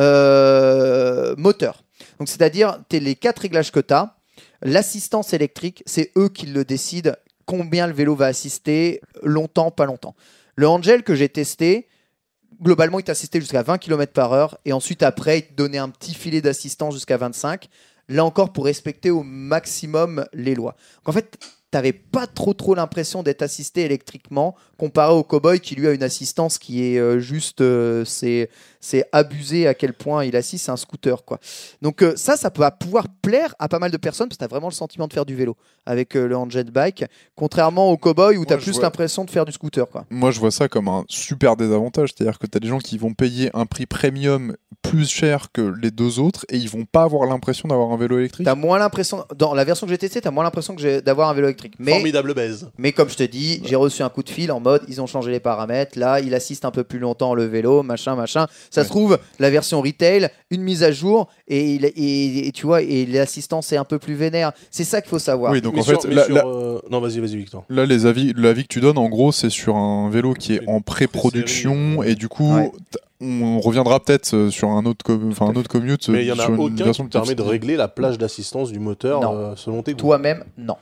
euh, moteurs. Donc, c'est-à-dire, t'es les quatre réglages que tu as. L'assistance électrique, c'est eux qui le décident combien le vélo va assister, longtemps, pas longtemps. Le Angel que j'ai testé, globalement, il t'assistait jusqu'à vingt kilomètres par heure et ensuite, après, il te donnait un petit filet d'assistance jusqu'à vingt-cinq. Là encore, pour respecter au maximum les lois. Donc, en fait, t'avais pas trop trop l'impression d'être assisté électriquement comparé au Cowboy qui lui a une assistance qui est euh, juste euh, c'est, c'est abusé à quel point il assiste, c'est un scooter quoi. Donc euh, ça ça peut pouvoir plaire à pas mal de personnes parce que t'as vraiment le sentiment de faire du vélo avec euh, le Angel Bike, contrairement au Cowboy où t'as plus vois... l'impression de faire du scooter quoi. Moi je vois ça comme un super désavantage, c'est-à-dire que t'as des gens qui vont payer un prix premium plus cher que les deux autres et ils vont pas avoir l'impression d'avoir un vélo électrique. T'as moins l'impression, dans la version que j'ai testée, t'as moins l'impression que j'ai, d'avoir un vélo électrique. Mais, Formidable baise. Mais comme je te dis, ouais. j'ai reçu un coup de fil en mode ils ont changé les paramètres, là il assiste un peu plus longtemps le vélo, machin, machin. Ça ouais. se trouve, la version retail, une mise à jour et, il, et, et tu vois, et l'assistance est un peu plus vénère. C'est ça qu'il faut savoir. Oui, donc mais en sur, fait, mais là, sur, là, euh... non, vas-y, vas-y, Victor. Là, les avis, l'avis que tu donnes, en gros, c'est sur un vélo qui est en pré-production et du coup. Ouais. On reviendra peut-être sur un autre, com- enfin un autre commute. Mais il n'y en a sur aucun qui permet de régler la plage d'assistance du moteur euh, selon tes goûts. Toi-même, non.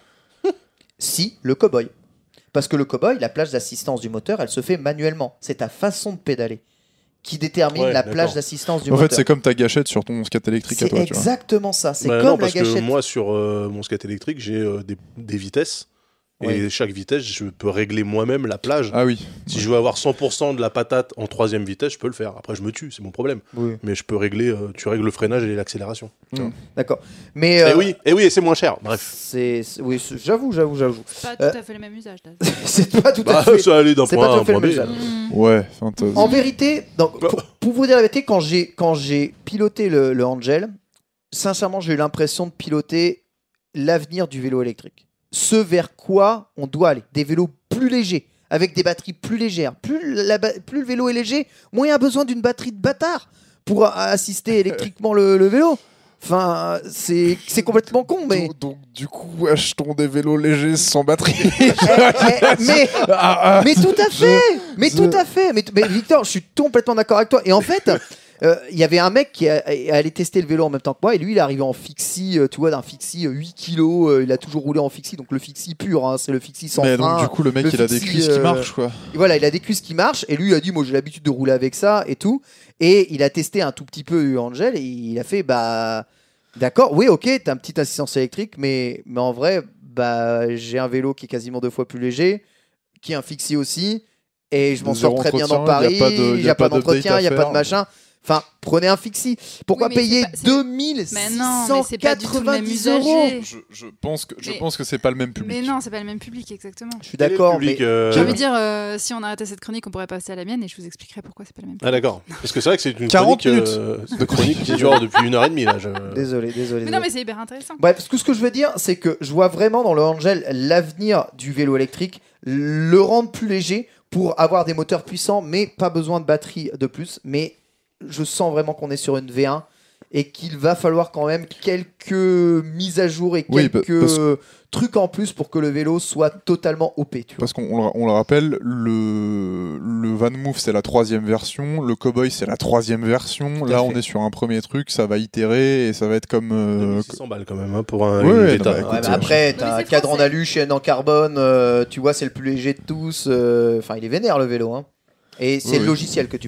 Si, le Cowboy. Parce que le Cowboy, la plage d'assistance du moteur, elle se fait manuellement. C'est ta façon de pédaler qui détermine ouais, la d'accord. plage d'assistance du en moteur. En fait, c'est comme ta gâchette sur ton skate électrique c'est à toi. C'est exactement tu vois. ça. C'est bah comme non, parce la gâchette. Que moi, sur euh, mon skate électrique, j'ai euh, des, des vitesses. Et oui. chaque vitesse, je peux régler moi-même la plage. Ah oui. Si ouais. je veux avoir cent pour cent de la patate en troisième vitesse, je peux le faire. Après, je me tue, c'est mon problème. Oui. Mais je peux régler, euh, tu règles le freinage et l'accélération. Mmh. D'accord. Mais et euh, oui, et oui, et c'est moins cher. Bref. C'est, c'est oui, c'est, j'avoue, j'avoue, j'avoue. C'est pas tout euh, à fait le même usage. c'est pas tout à bah, fait. Ça allait d'un c'est point pas à tout à fait un point le même B. usage. Mmh. Ouais. En vérité, donc, pour, pour vous dire la vérité, quand j'ai quand j'ai piloté le, le Angel, sincèrement, j'ai eu l'impression de piloter l'avenir du vélo électrique. Ce vers quoi on doit aller. Des vélos plus légers, avec des batteries plus légères. Plus, la, plus le vélo est léger, moins il y a besoin d'une batterie de bâtard pour assister électriquement le, le vélo. Enfin, c'est, c'est complètement con, mais... Donc, donc, du coup, achetons des vélos légers sans batterie. eh, eh, mais, ah, ah, mais tout à fait je, Mais je... tout à fait mais, mais Victor, je suis complètement d'accord avec toi. Et en fait... Il euh, y avait un mec qui a, a allé tester le vélo en même temps que moi et lui il est arrivé en fixie, euh, tu vois, d'un fixie euh, huit kilos, euh, il a toujours roulé en fixie, donc le fixie pur, hein, c'est le fixie sans mais frein. Donc du coup le mec le il fixie, a des cuisses euh, qui marchent quoi. Et voilà, il a des cuisses qui marchent et lui il a dit moi j'ai l'habitude de rouler avec ça et tout, et il a testé un tout petit peu Angel et il a fait bah d'accord, oui ok t'as une petite assistance électrique mais, mais en vrai bah j'ai un vélo qui est quasiment deux fois plus léger, qui est un fixie aussi et je m'en sors très bien dans Paris, il n'y a pas d'entretien, il n'y a pas de machin. Enfin, prenez un fixie. Pourquoi oui, payer deux mille six cent quatre-vingt-dix euros ? je, je pense que je mais, pense que c'est pas le même public. Mais non, c'est pas le même public exactement. Je suis d'accord. Public, mais euh... j'ai envie de dire, euh, si on arrêtait cette chronique, on pourrait passer à la mienne et je vous expliquerai pourquoi c'est pas le même public. Ah d'accord. Parce que c'est vrai que c'est une quarante chronique minutes euh, de chronique qui dure depuis une heure et demie là. Je... Désolé, désolé. Mais non, mais c'est hyper intéressant. Bref, ce que, ce que je veux dire, c'est que je vois vraiment dans le Angel l'avenir du vélo électrique, le rendre plus léger pour avoir des moteurs puissants, mais pas besoin de batterie de plus, mais je sens vraiment qu'on est sur une V un et qu'il va falloir quand même quelques mises à jour et quelques oui, parce... trucs en plus pour que le vélo soit totalement O P. Tu vois. Parce qu'on on le rappelle, le, le VanMoof c'est la troisième version, le Cowboy c'est la troisième version. Tout Là on est sur un premier truc, ça va itérer et ça va être comme... Euh... six cents balles quand même hein, pour un... Ouais, ouais, état. Non, bah, ouais, mais après t'as un cadran en alu, chaîne en carbone, euh, tu vois c'est le plus léger de tous. Enfin euh, il est vénère le vélo. Hein. Et c'est oui, le logiciel oui. que tu payes.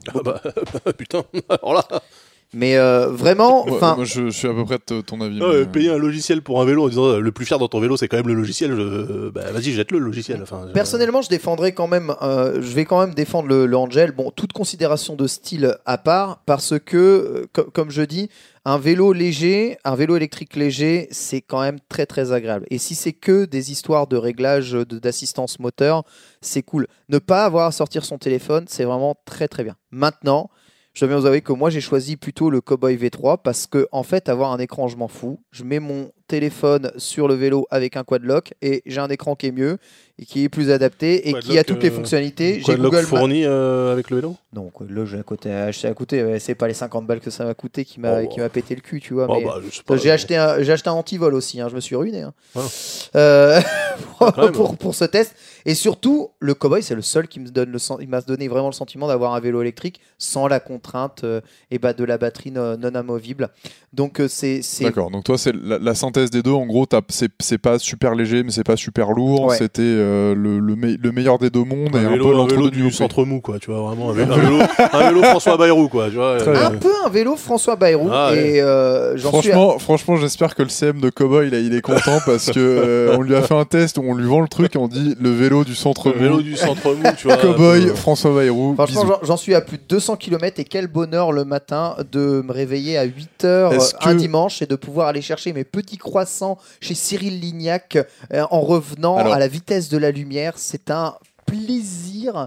Ah bah, putain, alors là. Mais euh, vraiment, Ouais, enfin, moi je, je suis à peu près de ton avis. Ah mais, ouais, euh, payer un logiciel pour un vélo en disant euh, le plus cher dans ton vélo c'est quand même le logiciel, je... bah vas-y jette-le le logiciel. Enfin, je- personnellement, je défendrais quand même, euh, je vais quand même défendre le, le Angel. Bon, toute considération de style à part, parce que, euh, co- comme je dis, un vélo léger, un vélo électrique léger, c'est quand même très très agréable. Et si c'est que des histoires de réglage, de- d'assistance moteur, c'est cool. Ne pas avoir à sortir son téléphone, c'est vraiment très très bien. Maintenant, je dois bien vous avouer que moi j'ai choisi plutôt le Cowboy V trois parce que en fait avoir un écran je m'en fous. Je mets mon téléphone sur le vélo avec un quad lock et j'ai un écran qui est mieux et qui est plus adapté et Quad qui a lock, toutes les euh, fonctionnalités. J'ai Quad lock Google Maps. fourni euh, avec le vélo. Non, quad lock j'ai à côté, acheté à côté. ouais, C'est pas les cinquante balles que ça m'a coûté qui m'a Oh, qui m'a pété le cul, tu vois. Oh, mais... bah, je sais pas, J'ai euh, acheté un, j'ai acheté un antivol aussi, hein, je me suis ruiné hein. Ah. Euh, pour, Quand même, pour, hein. pour ce test. Et surtout, le Cowboy, c'est le seul qui me donne le sen- il m'a donné vraiment le sentiment d'avoir un vélo électrique sans la contrainte euh, et bah, de la batterie no- non amovible. Donc euh, c'est c'est- D'accord, donc toi c'est la, la synthèse des deux, en gros t'as- c'est c'est pas super léger mais c'est pas super lourd, Ouais. c'était euh, le, le, me- le meilleur des deux mondes et un un vélo, peu un vélo l'entre-deux du du centre mou quoi, tu vois vraiment un vélo, un vélo, un vélo François Bayrou quoi, tu vois. Très euh, bien. un peu un vélo François Bayrou Ah, ouais. et euh, j'en suis à- Franchement, franchement j'espère que le C M de Cowboy là, il est content parce que euh, on lui a fait un test où on lui vend le truc et on dit le vélo du centre un vélo mou, du centre mou, tu vois. Cowboy, un peu- François Bayrou, Franchement, bisous. j'en- j'en suis à plus de deux cents kilomètres et quel bonheur le matin de me réveiller à huit heures Est-ce un que- dimanche et de pouvoir aller chercher mes petits croissants chez Cyril Lignac euh, en revenant Alors- à la vitesse de la lumière. C'est un plaisir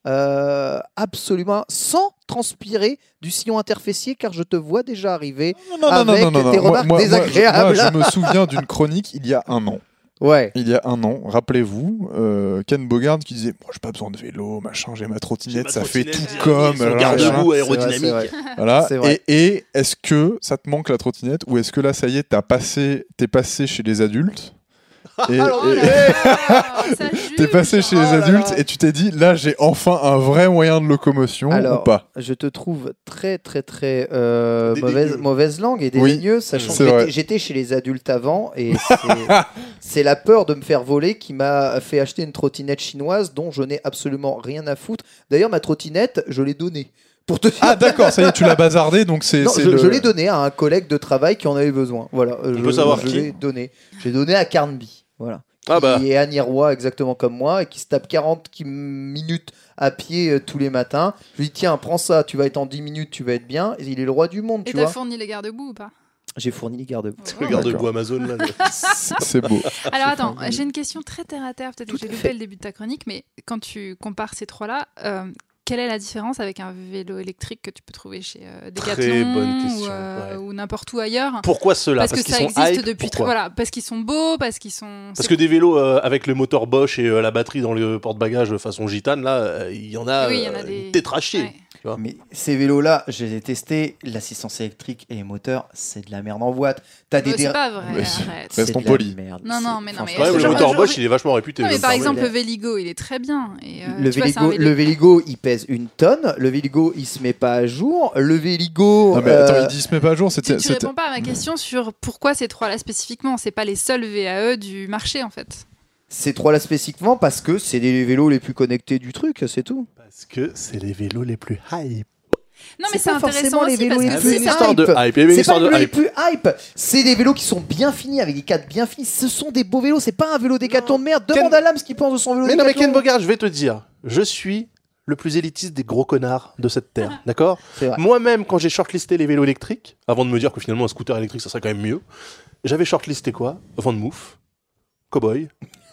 euh, absolument sans transpirer du sillon interfessier car je te vois déjà arriver Non, non, non, avec non, non, non. tes Moi- remarques moi- moi, je- désagréables. moi, je me souviens d'une chronique il y a un an. Ouais. Il y a un an, rappelez-vous, euh, Ken Bogard qui disait moi j'ai pas besoin de vélo, machin, j'ai ma trottinette, J'ai ma ça fait tout trottinette, comme. son là, garde-boue machin. aérodynamique. C'est vrai, c'est vrai. Voilà. C'est vrai. Et, et est-ce que ça te manque la trottinette ou est-ce que là ça y est t'as passé, t'es passé chez les adultes et, Oh et- là là, ça t'es juge. passé chez Oh les là adultes là. et tu t'es dit là j'ai enfin un vrai moyen de locomotion Alors, ou pas? je te trouve très très très euh, Dédaigneux. mauvaise, mauvaise langue et Oui, dédaigneux, sachant c'est que vrai. j'étais- j'étais chez les adultes avant et c'est- c'est la peur de me faire voler qui m'a fait acheter une trottinette chinoise dont je n'ai absolument rien à foutre. D'ailleurs, ma trottinette, je l'ai donnée. Pour te dire. Ah d'accord, ça y est, tu l'as bazardé donc c'est. Non, c'est je, le- je l'ai donnée à un collègue de travail qui en avait besoin. Voilà, je, peut savoir je qui l'ai donné. J'ai donné à Carnby. Voilà. Ah bah. Qui est Anirois exactement comme moi et qui se tape quarante qui- minutes à pied euh, tous les matins. Je lui dis tiens, prends ça, tu vas être en dix minutes, tu vas être bien. Et il est le roi du monde, Et tu t'as vois. fourni les garde-boue ou pas? J'ai fourni les garde-boue. Le garde-boue D'accord. Amazon là. c'est c'est beau. Alors attends, j'ai une question très terre à terre, peut-être que j'ai à loupé fait. le début de ta chronique, mais quand tu compares ces trois-là, euh, quelle est la différence avec un vélo électrique que tu peux trouver chez euh, Très Decathlon bonne question, ou, euh, ouais. ou n'importe où ailleurs? Pourquoi ceux-là? Parce, que qu'ils ça sont existe hype, depuis très pourquoi voilà, parce qu'ils sont beaux, parce qu'ils sont Parce c'est- que des vélos euh, avec le moteur Bosch et euh, la batterie dans le porte-bagages façon gitane, là, euh, il y en a, Oui, il y en a euh, des- une tétrachée. Ouais. Tu vois. Mais ces vélos-là, je les ai testés. L'assistance électrique et les moteurs, c'est de la merde en boîte. T'as des Euh, c'est dé- pas vrai, Mais- arrête. c'est Restons de la polis. merde. Non, non, C'est- mais non, mais- franchement, Ouais, mais je- le je- moteur je- Bosch, il est vachement réputé. Non, mais je par me exemple, permets. le Véligo, il est très bien. Et, euh, Le tu vois, c'est un Véligo, vélo- le Véligo, il pèse une tonne. Le Véligo, il se met pas à jour. Le Véligo. Non mais euh, attends, il dit se met pas à jour, Tu, c'était. tu c'était- réponds pas à ma question sur pourquoi ces trois-là spécifiquement. C'est pas les seuls V A E du marché en fait. Ces trois-là spécifiquement parce que c'est les vélos les plus connectés du truc, c'est tout. Parce que c'est les vélos les plus hype. Non, mais C'est c'est pas intéressant forcément les aussi vélos parce les que plus c'est une ça. histoire de hype. hype. Il y avait une C'est pas histoire les de vélos les hype. plus hype. C'est des vélos qui sont bien finis avec des cadres bien finis. Ce sont des beaux vélos. C'est pas un vélo Décathlon de merde. Demande Ken- à Lams ce qu'il pense de son vélo Mais non, mais Décathlon. Ken Bogard, je vais te dire, je suis le plus élitiste des gros connards de cette terre, d'accord? C'est vrai. Moi-même, quand j'ai shortlisté les vélos électriques, avant de me dire que finalement un scooter électrique, ça serait quand même mieux, j'avais shortlisté quoi? Van Moof, Cowboy,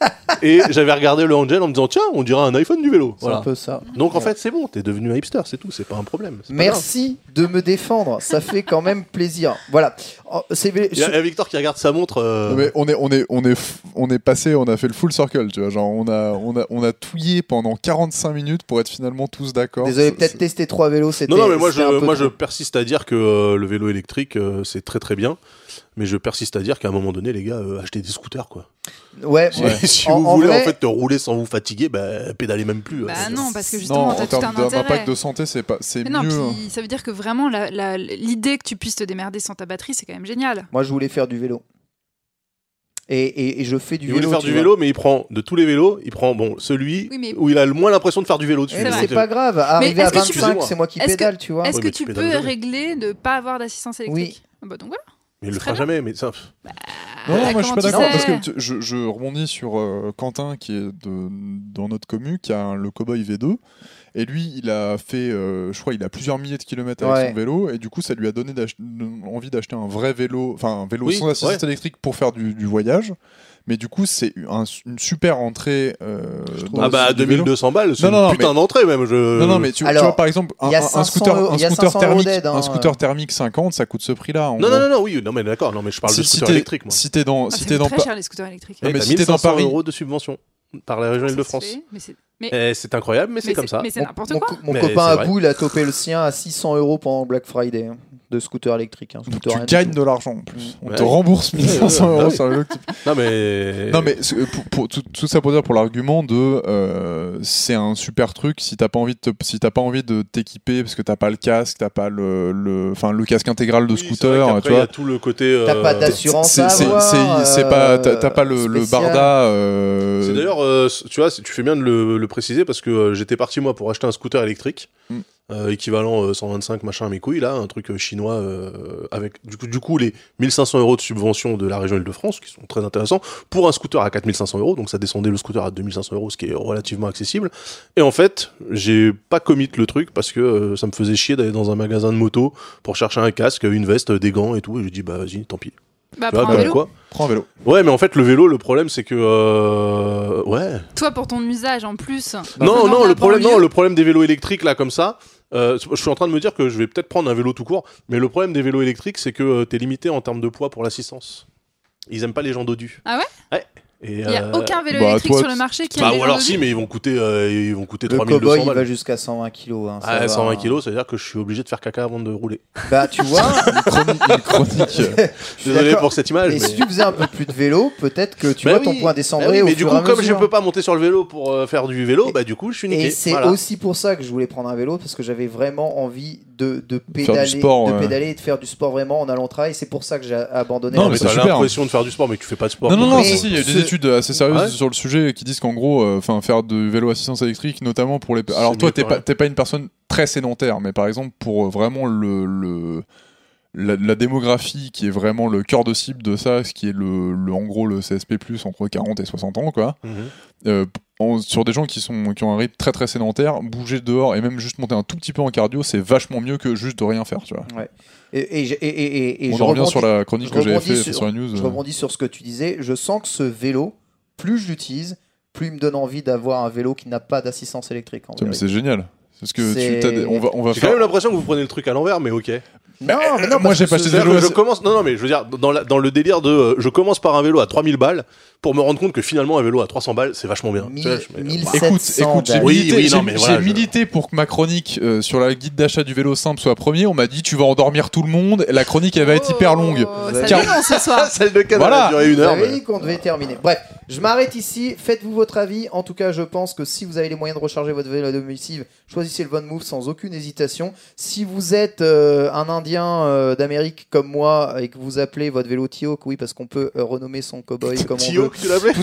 et j'avais regardé le Angel en me disant tiens, on dirait un iPhone du vélo. C'est Voilà. un peu ça. Donc en fait, c'est bon, t'es devenu un hipster, c'est tout, c'est pas un problème. c'est pas Merci de me défendre. Ça fait quand même plaisir. Voilà. Oh, c'est vé- grave. Il y a- il y a Victor qui regarde sa montre. euh, Non, mais on est, on est, on est, f- on est passé, on a fait le full circle, tu vois. Genre, on a, on a, on a touillé pendant quarante-cinq minutes pour être finalement tous d'accord. Désolé, C'est- peut-être c'est- tester trois vélos, c'était. Non, non, mais moi, je, c'était un peu moi trop. je persiste à dire que euh, le vélo électrique, euh, c'est très très bien. Mais je persiste à dire qu'à un moment donné, les gars, euh, achetez des scooters, quoi. Ouais. Si, si En- vous en voulez vrai- en fait te rouler sans vous fatiguer, bah, pédalez même plus. Bah euh, non, parce que Non, justement, en t'as tout un termes de- intérêt. d'impact de santé, c'est pas, c'est Mais non, mieux. hein. puis ça veut dire que vraiment, la- la- l'idée que tu puisses te démerder sans ta batterie, c'est quand même génial. Moi, je voulais faire du vélo. Et, et, et je fais du il vélo. voulait faire tu du vois. vélo, mais il prend de tous les vélos, il prend bon celui Oui, mais- où il a le moins l'impression de faire du vélo dessus. Eh, mais vrai. c'est pas grave. Arrivé à est-ce que tu- vingt-cinq, c'est moi qui Est-ce que- pédale, tu vois. Est-ce Ouais, que mais tu tu pédales peux jamais. régler de pas avoir d'assistance électrique Ah bah donc voilà. Mais il le Très fera bien. jamais. Mais ça, Non, non, Ah, moi je suis comment pas tu d'accord sais parce que tu- je, je rebondis sur euh, Quentin qui est de, dans notre commu, qui a un- le Cowboy V deux. Et lui, il a fait, euh, je crois, il a plusieurs milliers de kilomètres avec Ouais. son vélo. Et du coup, ça lui a donné d'ach- envie d'acheter un vrai vélo, enfin un vélo Oui, sans assistance ouais. électrique pour faire du, du voyage. Mais du coup, c'est un- une super entrée. Euh, dans ah bah du vélo. deux mille deux cents balles, c'est Non, une non, non, putain mais- d'entrée même. Je... Non, non, mais tu, tu Alors, vois, par exemple, un, il y a un- un cinq cents scooter, euros- un il y a scooter cinq cents euros thermique, d'aide, hein. un scooter thermique cinquante, ça coûte ce prix-là. en Non, gros. non, non, non, oui, non, mais d'accord, non, mais je parle de Si- si scooter t'es- électrique, moi. Si t'es dans, Ah, si ça t'es coûte dans, très Pa- cher les scooters électriques. Non, Eh, mais t'as si t'es dans mille cinq cents Paris- euros de subvention par la région Ça se Île-de-France. fait, mais c'est- Mais, Eh, c'est incroyable, mais c'est mais comme ça. Mais c'est Mon- n'importe mon, quoi. co- mon Mais copain c'est à vrai. bout, il a topé le sien à six cents euros pendant Black Friday hein, de scooter électrique. Hein, Donc scooter tu rien du gagnes tout. de l'argent en plus. On Ouais. te rembourse mille cinq cents Ouais, ouais, euros ouais. sur le vélo que tu- Non, mais. Non mais c'est- pour, pour- tout, tout ça pour dire pour l'argument de euh, c'est un super truc si t'as pas envie de te- si t'as pas envie de t'équiper parce que t'as pas le casque, t'as pas le le enfin le casque intégral de Oui, c'est vrai scooter, qu'après, tu il y vois. a tout le côté. T'as euh, pas d'assurance C'est à c'est- avoir, c'est- c'est pas t'as t'as pas le, le spécial. barda. euh, C'est d'ailleurs, euh, tu vois, tu fais bien de le, le préciser parce que euh, j'étais parti moi pour acheter un scooter électrique, Mm. euh, équivalent euh, cent vingt-cinq machin à mes couilles là, un truc euh, chinois euh, avec du coup, du coup les mille cinq cents euros de subvention de la région Île-de-France qui sont très intéressants pour un scooter à quatre mille cinq cents euros, donc ça descendait le scooter à deux mille cinq cents euros, ce qui est relativement accessible. Et en fait, j'ai pas commit le truc parce que euh, ça me faisait chier d'aller dans un magasin de moto pour chercher un casque, une veste, des gants et tout, et j'ai dit bah vas-y, tant pis. Bah, Tu vois, prends un bah, vélo. quoi Prends un vélo. Ouais, mais en fait le vélo, le problème c'est que euh, ouais. Toi, pour ton usage en plus. Non, venant non, de le la problème, banlieue. non, le problème des vélos électriques là comme ça. euh, je suis en train de me dire que je vais peut-être prendre un vélo tout court, mais le problème des vélos électriques, c'est que euh, t'es limité en termes de poids pour l'assistance. Ils aiment pas les gens dodus. Ah ouais Ouais. Et, Il n'y a euh, aucun vélo bah, électrique toi, sur le marché qui a Bah des ou gens alors dessus. si, mais ils vont coûter, euh, ils vont coûter Le trois mille deux cowboy, cents il va balles. jusqu'à cent vingt kilos. Hein, ça Ah, va, cent vingt hein. kilos, ça veut dire que je suis obligé de faire caca avant de rouler. Bah, tu vois, Chronique, une chronique. je suis Désolé d'accord. pour cette image. Et mais... si tu faisais un peu plus de vélo, peut-être que tu Bah vois ton oui. point Bah descendrait oui, au mais du fur coup, et à comme je mesure. peux pas monter sur le vélo pour euh, faire du vélo, bah du coup, je suis niqué. Et c'est Voilà. aussi pour ça que je voulais prendre un vélo, parce que j'avais vraiment envie de, de pédaler, sport, de ouais. pédaler et de faire du sport vraiment en allant au travail. C'est pour ça que j'ai abandonné. Non, la mais mais vélo. c'est t'as super. l'impression de faire du sport, mais tu fais pas de sport. Non, non, quoi. non, Mais si, si, il y a des ce- études assez sérieuses Ouais. sur le sujet qui disent qu'en gros, enfin, faire du vélo assistance électrique, notamment pour les. Alors, C'est toi, mieux t'es que pas, rien. t'es pas une personne très sédentaire, mais par exemple, pour euh, vraiment le. le... La, la démographie qui est vraiment le cœur de cible de ça, ce qui est le, le en gros le C S P plus, entre quarante et soixante ans, quoi. Mhm. Euh, en- sur des gens qui, sont, qui ont un rythme très très sédentaire, bouger dehors et même juste monter un tout petit peu en cardio, c'est vachement mieux que juste de rien faire, tu vois. Et, et, et, et, et On je en revient rebondis- sur la chronique je que j'avais rebondis fait sur- sur la news. Je euh. rebondis sur ce que tu disais. Je sens que ce vélo, plus je l'utilise, plus il me donne envie d'avoir un vélo qui n'a pas d'assistance électrique. En Putain, mais vérité. c'est génial. Parce que C'est- tu, t'as des- on va, on va J'ai faire. quand même l'impression que vous prenez le truc à l'envers, mais ok. Non, mais non, moi, parce j'ai que pas ce- acheté de C'est-à-dire vélo que je assez- commence, non, non, mais je veux dire, dans, la- dans le délire de, euh, je commence par un vélo à trois mille balles pour me rendre compte que finalement un vélo à trois cents balles, c'est vachement bien. Mille- Tu vois, je- mais- mille bah, sept Écoute, sept cents écoute, j'ai balles. Oui, milité, oui, non, j'ai- mais j'ai voilà, je- milité pour que ma chronique euh, sur la guide d'achat du vélo simple soit premier. On m'a dit tu vas endormir tout le monde. La chronique elle va être hyper longue. Oh, Vous ça avez- dénonce ce soir. Celle de Cannes Voilà. a duré une Vous heure. avez mais- dit qu'on devait terminer. Bref, je m'arrête ici. Faites-vous votre avis. En tout cas, je pense que si vous avez les moyens de recharger votre vélo à domicile, choisissez le VanMoof sans aucune hésitation. Si vous êtes euh, un Indien euh, d'Amérique comme moi et que vous appelez votre vélo Tioc, oui, parce qu'on peut euh, renommer son cowboy comme on veut. Tio, tu l'avais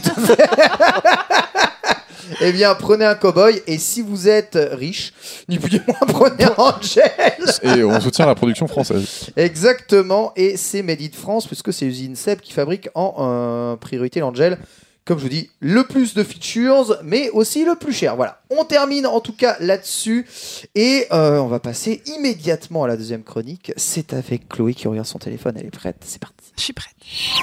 Eh bien, prenez un cowboy. Et si vous êtes riche, ni plus ni moins, prenez un Angel. Et on soutient la production française. Exactement, et c'est Made in France, puisque c'est l'usine Seb qui fabrique en euh, priorité l'Angel. Comme je vous dis, le plus de features, mais aussi le plus cher. Voilà, on termine en tout cas là-dessus. Et euh, on va passer immédiatement à la deuxième chronique. C'est avec Chloé qui regarde son téléphone, elle est prête, c'est parti. Je suis prête.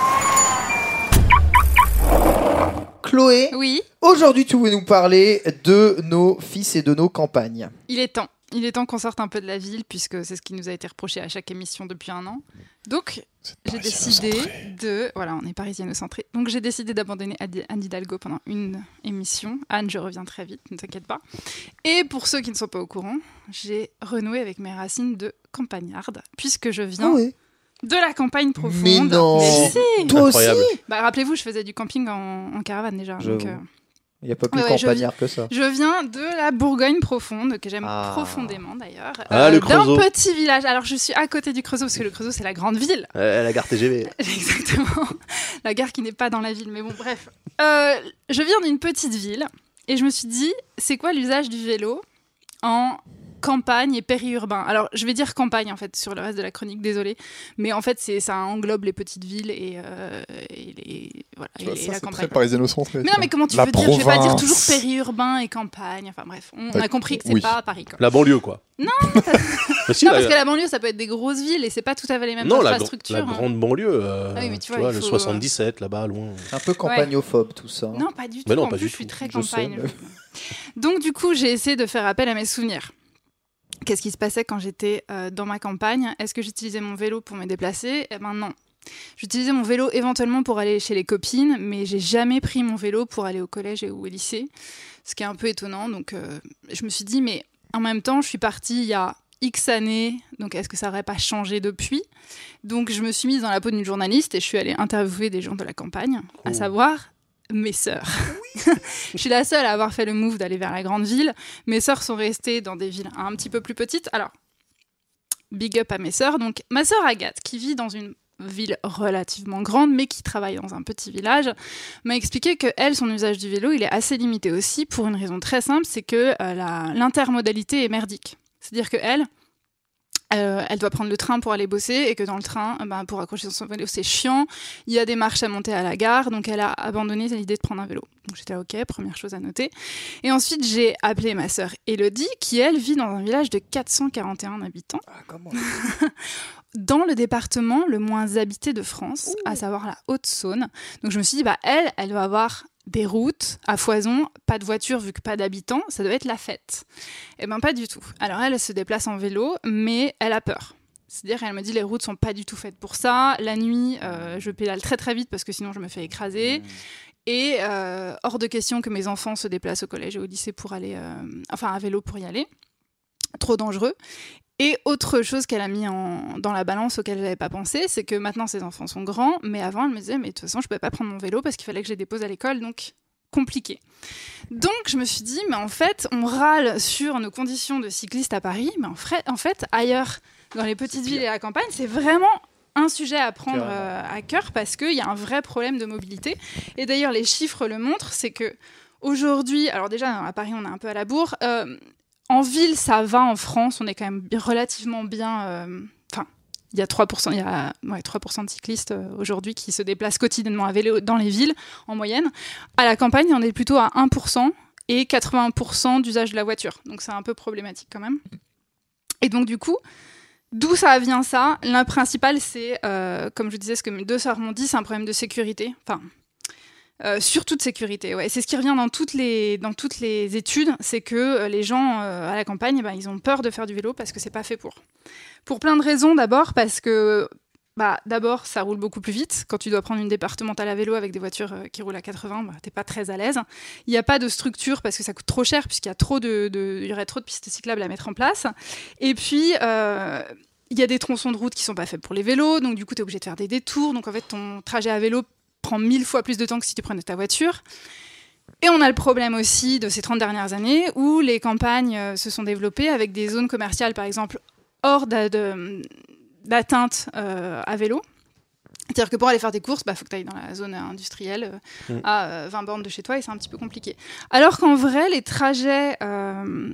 Chloé, Oui, aujourd'hui tu veux nous parler de nos fils et de nos campagnes. il est temps. Il est temps qu'on sorte un peu de la ville, puisque c'est ce qui nous a été reproché à chaque émission depuis un an. Donc, j'ai décidé de... Voilà, on est parisiano-centré. Donc, j'ai décidé d'abandonner Adi- Anne Hidalgo pendant une émission. Anne, je reviens très vite, ne t'inquiète pas. Et pour ceux qui ne sont pas au courant, j'ai renoué avec mes racines de campagnarde, puisque je viens oui. de la campagne profonde. Mais non. Mais si. Toi Incroyable. aussi. Bah, rappelez-vous, je faisais du camping en, en caravane déjà. J'avoue. Donc, euh, Il n'y a pas plus Ouais, ouais, je campagnard que ça. je viens de la Bourgogne profonde, que j'aime Ah. profondément d'ailleurs. Ah, le d'un Creusot. petit village. Alors je suis à côté du Creusot, parce que le Creusot c'est la grande ville. Euh, la gare T G V. Exactement. la gare qui n'est pas dans la ville. Mais bon, bref. Euh, je viens d'une petite ville et je me suis dit, c'est quoi l'usage du vélo en campagne et périurbain? Alors, je vais dire campagne, en fait, sur le reste de la chronique, désolée. Mais en fait, c'est, ça englobe les petites villes et, euh, et, les, voilà, et, vois, et ça, la c'est campagne. très parisiano-centré. Mais non, mais comment tu La veux dire? Je vais pas dire province. toujours périurbain et campagne. Enfin bref, on, on a compris que c'est Oui. pas Paris, quoi. La banlieue, quoi. Non, Mais si, non, la- parce que la banlieue, ça peut être des grosses villes et c'est pas tout à fait les mêmes non, la, infrastructures. la hein. grande banlieue, euh, Ah oui, mais tu tu vois, vois, il le faut- soixante-dix-sept, là-bas, loin. Un peu campagnophobe tout ça. Non, pas du tout. Mais non, en pas plus, du je suis tout. très Je sais, campagne. mais- Donc, du coup, j'ai essayé de faire appel à mes souvenirs. Qu'est-ce qui se passait quand j'étais euh, dans ma campagne? Est-ce que j'utilisais mon vélo pour me déplacer? Eh ben non. J'utilisais mon vélo éventuellement pour aller chez les copines, mais j'ai jamais pris mon vélo pour aller au collège ou au lycée, ce qui est un peu étonnant. Donc, euh, je me suis dit, mais en même temps, je suis partie il y a X années, donc est-ce que ça n'aurait pas changé depuis? Donc, je me suis mise dans la peau d'une journaliste et je suis allée interviewer des gens de la campagne, à Oh. savoir mes sœurs. Je suis la seule à avoir fait le move d'aller vers la grande ville. Mes sœurs sont restées dans des villes un petit peu plus petites. Alors, big up à mes sœurs. Donc, ma sœur Agathe, qui vit dans une ville relativement grande, mais qui travaille dans un petit village, m'a expliqué que elle, son usage du vélo, il est assez limité aussi pour une raison très simple, c'est que euh, la- l'intermodalité est merdique. C'est-à-dire que elle, Euh, elle doit prendre le train pour aller bosser et que dans le train, euh, ben, pour accrocher son vélo, c'est chiant. Il y a des marches à monter à la gare, donc elle a abandonné l'idée de prendre un vélo. Donc j'étais là, ok, première chose à noter. Et ensuite, j'ai appelé ma sœur Élodie, qui elle vit dans un village de quatre cent quarante et un habitants, Ah, comment dans le département le moins habité de France, à savoir la Haute-Saône. Donc je me suis dit, bah elle, elle doit avoir des routes à foison, pas de voiture vu que pas d'habitants, ça doit être la fête. Eh ben pas du tout. Alors elle, elle se déplace en vélo, mais elle a peur. C'est-à-dire, elle me dit les routes sont pas du tout faites pour ça. La nuit, euh, je pédale très très vite parce que sinon je me fais écraser. Et euh, hors de question que mes enfants se déplacent au collège et au lycée pour aller, euh, enfin à vélo pour y aller. Trop dangereux. Et autre chose qu'elle a mis en, dans la balance auquel je n'avais pas pensé, c'est que maintenant ses enfants sont grands, mais avant elle me disait mais de toute façon je ne pouvais pas prendre mon vélo parce qu'il fallait que je les dépose à l'école, donc compliqué. Donc je me suis dit mais en fait on râle sur nos conditions de cyclistes à Paris, mais en fait, en fait ailleurs dans les petites villes et à la campagne c'est vraiment un sujet à prendre euh, à cœur parce qu'il y a un vrai problème de mobilité. Et d'ailleurs les chiffres le montrent, c'est que aujourd'hui, alors déjà à Paris on est un peu à la bourre, euh, en ville, ça va en France, on est quand même relativement bien. Enfin, euh, il y a trois pour cent, il y a ouais, trois pour cent de cyclistes euh, aujourd'hui qui se déplacent quotidiennement à vélo dans les villes, en moyenne. À la campagne, on est plutôt à un pour cent et quatre-vingts pour cent d'usage de la voiture. Donc c'est un peu problématique quand même. Et donc du coup, d'où ça vient ça? Le principal, c'est, euh, comme je disais, ce que mes deux sœurs m'ont dit, c'est un problème de sécurité. Enfin. Euh, surtout de sécurité, ouais. C'est ce qui revient dans toutes les, dans toutes les études, c'est que euh, les gens euh, à la campagne, bah, ils ont peur de faire du vélo parce que c'est pas fait pour. Pour plein de raisons, d'abord parce que, bah, d'abord, ça roule beaucoup plus vite. Quand tu dois prendre une départementale à vélo avec des voitures euh, qui roulent à quatre-vingts, bah, t'es pas très à l'aise. Il n'y a pas de structure parce que ça coûte trop cher puisqu'il y a trop de, de, il y aurait trop de pistes cyclables à mettre en place. Et puis, euh, il y a des tronçons de route qui sont pas faits pour les vélos, donc du coup, t'es obligé de faire des détours. Donc en fait, ton trajet à vélo prend mille fois plus de temps que si tu prenais ta voiture. Et on a le problème aussi de ces trente dernières années où les campagnes euh, se sont développées avec des zones commerciales, par exemple, hors d'a- de- d'atteinte euh, à vélo. C'est-à-dire que pour aller faire des courses, il bah, faut que tu ailles dans la zone industrielle euh, Mm. à euh, vingt bornes de chez toi et c'est un petit peu compliqué. Alors qu'en vrai, les trajets euh,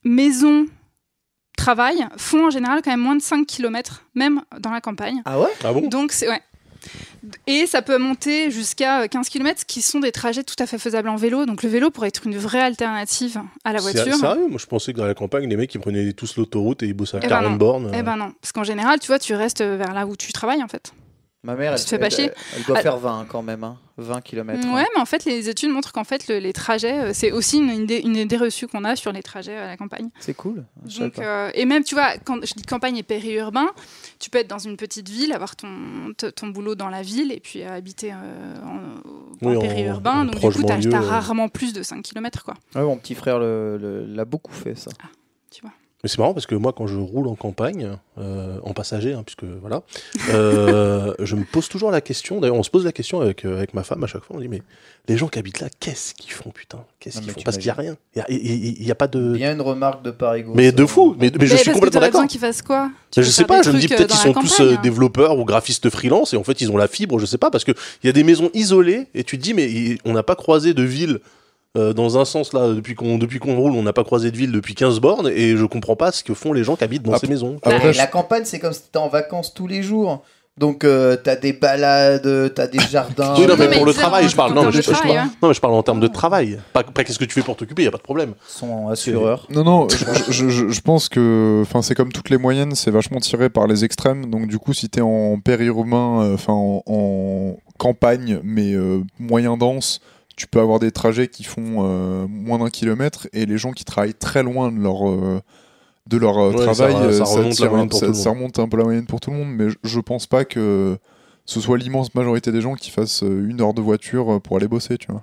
maison-travail font en général quand même moins de cinq kilomètres, même dans la campagne. Ah ouais Ah bon? Donc, c'est, ouais. Et ça peut monter jusqu'à quinze kilomètres, qui sont des trajets tout à fait faisables en vélo. Donc le vélo pourrait être une vraie alternative à la C'est- voiture. Sérieux? Moi je pensais que dans la campagne, les mecs ils prenaient tous l'autoroute et ils bossaient à Eh ben quarante non. bornes. Eh ben non, parce qu'en général, tu vois, tu restes vers là où tu travailles en fait. Ma mère, elle, Tu te fais pas elle- chier. elle doit Ah. faire vingt quand même, hein. vingt kilomètres. Ouais, mais en fait, les études montrent qu'en fait, le- les trajets, euh, c'est aussi une idée, une idée reçue qu'on a sur les trajets à la campagne. C'est cool. Je savais Donc, pas. euh, et même, tu vois, quand je dis campagne et périurbain, tu peux être dans une petite ville, avoir ton, t- ton boulot dans la ville et puis euh, habiter euh, en, en Oui, en- périurbain. en Donc, du proche coup, t'as, banlieue, t'as euh. rarement plus de cinq kilomètres, quoi. Ouais, mon petit frère le- le- l'a beaucoup fait, ça. Tu vois. Mais c'est marrant parce que moi, quand je roule en campagne, euh, en passager, hein, puisque voilà, euh, je me pose toujours la question. D'ailleurs, on se pose la question avec, euh, avec ma femme à chaque fois. On dit, mais les gens qui habitent là, qu'est-ce qu'ils font, putain? Qu'est-ce Non, qu'ils mais font? tu Parce qu'il n'y a rien. Il n'y a, a pas de. Il y a une remarque de Parigo. Mais de fou. Mais, mais je Mais suis parce complètement que t'aurais besoin d'accord. qu'ils fassent quoi? Mais je sais pas, je me dis peut-être qu'ils sont tous euh, campagne. développeurs ou graphistes freelance et en fait ils ont la fibre, je sais pas, parce qu'il y a des maisons isolées et tu te dis, mais il- on n'a pas croisé de ville. Euh, dans un sens, là, depuis qu'on, depuis qu'on roule, on n'a pas croisé de ville depuis quinze bornes et je comprends pas ce que font les gens qui habitent dans Après- ces maisons. Après, Ouais, je- la campagne, c'est comme si t'étais en vacances tous les jours. Donc, euh, t'as des balades, t'as des jardins. Oui, non, mais mais pour le ils travail, ont- je parle. en Non, mais termes je, de je travail, parle- ouais. non, mais je parle en termes de travail. Pas, pas qu'est-ce que tu fais pour t'occuper, y a pas de problème. Sont assureurs. Non, non, je, je- je- je pense que enfin, c'est comme toutes les moyennes, c'est vachement tiré par les extrêmes. Donc, du coup, si t'es en périurbain, euh, enfin en, en campagne, mais euh, moyen dense, tu peux avoir des trajets qui font euh, moins d'un kilomètre et les gens qui travaillent très loin de leur, euh, de leur euh, Ouais, travail, ça- euh, ça remonte la tire- moyenne pour ça- tout le ça monde. remonte un peu la moyenne pour tout le monde. Mais je, je pense pas que ce soit l'immense majorité des gens qui fassent euh, une heure de voiture pour aller bosser, tu vois.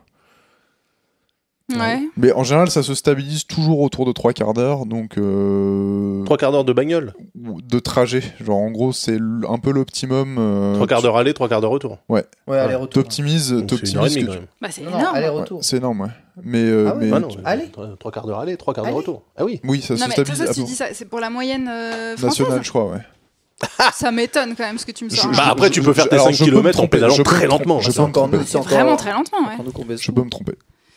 Ouais. Mais en général, ça se stabilise toujours autour de trois quarts d'heure, donc euh, Trois quarts d'heure de bagnole. de trajet. Genre, en gros, c'est l- un peu l'optimum. euh, Trois quarts d'heure aller, trois quarts d'heure retour. Ouais, aller-retour. T'optimises, Donc, c'est une heure et t'optimises. demie que quand tu- même. Bah, c'est Non, non, énorme. aller-retour. Ouais, c'est énorme, ouais. Mais, euh, Ah ouais, mais Ah non, tu- Allez. trois- Trois quarts d'heure aller, trois quarts d'heure Allez. retour. Ah oui. oui, ça Non, se mais ça, stabilise. ça, à si tu peu- dis ça, c'est pour la moyenne euh, française. nationale, je crois, ouais. Ça m'étonne quand même ce que tu me Je- sors. je- Bah, après, tu peux faire tes alors, cinq je peux me kilomètres en tromper, pédalant je peux très me lentement. tromper, je C'est peux me encore tromper. nous, c'est encore- Vraiment très lentement, ouais. encore nous qu'on baisse Je tout. peux me tromper.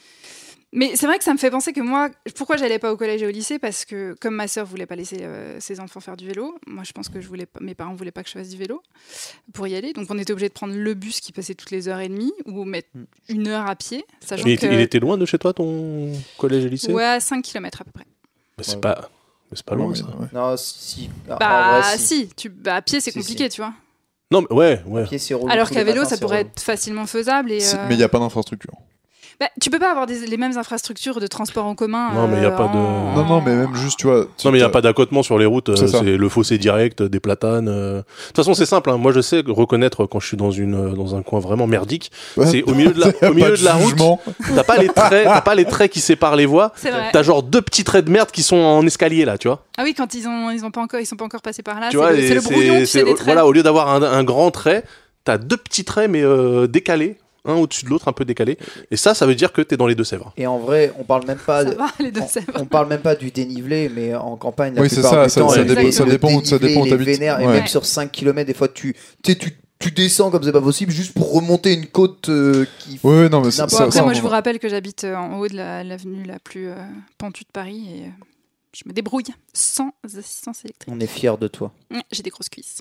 Mais c'est vrai que ça me fait penser que moi, pourquoi j'allais pas au collège et au lycée? Parce que comme ma sœur voulait pas laisser euh, ses enfants faire du vélo, moi je pense que je voulais pas, mes parents voulaient pas que je fasse du vélo pour y aller. Donc on était obligé de prendre le bus qui passait toutes les heures et demie ou mettre une heure à pied. Sachant Il était, que... il était loin de chez toi, ton collège et lycée? Ouais, à cinq kilomètres à peu près. Mais c'est Ouais. pas, mais c'est pas loin, Ouais, ça. ouais. Non, si. Ah, Bah en vrai, si, tu... bah, à pied c'est Si, compliqué, tu vois. Non, mais ouais, ouais. Pied, c'est relou. Alors Tous qu'à les vélo, matins, ça c'est pourrait relou. être facilement faisable. Et, Si- euh, Mais il n'y a pas d'infrastructure. bah, tu peux pas avoir des- les mêmes infrastructures de transport en commun. Non, mais y a euh, pas de- en- Non, non, mais même juste, tu vois. tu- Non, mais il n'y a t'as- pas d'accotement sur les routes. euh, C'est ça. C'est le fossé direct, des platanes. euh. De toute façon, c'est simple. hein. Moi, je sais reconnaître quand je suis dans, une, euh, dans un coin vraiment merdique. Ouais. C'est au milieu de la, Y a au pas milieu de la route. jugement. T'as pas les traits, t'as pas les traits qui séparent les voies. C'est vrai. T'as genre deux petits traits de merde qui sont en escalier là, tu vois. Ah oui, quand ils ont, ils ont pas encore, ils sont pas encore passés par là. tu C'est vois, le, et c'est le brouillon, tu sais, des traits. voilà, au lieu d'avoir un, un grand trait, t'as deux petits traits mais euh, décalés, un au-dessus de l'autre, un peu décalés. Et ça, ça veut dire que t'es dans les Deux-Sèvres. Et en vrai, on parle même pas. Ça de- va, les deux on, sèvres. on parle même pas du dénivelé, mais en campagne, la Oui, c'est plupart ça, du ça- temps, ça le- dépend- le ça dépend- ça dénivelé, dépend où les t'habites. vénères, et Ouais. même sur cinq kilomètres, des fois, tu, tu, sais, tu, tu descends comme c'est pas possible, juste pour remonter une côte euh, qui. Ouais, ouais, non, mais ça, Bon, Bon, ça- après, ça, moi, on- je vous rappelle que j'habite euh, en haut de la- l'avenue la, plus euh, pentue de Paris et euh, je me débrouille sans assistance électrique. On est fiers de toi. Ouais, J'ai des grosses cuisses.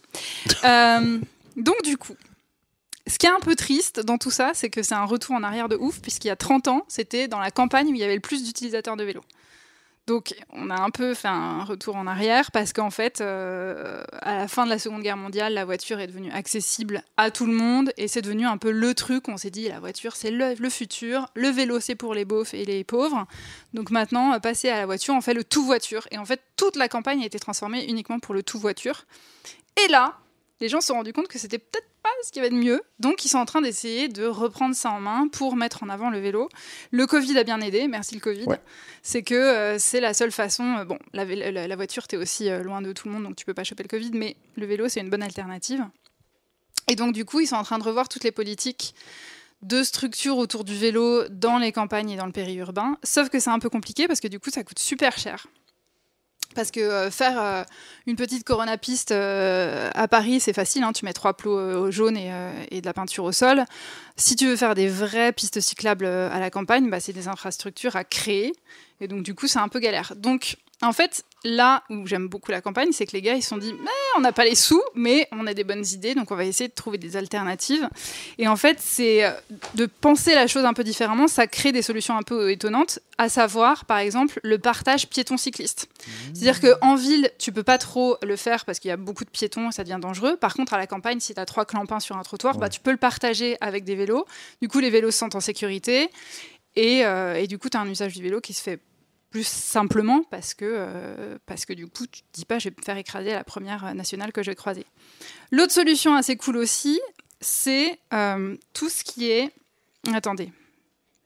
Euh, donc, du coup, ce qui est un peu triste dans tout ça, c'est que c'est un retour en arrière de ouf, puisqu'il y a trente ans, c'était dans la campagne où il y avait le plus d'utilisateurs de vélo. Donc, on a un peu fait un retour en arrière parce qu'en fait, euh, à la fin de la Seconde Guerre mondiale, la voiture est devenue accessible à tout le monde et c'est devenu un peu le truc. On s'est dit, la voiture, c'est le, le futur, le vélo, c'est pour les beaufs et les pauvres. Donc maintenant, euh, passer à la voiture, on fait le tout voiture. Et en fait, toute la campagne a été transformée uniquement pour le tout voiture. Et là, les gens se sont rendus compte que c'était peut-être pas ce qu'il y avait de mieux. Donc, ils sont en train d'essayer de reprendre ça en main pour mettre en avant le vélo. Le Covid a bien aidé, merci le Covid. Ouais. C'est que euh, c'est la seule façon... euh, bon, la, vé- la- la voiture, t'es aussi euh, loin de tout le monde, donc tu peux pas choper le Covid, mais le vélo, c'est une bonne alternative. Et donc, du coup, ils sont en train de revoir toutes les politiques de structure autour du vélo dans les campagnes et dans le périurbain. Sauf que c'est un peu compliqué parce que du coup, ça coûte super cher. Parce que euh, faire euh, une petite Corona piste euh, à Paris, c'est facile. Hein, tu mets trois plots euh, jaunes et, euh, et de la peinture au sol. Si tu veux faire des vraies pistes cyclables euh, à la campagne, bah, c'est des infrastructures à créer. Et donc, du coup, c'est un peu galère. Donc, en fait, là où j'aime beaucoup la campagne, c'est que les gars, ils se sont dit, mais on n'a pas les sous, mais on a des bonnes idées, donc on va essayer de trouver des alternatives. Et en fait, c'est euh, de penser la chose un peu différemment, ça crée des solutions un peu étonnantes, à savoir, par exemple, le partage piéton-cycliste. C'est-à-dire qu'en ville, tu peux pas trop le faire parce qu'il y a beaucoup de piétons, ça devient dangereux. Par contre, à la campagne, si tu as trois clampins sur un trottoir, ouais. bah, tu peux le partager avec des vélos. Du coup, les vélos se sentent en sécurité. Et, euh, et du coup, tu as un usage du vélo qui se fait plus simplement parce que, euh, parce que du coup, tu te dis pas, je vais me faire écraser à la première nationale que je vais croiser. L'autre solution assez cool aussi, c'est euh, tout ce qui est... Attendez.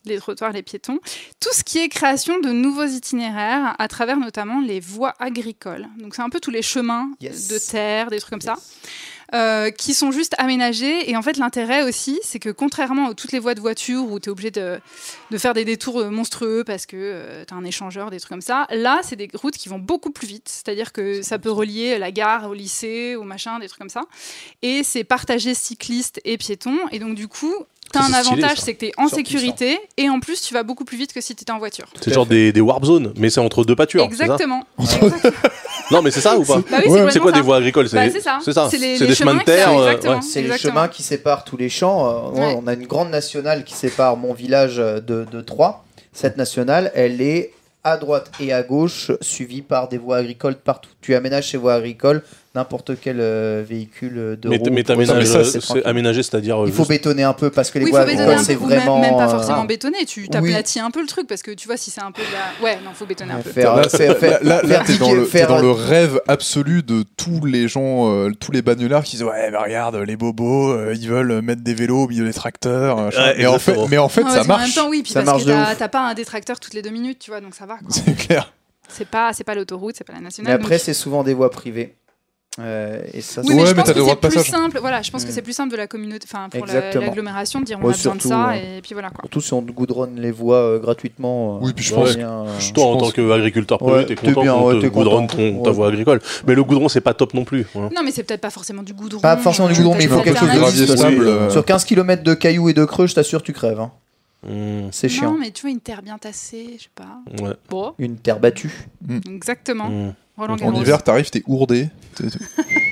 les trottoirs, les piétons, tout ce qui est création de nouveaux itinéraires à travers notamment les voies agricoles. Donc c'est un peu tous les chemins Yes. de terre, des trucs comme ça, euh, qui sont juste aménagés. Et en fait, l'intérêt aussi, c'est que contrairement à toutes les voies de voiture où tu es obligé de, de faire des détours monstrueux parce que euh, tu as un échangeur, des trucs comme ça, là, c'est des routes qui vont beaucoup plus vite. C'est-à-dire que ça peut relier la gare au lycée, au machin, des trucs comme ça. Et c'est partagé cyclistes et piétons. Et donc, du coup... T'as Ça, un c'est stylé, avantage, ça. c'est que t'es en C'est sécurité et en plus tu vas beaucoup plus vite que si t'étais en voiture. C'est genre des, des warp zones, mais c'est entre deux pâtures. Exactement. C'est ça non, mais c'est ça ou pas? Bah oui, Ouais. c'est, C'est complètement quoi ça. des voies agricoles? Bah, c'est ça. C'est ça. C'est les- C'est les des chemins de chemins qui- terre. euh, exactement. ouais. C'est les Exactement. chemins qui séparent tous les champs. Euh, Ouais. On a une grande nationale qui sépare mon village de, de Troyes. Cette nationale, elle est à droite et à gauche, suivie par des voies agricoles partout. Tu aménages ces voies agricoles, n'importe quel euh, véhicule de Mais roue. mais pour t'aménages, ça, euh, c'est c'est tranquille. aménagé, c'est-à-dire. euh, Il faut juste- bétonner un peu parce que les Oui, il voies faut bétonner agricoles, un c'est peu, ou même, vraiment. même pas euh, forcément ah. bétonner, tu t'aplatis un peu le truc parce que tu vois si c'est un peu de la... Ouais, non, faut bétonner un peu. Faire, Là, faire, faire, là, là, faire t'es dans, diguer- le, t'es faire- dans le rêve absolu de tous les gens, euh, tous les bagnolards qui disent ouais, bah regarde, les bobos, euh, ils veulent mettre des vélos au milieu des tracteurs. machin. Ouais, mais, en fait, exactement. mais en fait, Non, ça parce qu'en marche. même temps, oui, puis Ça parce marche que de t'as, ouf. t'as pas un détracteur toutes les deux minutes, tu vois, donc ça va. Quoi. C'est clair. C'est pas, c'est pas l'autoroute, c'est pas la Mais nationale. après, donc- c'est souvent des voies privées. Euh, et ça, Oui, c'est- mais Ouais, je mais pense t'as que des droits c'est de plus passage. simple. Voilà, je pense que Mm. c'est plus simple de la communauté, enfin pour la- Exactement. l'agglomération de dire on Ouais, a besoin de surtout, ça ouais. et puis voilà quoi. Surtout si on goudronne les voies euh, gratuitement. euh, Oui, puis je c'est pense bien, euh, Toi, en pense- tant qu'agriculteur Ouais, privé, t'es t'es content bien, qu'on ouais, te t'es goudronne content. ton- ta Ouais. voie agricole. Mais le goudron, c'est pas top non plus. hein. Non, mais c'est peut-être pas forcément du goudron. Pas forcément du euh, goudron, mais il peut-être faut des quelque chose de alternatives. gravier stable. euh, Sur quinze kilomètres de cailloux et de creux, je t'assure, tu crèves. hein. Mmh. C'est chiant. Non, mais tu vois, une terre bien tassée, je sais pas. Ouais. Bon, Une terre battue. exactement. Mmh. Roland En Garros. hiver, t'arrives, t'es ourdé. T'es- t'es-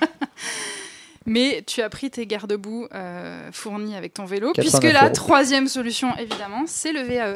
Mais tu as pris tes garde-boue euh, fournis avec ton vélo, quatre-vingt-neuf puisque la euros. troisième solution, évidemment, c'est le V A E.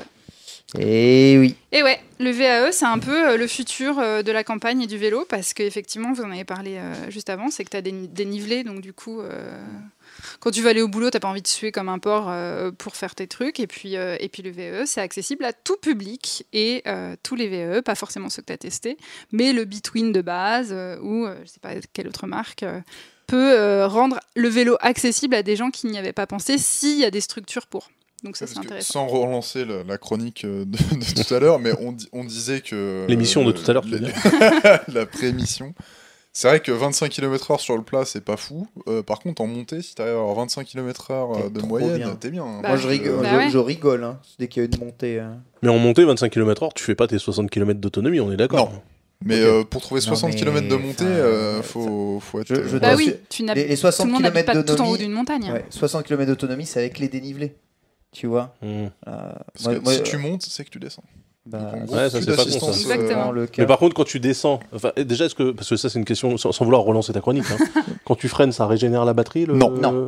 Et oui. Et ouais, le V A E, c'est un peu euh, le futur euh, de la campagne et du vélo, parce qu'effectivement, vous en avez parlé euh, juste avant, c'est que tu as des, ni- des nivelés, donc du coup, euh, quand tu vas aller au boulot, tu n'as pas envie de suer comme un porc euh, pour faire tes trucs. Et puis, euh, et puis le V A E, c'est accessible à tout public, et euh, tous les V A E, pas forcément ceux que tu as testés, mais le Between de base, euh, ou euh, je sais pas quelle autre marque, euh, peut euh, rendre le vélo accessible à des gens qui n'y avaient pas pensé, s'il y a des structures pour. Donc ça, Parce c'est que intéressant. sans relancer le- la chronique euh, de, de tout à l'heure, mais on, di- on disait que. L'émission de euh, tout à l'heure, tu veux les- dire. La pré-émission. C'est vrai que vingt-cinq kilomètres heure sur le plat, c'est pas fou. Euh, par contre, en montée, si t'arrives à avoir vingt-cinq kilomètres heure T'es de trop moyenne, bien. t'es bien. Bah, Moi, je rigole, bah je, ouais. je rigole hein, dès qu'il y a une montée. hein. Mais en montée, vingt-cinq kilomètres heure, tu fais pas tes soixante kilomètres d'autonomie, on est d'accord. Non. Mais Ok. euh, pour trouver Non, soixante mais, kilomètres de montée, enfin, euh, ouais, faut, faut être. Je- euh, je Bah dois- oui, tu n'as Les, les tout le soixante monde n'habite kilomètres pas tout en haut d'autonomie. d'une montagne. Ouais, soixante kilomètres d'autonomie, c'est avec les dénivelés. Tu vois Mmh. Euh, Parce moi- que moi, si euh, tu montes, c'est que tu descends. bah, Donc, en gros, Ouais, ça, plus c'est pas con, d'assistance, ça. euh, Exactement. le cas. Mais par contre, quand tu descends, enfin, et déjà, est-ce que, parce que ça, c'est une question, sans, sans vouloir relancer ta chronique, hein, quand tu freines, ça régénère la batterie le... Non. Non.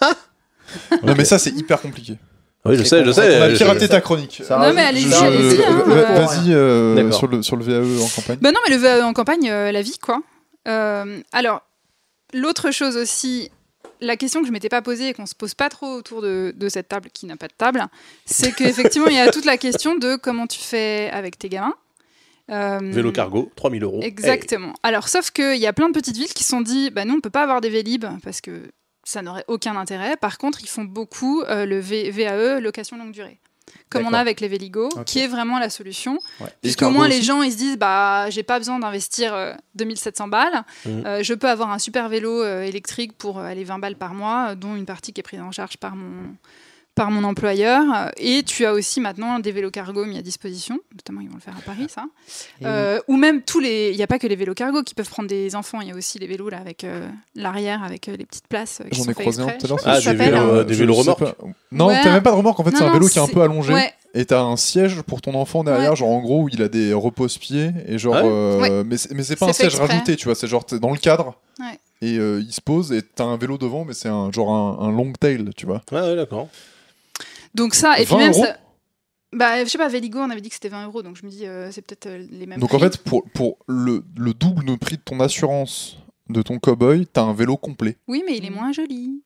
Non, mais ça, c'est hyper compliqué. Oui, je C'est sais, je con- sais. On a je- piraté ta chronique. Ça Non, rajoute- mais allez-y, ça allez-y, rajoute- hein. euh, Euh, Va- Vas-y euh, D'accord. sur, le, sur le V A E en campagne. Bah non, mais le V A E en campagne, euh, la vie, quoi. Euh, alors, l'autre chose aussi, la question que je m'étais pas posée et qu'on se pose pas trop autour de, de cette table qui n'a pas de table, c'est qu'effectivement, il y a toute la question de comment tu fais avec tes gamins. Euh, Vélo cargo, trois mille euros. Exactement. Alors, sauf qu'il y a plein de petites villes qui se sont dit, bah nous, on peut pas avoir des Vélib parce que ça n'aurait aucun intérêt. Par contre, ils font beaucoup euh, le v- VAE, location longue durée. Comme on D'accord. a avec les Véligo, Ok. qui est vraiment la solution. Ouais. Puisqu'au cargo moins, les aussi. gens, ils se disent, bah, j'ai pas besoin d'investir euh, deux mille sept cents balles. Mhm. Euh, je peux avoir un super vélo euh, électrique pour euh, aller vingt balles par mois, euh, dont une partie qui est prise en charge par mon, par mon employeur. Et tu as aussi maintenant des vélos cargo mis à disposition. Notamment, ils vont le faire à Paris, ça. Et Euh, ou même tous les. Il n'y a pas que les vélos cargo qui peuvent prendre des enfants. Il y a aussi les vélos là, avec euh, l'arrière, avec euh, les petites places. euh, qui J'en sont ai faites croisé un exprès. tout à l'heure. Je sais pas Ah, comment des ça s'appelle, vélos, hein. euh, des Je vélos sais remorques. pas. Non, Ouais. t'as même pas de remorque. En fait, Non, c'est un non, vélo qui est un c'est- peu allongé. Ouais. Et t'as un siège pour ton enfant derrière, Ouais. genre en gros où il a des repose-pieds et genre. Ah ouais euh, Ouais. Mais c'est mais c'est pas C'est un fait siège exprès. rajouté, tu vois. C'est genre t'es dans le cadre. Ouais. Et euh, il se pose et t'as un vélo devant, mais c'est un genre un, un long tail, tu vois. Ouais, ouais, d'accord. Donc ça, et puis vingt même euros ça. Bah, je sais pas, Véligo, on avait dit que c'était vingt euros, donc je me dis, euh, c'est peut-être euh, les mêmes. Donc prix. en fait, pour, pour le, le double de prix de ton assurance de ton cow-boy, t'as un vélo complet. Oui, mais il est moins joli.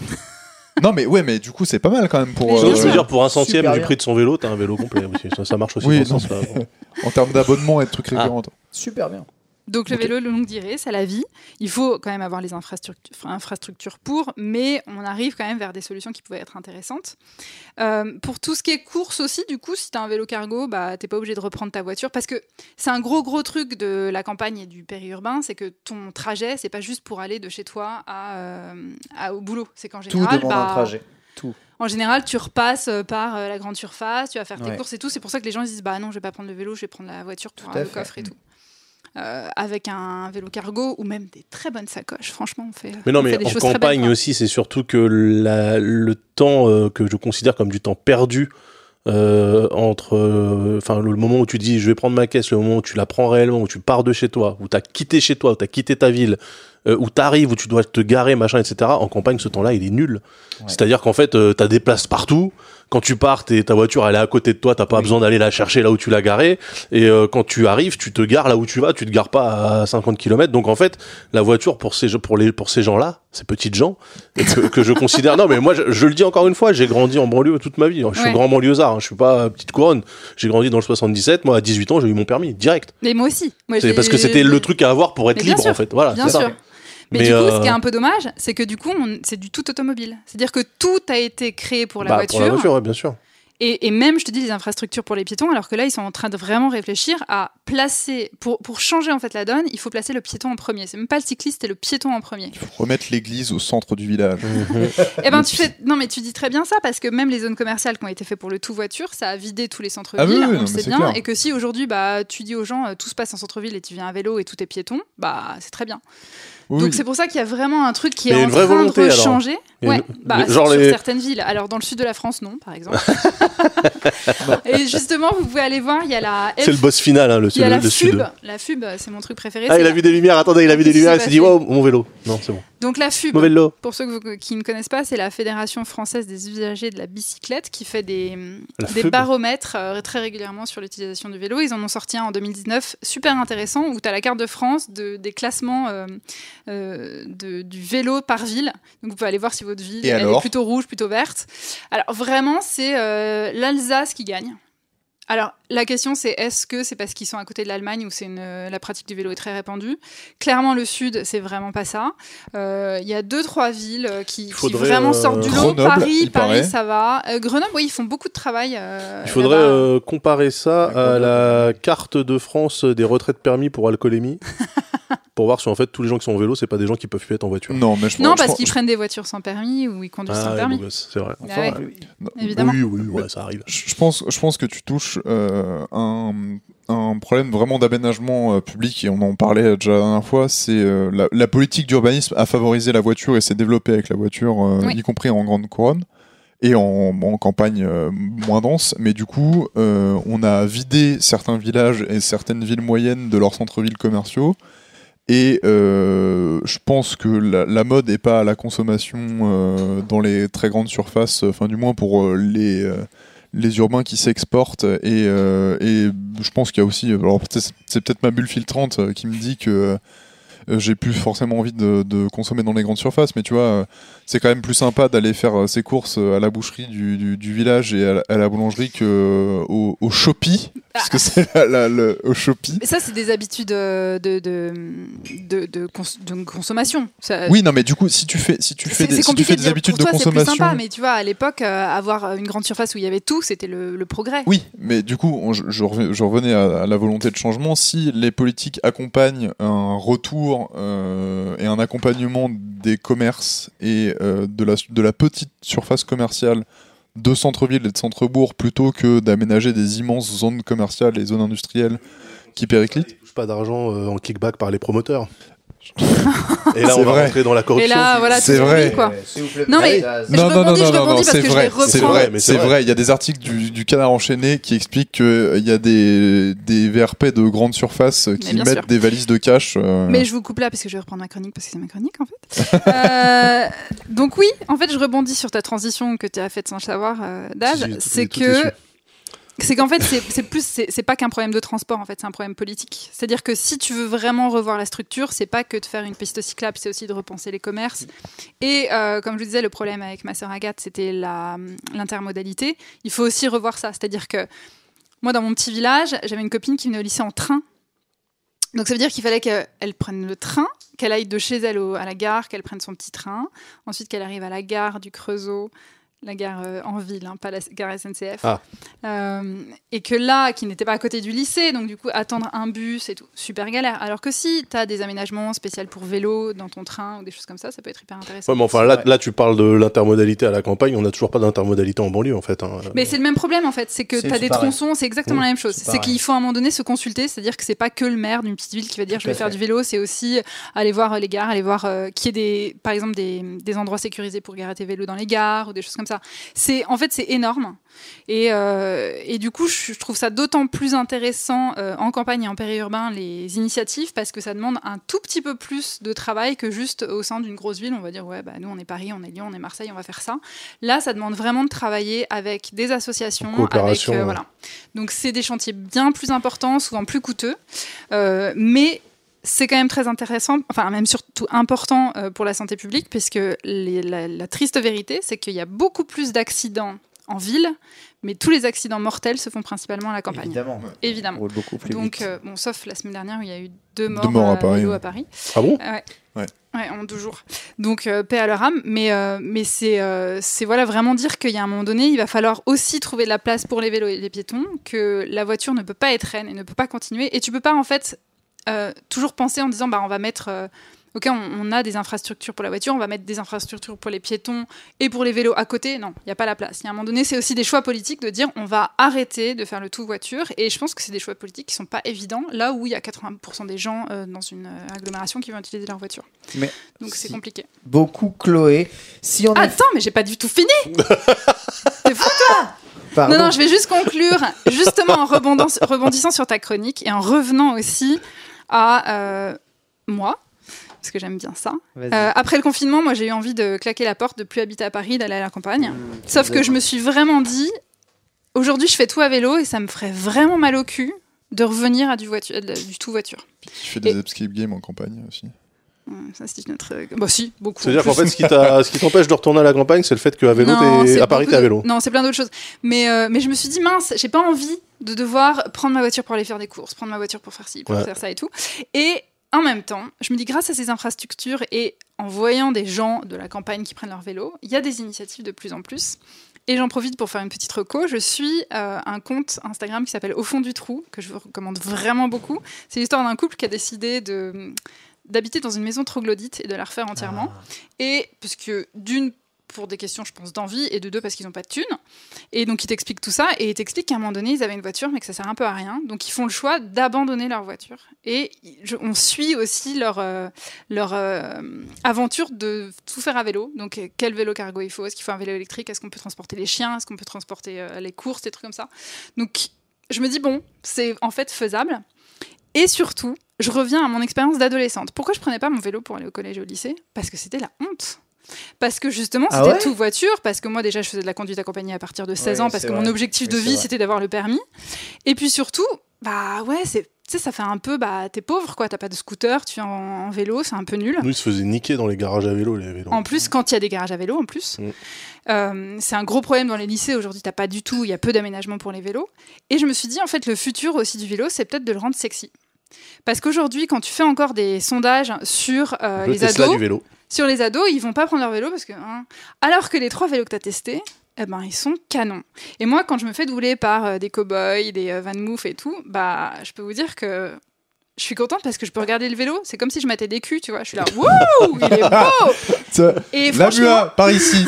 Non mais ouais, mais du coup c'est pas mal quand même pour. Mais Donc, bien ça sûr. veut dire pour un centième Super du bien. prix de son vélo, t'as un vélo complet aussi. Ça, ça marche aussi Oui, dans non, ce sens-là. en termes d'abonnement et de trucs Ah. récurrents. Super bien. Donc le Ok. vélo de longue durée, c'est la vie. Il faut quand même avoir les infrastructures, enfin, infrastructures pour, mais on arrive quand même vers des solutions qui pouvaient être intéressantes. Euh, pour tout ce qui est course aussi, du coup, si tu as un vélo cargo, bah, tu n'es pas obligé de reprendre ta voiture parce que c'est un gros, gros truc de la campagne et du périurbain, c'est que ton trajet, c'est pas juste pour aller de chez toi à, euh, à- au boulot. C'est qu'en Tout général, demande bah, un trajet. Tout. en général, tu repasses euh, par euh, la grande surface, tu vas faire tes Ouais. courses et tout. C'est pour ça que les gens ils disent bah non, je vais pas prendre le vélo, je vais prendre la voiture pour Tout avoir à le fait. coffre et tout. Euh, avec un vélo cargo ou même des très bonnes sacoches, franchement, on fait. Mais non, on mais fait des en choses très campagne belles, quoi. aussi, c'est surtout que la- le temps euh, que je considère comme du temps perdu euh, entre euh, enfin le moment où tu dis je vais prendre ma caisse, le moment où tu la prends réellement, où tu pars de chez toi, où tu as quitté chez toi, où tu as quitté ta ville, euh, où tu arrives, où tu dois te garer, machin, et cetera. En campagne, ce temps-là, il est nul. Ouais. C'est-à-dire qu'en fait, euh, tu as des places partout. Quand tu pars, t'es- ta voiture, elle est à côté de toi, t'as pas Oui. besoin d'aller la chercher là où tu l'as garée. Et euh, quand tu arrives, tu te gares là où tu vas, tu te gares pas à cinquante kilomètres. Donc en fait, la voiture pour ces pour les pour ces gens-là, ces petites gens, et que, que je considère. Non, mais moi, je, je le dis encore une fois, j'ai grandi en banlieue toute ma vie. Je suis Ouais. grand banlieusard, hein, je suis pas euh, petite couronne. J'ai grandi dans le soixante-dix-sept. Moi, à dix-huit ans, j'ai eu mon permis direct. Mais moi aussi. Moi, C'est j'ai- parce que c'était le truc à avoir pour être Mais bien libre, sûr. en fait. Voilà. Bien c'est ça. sûr. Mais, Mais, du coup, euh, ce qui est un peu dommage, c'est que du coup, on- c'est du tout automobile. C'est-à-dire que tout a été créé pour la Bah, voiture. Pour la voiture, ouais, bien sûr. Et, et même, je te dis, les infrastructures pour les piétons, alors que là, ils sont en train de vraiment réfléchir à placer, pour, pour changer en fait la donne, il faut placer le piéton en premier. C'est même pas le cycliste, c'est le piéton en premier. Il faut remettre l'église au centre du village. Eh ben, tu fais, non mais tu dis très bien ça, parce que même les zones commerciales qui ont été faites pour le tout voiture, ça a vidé tous les centres-villes, Ah oui, oui, on non, le mais sait c'est bien, clair. et que si aujourd'hui, bah, tu dis aux gens, euh, tout se passe en centre-ville et tu viens à vélo et tout est piéton, bah, c'est très bien. Oui, Donc oui. c'est pour ça qu'il y a vraiment un truc qui est Mais en une vraie train volonté, de alors. changer. Il y a Ouais, une- bah, genre sur les- certaines villes. Alors dans le sud de la France, non, par exemple. Et justement, vous pouvez aller voir, il y a la F- C'est le boss final, hein, le, il y a le, la le F U B. sud. La F U B, c'est mon truc préféré. Ah, c'est il a la- vu des lumières. Attendez, il a vu des Qu'est-ce qui lumières. Il s'est s'est dit, passé wow, mon vélo. Non, c'est bon. Donc la F U B, Mon vélo. pour ceux que- qui ne connaissent pas, c'est la Fédération française des usagers de la bicyclette qui fait des, La des F U B. baromètres euh, très régulièrement sur l'utilisation du vélo. Ils en ont sorti un en deux mille dix-neuf, super intéressant, où tu as la carte de France de, des classements euh, euh, de- du vélo par ville. Donc vous pouvez aller voir si votre ville Et elle alors est plutôt rouge, plutôt verte. Alors vraiment, c'est euh, l'Alsace qui gagne. Alors, la question, c'est est-ce que c'est parce qu'ils sont à côté de l'Allemagne où c'est une, la pratique du vélo est très répandue? Clairement, le Sud, c'est vraiment pas ça. Euh, Il y a deux, trois villes euh, qui, qui faudrait, vraiment euh, sortent du lot. Grenoble, Paris, il Paris, paraît. ça va. Euh, Grenoble, oui, ils font beaucoup de travail. euh, Il faudrait là-bas. euh, comparer ça à la carte de France des retraits de permis pour alcoolémie. Pour voir si en fait tous les gens qui sont en vélo, c'est pas des gens qui peuvent plus être en voiture. Non, mais je Non, je parce pense- qu'ils prennent des voitures sans permis ou ils conduisent Ah, sans ouais, permis. beau gosse, c'est vrai. Ah ouais, Non, évidemment. Oui, oui, ouais, ça arrive. Je je pense, je pense que tu touches euh, un, un problème vraiment d'aménagement euh, public, et on en parlait déjà la dernière fois, c'est euh, la, la politique d'urbanisme a favorisé la voiture et s'est développée avec la voiture, euh, Oui. y compris en grande couronne, et en, en campagne euh, moins dense, mais du coup, euh, on a vidé certains villages et certaines villes moyennes de leurs centres-villes commerciaux. Et euh, je pense que la, la mode n'est pas à la consommation euh, dans les très grandes surfaces, enfin du moins pour euh, les, euh, les urbains qui s'exportent. Et, euh, et je pense qu'il y a aussi, alors c'est, c'est peut-être ma bulle filtrante euh, qui me dit que euh, j'ai plus forcément envie de, de consommer dans les grandes surfaces, mais tu vois, euh, c'est quand même plus sympa d'aller faire euh, ses courses euh, à la boucherie du, du, du village et à la, à la boulangerie que euh, au, au Shopee, parce que c'est la, la- le, au Shopee. Mais ça, c'est des habitudes euh, de, de, de, de, cons- de consommation. Ça- Oui, non, mais du coup, si tu fais, si tu fais C'est des, c'est si tu compliqué fais de des dire habitudes pour de toi, c'est plus consommation. sympa, mais tu vois, à l'époque, euh, avoir une grande surface où il y avait tout, c'était le, le progrès. Oui, mais du coup, on- je, je reven- je revenais à, à la volonté de changement. Si les politiques accompagnent un retour euh, et un accompagnement des commerces et euh, de, la, de la petite surface commerciale de centre-ville et de centre-bourg, plutôt que d'aménager des immenses zones commerciales et zones industrielles qui périclitent. Ils touchent pas d'argent euh, en kickback par les promoteurs. Et là, C'est on va vrai. rentrer dans la Et corruption. là, voilà, C'est tout vrai. s'oublie, quoi. Euh, s'il vous plaît, Non, mais- Zaz. Je rebondis, je rebondis parce c'est que je vrai, vais c'est reprendre. vrai, Mais c'est c'est vrai. vrai. Il y a des articles du, du Canard enchaîné qui expliquent qu'il y a des, des V R P de grande surface qui bien mettent sûr. des valises de cash. euh, Mais je vous coupe là parce que je vais reprendre ma chronique parce que c'est ma chronique en fait. Euh, donc oui, en fait, je rebondis sur ta transition que tu as faite sans le savoir, euh, Daz. Si, si, tout C'est est- tout est que su. c'est qu'en fait, c'est c'est plus, c'est c'est pas qu'un problème de transport, en fait, c'est un problème politique. C'est-à-dire que si tu veux vraiment revoir la structure, c'est pas que de faire une piste cyclable, c'est aussi de repenser les commerces. Et euh, comme je vous disais, le problème avec ma sœur Agathe, c'était la- l'intermodalité. Il faut aussi revoir ça. C'est-à-dire que moi, dans mon petit village, j'avais une copine qui venait au lycée en train. Donc ça veut dire qu'il fallait qu'elle prenne le train, qu'elle aille de chez elle au, à la gare, qu'elle prenne son petit train, ensuite qu'elle arrive à la gare du Creusot, la gare euh, en ville, hein, pas la gare S N C F. Ah. Euh, et que là, qui n'était pas à côté du lycée, donc du coup, attendre un bus et tout, super galère. Alors que si tu as des aménagements spéciaux pour vélo dans ton train ou des choses comme ça, ça peut être hyper intéressant. Ouais, mais enfin, là, là, tu parles de l'intermodalité à la campagne, on n'a toujours pas d'intermodalité en banlieue, en fait. Hein. Mais c'est le même problème, en fait, c'est que C'est- tu as c'est des pareil. tronçons, c'est exactement Mmh. la même chose. C'est C'est pareil. qu'il faut à un moment donné se consulter, c'est-à-dire que c'est pas que le maire d'une petite ville qui va dire Tout je vais à faire fait. du vélo, c'est aussi aller voir euh, les gares, aller voir euh, qu'il y ait des, par exemple des, des endroits sécurisés pour garer tes vélos dans les gares ou des choses comme ça. C'est, en fait, c'est énorme. Et, euh, et du coup, je, je trouve ça d'autant plus intéressant euh, en campagne et en périurbain, les initiatives, parce que ça demande un tout petit peu plus de travail que juste au sein d'une grosse ville. On va dire, ouais, bah, nous, on est Paris, on est Lyon, on est Marseille, on va faire ça. Là, ça demande vraiment de travailler avec des associations, avec, Coopération, euh, ouais. voilà. Donc, c'est des chantiers bien plus importants, souvent plus coûteux, euh, mais c'est quand même très intéressant, enfin même surtout important euh, pour la santé publique, puisque les, la, la triste vérité, c'est qu'il y a beaucoup plus d'accidents en ville, mais tous les accidents mortels se font principalement à la campagne. Évidemment. Évidemment. On roule beaucoup plus Donc, vite. euh, bon, sauf la semaine dernière où il y a eu deux morts, Deux morts à euh, Paris, vélo ouais. à Paris. Ah bon Ouais. Ouais. Ouais, en deux jours. Donc, euh, paix à leur âme. Mais, euh, mais c'est, euh, c'est voilà, vraiment dire qu'il y a un moment donné, il va falloir aussi trouver de la place pour les vélos et les piétons, que la voiture ne peut pas être reine et ne peut pas continuer. Et tu peux pas, en fait, euh, toujours penser en disant, bah, on va mettre... euh, ok, on, on a des infrastructures pour la voiture, on va mettre des infrastructures pour les piétons et pour les vélos à côté. Non, il n'y a pas la place. Il y a un moment donné, c'est aussi des choix politiques de dire on va arrêter de faire le tout voiture. Et je pense que c'est des choix politiques qui ne sont pas évidents, là où il y a quatre-vingts pour cent des gens euh, dans une euh, agglomération qui vont utiliser leur voiture. Mais Donc c'est si- compliqué. Beaucoup Chloé. Si on est... Attends, mais j'ai pas du tout fini. T'es fou, toi? Pardon. Non, non, je vais juste conclure, justement en rebondant- rebondissant sur ta chronique et en revenant aussi à euh, moi. Parce que j'aime bien ça. Vas-y. Euh, après le confinement, moi j'ai eu envie de claquer la porte, de plus habiter à Paris, d'aller à la campagne. Mmh, Sauf que je me suis vraiment dit, aujourd'hui je fais tout à vélo et ça me ferait vraiment mal au cul de revenir à du, voiture, du tout voiture. Puis tu fais des Et- escape games en campagne aussi. Hum, Ça c'est notre... Bah si, beaucoup. C'est-à-dire en qu'en plus. fait, ce qui, t'a- ce qui t'empêche de retourner à la campagne, c'est le fait qu'à vélo, Non, t'es... c'est à Paris, beaucoup t'es à de- vélo. Non, c'est plein d'autres choses. Mais, euh, mais je me suis dit, mince, j'ai pas envie de devoir prendre ma voiture pour aller faire des courses, prendre ma voiture pour faire ci, pour Ouais. faire ça et tout. Et en même temps, je me dis, grâce à ces infrastructures et en voyant des gens de la campagne qui prennent leur vélo, il y a des initiatives de plus en plus. Et j'en profite pour faire une petite reco. Je suis euh, un compte Instagram qui s'appelle Au fond du trou, que je vous recommande vraiment beaucoup. C'est l'histoire d'un couple qui a décidé de, d'habiter dans une maison troglodyte et de la refaire entièrement. Et parce que d'une, pour des questions, je pense, d'envie, et de deux, parce qu'ils n'ont pas de thunes. Et donc, ils t'expliquent tout ça, et ils t'expliquent qu'à un moment donné, ils avaient une voiture, mais que ça sert un peu à rien. Donc, ils font le choix d'abandonner leur voiture. Et je- on suit aussi leur, euh, leur euh, aventure de tout faire à vélo. Donc, euh, quel vélo cargo il faut? Est-ce qu'il faut un vélo électrique? Est-ce qu'on peut transporter les chiens? Est-ce qu'on peut transporter euh, les courses? Des trucs comme ça. Donc, je me dis, bon, c'est en fait faisable. Et surtout, je reviens à mon expérience d'adolescente. Pourquoi je prenais pas mon vélo pour aller au collège et au lycée? Parce que c'était la honte. Parce que justement, Ah c'était ouais tout voiture, parce que moi déjà, je faisais de la conduite accompagnée à partir de seize Ouais, ans, parce c'est que vrai. mon objectif Oui, de c'est vie, vrai. c'était d'avoir le permis. Et puis surtout, bah ouais, c'est, tu sais, ça fait un peu, bah t'es pauvre, quoi, t'as pas de scooter, tu es en, en vélo, c'est un peu nul. Nous, ils se faisaient niquer dans les garages à vélo, les vélos. En plus, quand il y a des garages à vélo, en plus. Mm. Euh, c'est un gros problème dans les lycées. Aujourd'hui, t'as pas du tout, il y a peu d'aménagement pour les vélos. Et je me suis dit, en fait, le futur aussi du vélo, c'est peut-être de le rendre sexy. Parce qu'aujourd'hui, quand tu fais encore des sondages sur euh, Le les Tesla ados, du vélo. sur les ados, ils vont pas prendre leur vélo parce que, hein, alors que les trois vélos que tu as testés, eh ben, ils sont canons. Et moi, quand je me fais doubler par euh, des cow-boys, des euh, Van Moof et tout, bah, je peux vous dire que je suis contente parce que je peux regarder le vélo. C'est comme si je matais des culs, tu vois. Je suis là, wouh, il est beau. Et La franchement, Mua, par ici.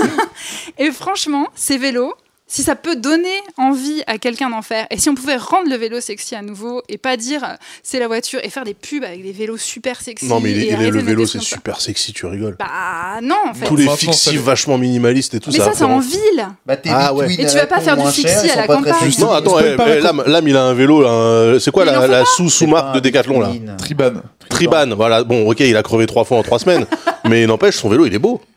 et franchement, ces vélos, si ça peut donner envie à quelqu'un d'en faire, et si on pouvait rendre le vélo sexy à nouveau, et pas dire euh, c'est la voiture, et faire des pubs avec des vélos super sexy. Non, mais il est- et il est- arrêter le de vélo, mettre c'est des trucs super sexy, tu rigoles. comme ça. Bah non, en fait. Tous les Franchement, fixifs ça- vachement minimalistes et tout Mais ça. ça, c'est en ville. Bah, tes Ah ouais. Bitwin Et tu vas pas Apple faire du moins fixie cher, ils à sont la pas très campagne. sexy. Non, attends, Je peux eh, pas eh, raconter. Lame, Lame, il a un vélo, là, euh, c'est quoi Mais il la, en faut la pas. sous- C'est sous-marque pas de un Decathlon, là? Bitwin. Triban. Triban, voilà. Bon, ok, il a crevé trois fois en trois semaines, mais n'empêche, son vélo, il est beau.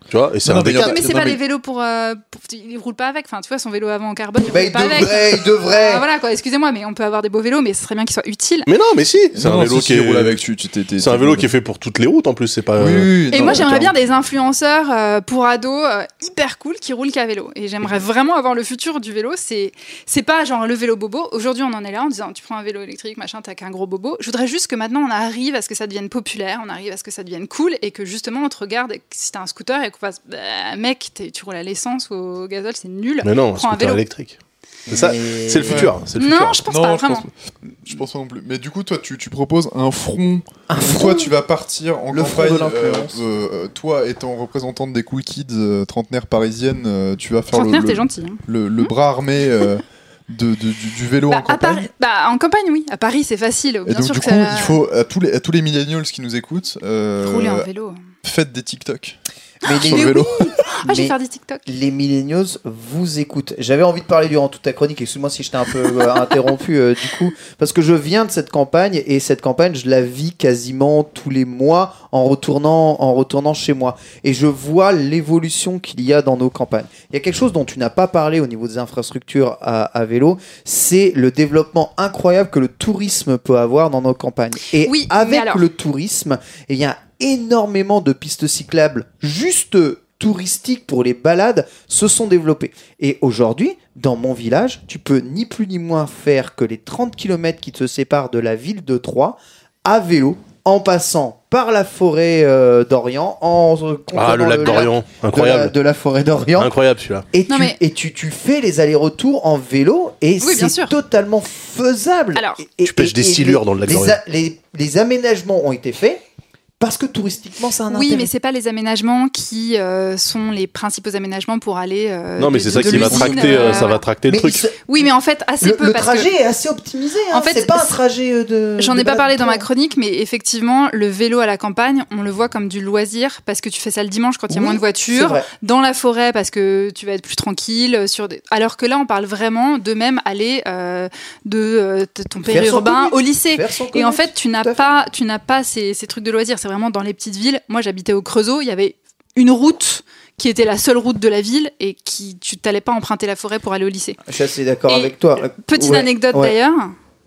Tu vois, et c'est Non, un non, mais des y a cas. Oui, mais c'est non, pas mais- les vélos pour, euh, pour- il roule pas avec. Enfin, tu vois, son vélo avant en carbone, il Bah, roule il pas avec. devrait, il devrait. Ah, voilà quoi. Excusez-moi, mais on peut avoir des beaux vélos, mais ce serait bien qu'ils soient utiles. Mais non, mais si, c'est Non, un vélo si, qui si, est roule avec, tu, tu t'es- t'es- C'est un t'es- vélo qui est fait pour toutes les routes en plus, c'est pas. Oui, oui, Et non, moi, j'aimerais bien carrément. des influenceurs euh, pour ados euh, hyper cool qui roulent qu'à vélo. Et j'aimerais vraiment avoir le futur du vélo. C'est c'est pas genre le vélo bobo. Aujourd'hui, on en est là en disant tu prends un vélo électrique, machin, t'as qu'un gros bobo. Je voudrais juste que maintenant on arrive à ce que ça devienne populaire, on arrive à ce que ça devienne cool et que justement on te regarde et que si t'as un scooter et qu'on fasse bah, mec, t'es- tu roules à l'essence ou au gazole, c'est nul. Mais non, un Prends un scooter vélo. électrique. C'est ça, Mais- c'est le futur. C'est le futur. Non, je pense Non, pas je vraiment. pense, je pense pas non plus. Mais du coup, toi, tu, tu proposes un front. Un où front Toi, tu vas partir en Le front de campagne. l'influence. euh, euh, toi, étant représentante des cool kids euh, trentenaires parisiennes, euh, tu vas faire le, Trentenaire, le, t'es gentil. hein. le- le bras armé euh, de, de- du, du vélo Bah, en à campagne. Paris- bah, en campagne, oui. À Paris, c'est facile. Et Bien donc, sûr du que coup, ça... il faut à tous les, à tous les millennials qui nous écoutent, euh, rouler en vélo. faites des TikTok Mais sur les, le vélo. Ah, je vais mais faire des TikTok. les millennials vous écoutent. J'avais envie de parler durant toute ta chronique, excuse-moi si je t'ai un peu euh, interrompu euh, du coup, parce que je viens de cette campagne et cette campagne, je la vis quasiment tous les mois en retournant, en retournant chez moi. Et je vois l'évolution qu'il y a dans nos campagnes. Il y a quelque chose dont tu n'as pas parlé au niveau des infrastructures à, à vélo, c'est le développement incroyable que le tourisme peut avoir dans nos campagnes. Et Oui, mais avec alors- le tourisme, il y a énormément de pistes cyclables juste touristiques pour les balades se sont développées. Et aujourd'hui, dans mon village, tu peux ni plus ni moins faire que les trente kilomètres qui te séparent de la ville de Troyes à vélo, en passant par la forêt euh, d'Orient, en euh, Ah, le contournant lac d'Orient, de la, incroyable. de la forêt d'Orient. Incroyable celui-là. Et, Non, tu, mais- et tu, tu fais les allers-retours en vélo et Oui, bien c'est sûr. totalement faisable. Alors, Et- et- tu pêches et- des et silures les- dans le lac les, d'Orient. a- les, les aménagements ont été faits parce que touristiquement, c'est un Oui, intérêt. mais c'est pas les aménagements qui euh, sont les principaux aménagements pour aller. euh, Non, mais de- c'est de- ça de qui va l'usine, tracter, euh, euh, ça va tracter le Mais truc. ce- Oui, mais en fait, assez le, peu le parce trajet que. est assez optimisé. Hein. En fait, c'est pas un c'est- trajet euh, de. J'en de ai pas balade parlé dans de ma tour. chronique, mais effectivement, le vélo à la campagne, on le voit comme du loisir parce que tu fais ça le dimanche quand il y a Oui, moins de c'est voitures, vrai. dans la forêt parce que tu vas être plus tranquille. Sur des... Alors que là, on parle vraiment de même aller euh, de euh, t- ton Faire son périurbain commute. au lycée. Faire son Et en commute. fait, tu n'as Tout à fait. pas, tu n'as pas ces, ces trucs de loisirs. C'est vraiment dans les petites villes. Moi, j'habitais au Creusot. Il y avait une route qui était la seule route de la ville et qui tu t'allais pas emprunter la forêt pour aller au lycée. Je suis assez d'accord Et avec toi. Petite Ouais, anecdote ouais. d'ailleurs.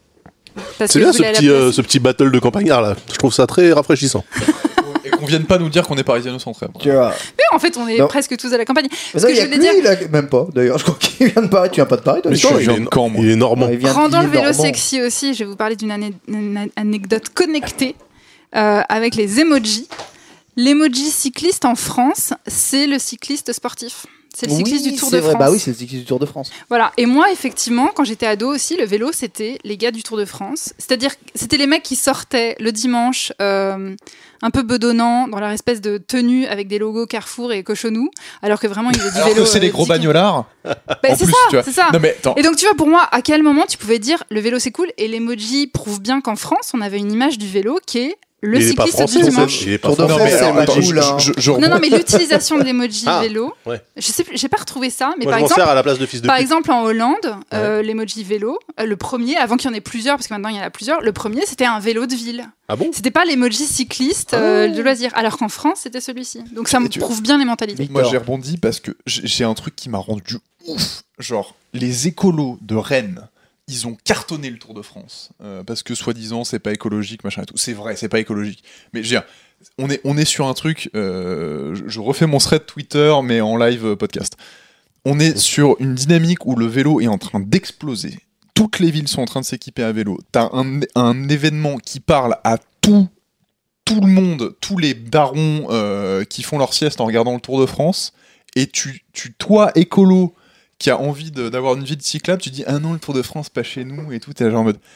Parce C'est que bien je ce voulais petit, la euh, placer. ce petit battle de campagnard là. Je trouve ça très rafraîchissant. Et qu'on vienne pas nous dire qu'on est parisiano-centré. Tu vois. Mais en fait, on est Non. presque tous à la campagne. Mais Ce non, que il y je a voulais que dire. lui, là, même pas. D'ailleurs, je crois qu'il vient de Paris. Tu viens pas de Paris, toi Mais Victor, je il suis vient- de Caen, moi. Il est normand. il vient- Rendant il le est vélo normand. sexy aussi, je vais vous parler d'une ane- une anecdote connectée euh, avec les emojis. L'emoji cycliste en France, c'est le cycliste sportif. C'est le cycliste Oui, du Tour c'est de vrai. France. Bah oui, c'est le cycliste du Tour de France. Voilà. Et moi, effectivement, quand j'étais ado aussi, le vélo, c'était les gars du Tour de France. C'est-à-dire, que c'était les mecs qui sortaient le dimanche, euh, un peu bedonnants, dans leur espèce de tenue avec des logos Carrefour et Cochonou, alors que vraiment, ils faisaient du Alors vélo. que c'est euh, des gros dix- bagnolards. Bah, en c'est plus, ça, tu vois. c'est ça. Non mais attends. Et donc, tu vois, pour moi, à quel moment tu pouvais dire le vélo c'est cool et l'emoji prouve bien qu'en France, on avait une image du vélo qui est le Il est pas cycliste français, du en fait. dimanche. Il est pas Tour de français. Non, mais France, alors, c'est attends, cool, je, hein. je, je Non, non, reprends- mais l'utilisation de l'emoji Ah, vélo, ouais. je sais, plus- j'ai pas retrouvé ça, mais Moi, par je m'en exemple, sers à la place de fils de par pute. exemple, en Hollande, euh, l'emoji vélo, euh, le premier, avant qu'il y en ait plusieurs, parce que maintenant il y en a plusieurs, le premier c'était un vélo de ville. Ah bon? C'était pas l'emoji cycliste euh, de loisir, alors qu'en France c'était celui-ci. Donc ça me Et tu- prouve bien les mentalités. Moi Victor. j'ai rebondi parce que j'ai j'ai un truc qui m'a rendu ouf. Genre, les écolos de Rennes, ils ont cartonné le Tour de France. Euh, parce que soi-disant c'est pas écologique, machin et tout. C'est vrai, c'est pas écologique. Mais je veux dire, on est, on est sur un truc. euh, je, je refais mon thread Twitter, mais en live euh, podcast. On est sur une dynamique où le vélo est en train d'exploser. Toutes les villes sont en train de s'équiper à vélo. T'as un, un événement qui parle à tout, tout le monde, tous les darons euh, qui font leur sieste en regardant le Tour de France. Et tu, tu toi, écolo, qui a envie de- d'avoir une ville cyclable, tu dis ah non, le Tour de France, pas chez nous et tout. T'es là genre en mode.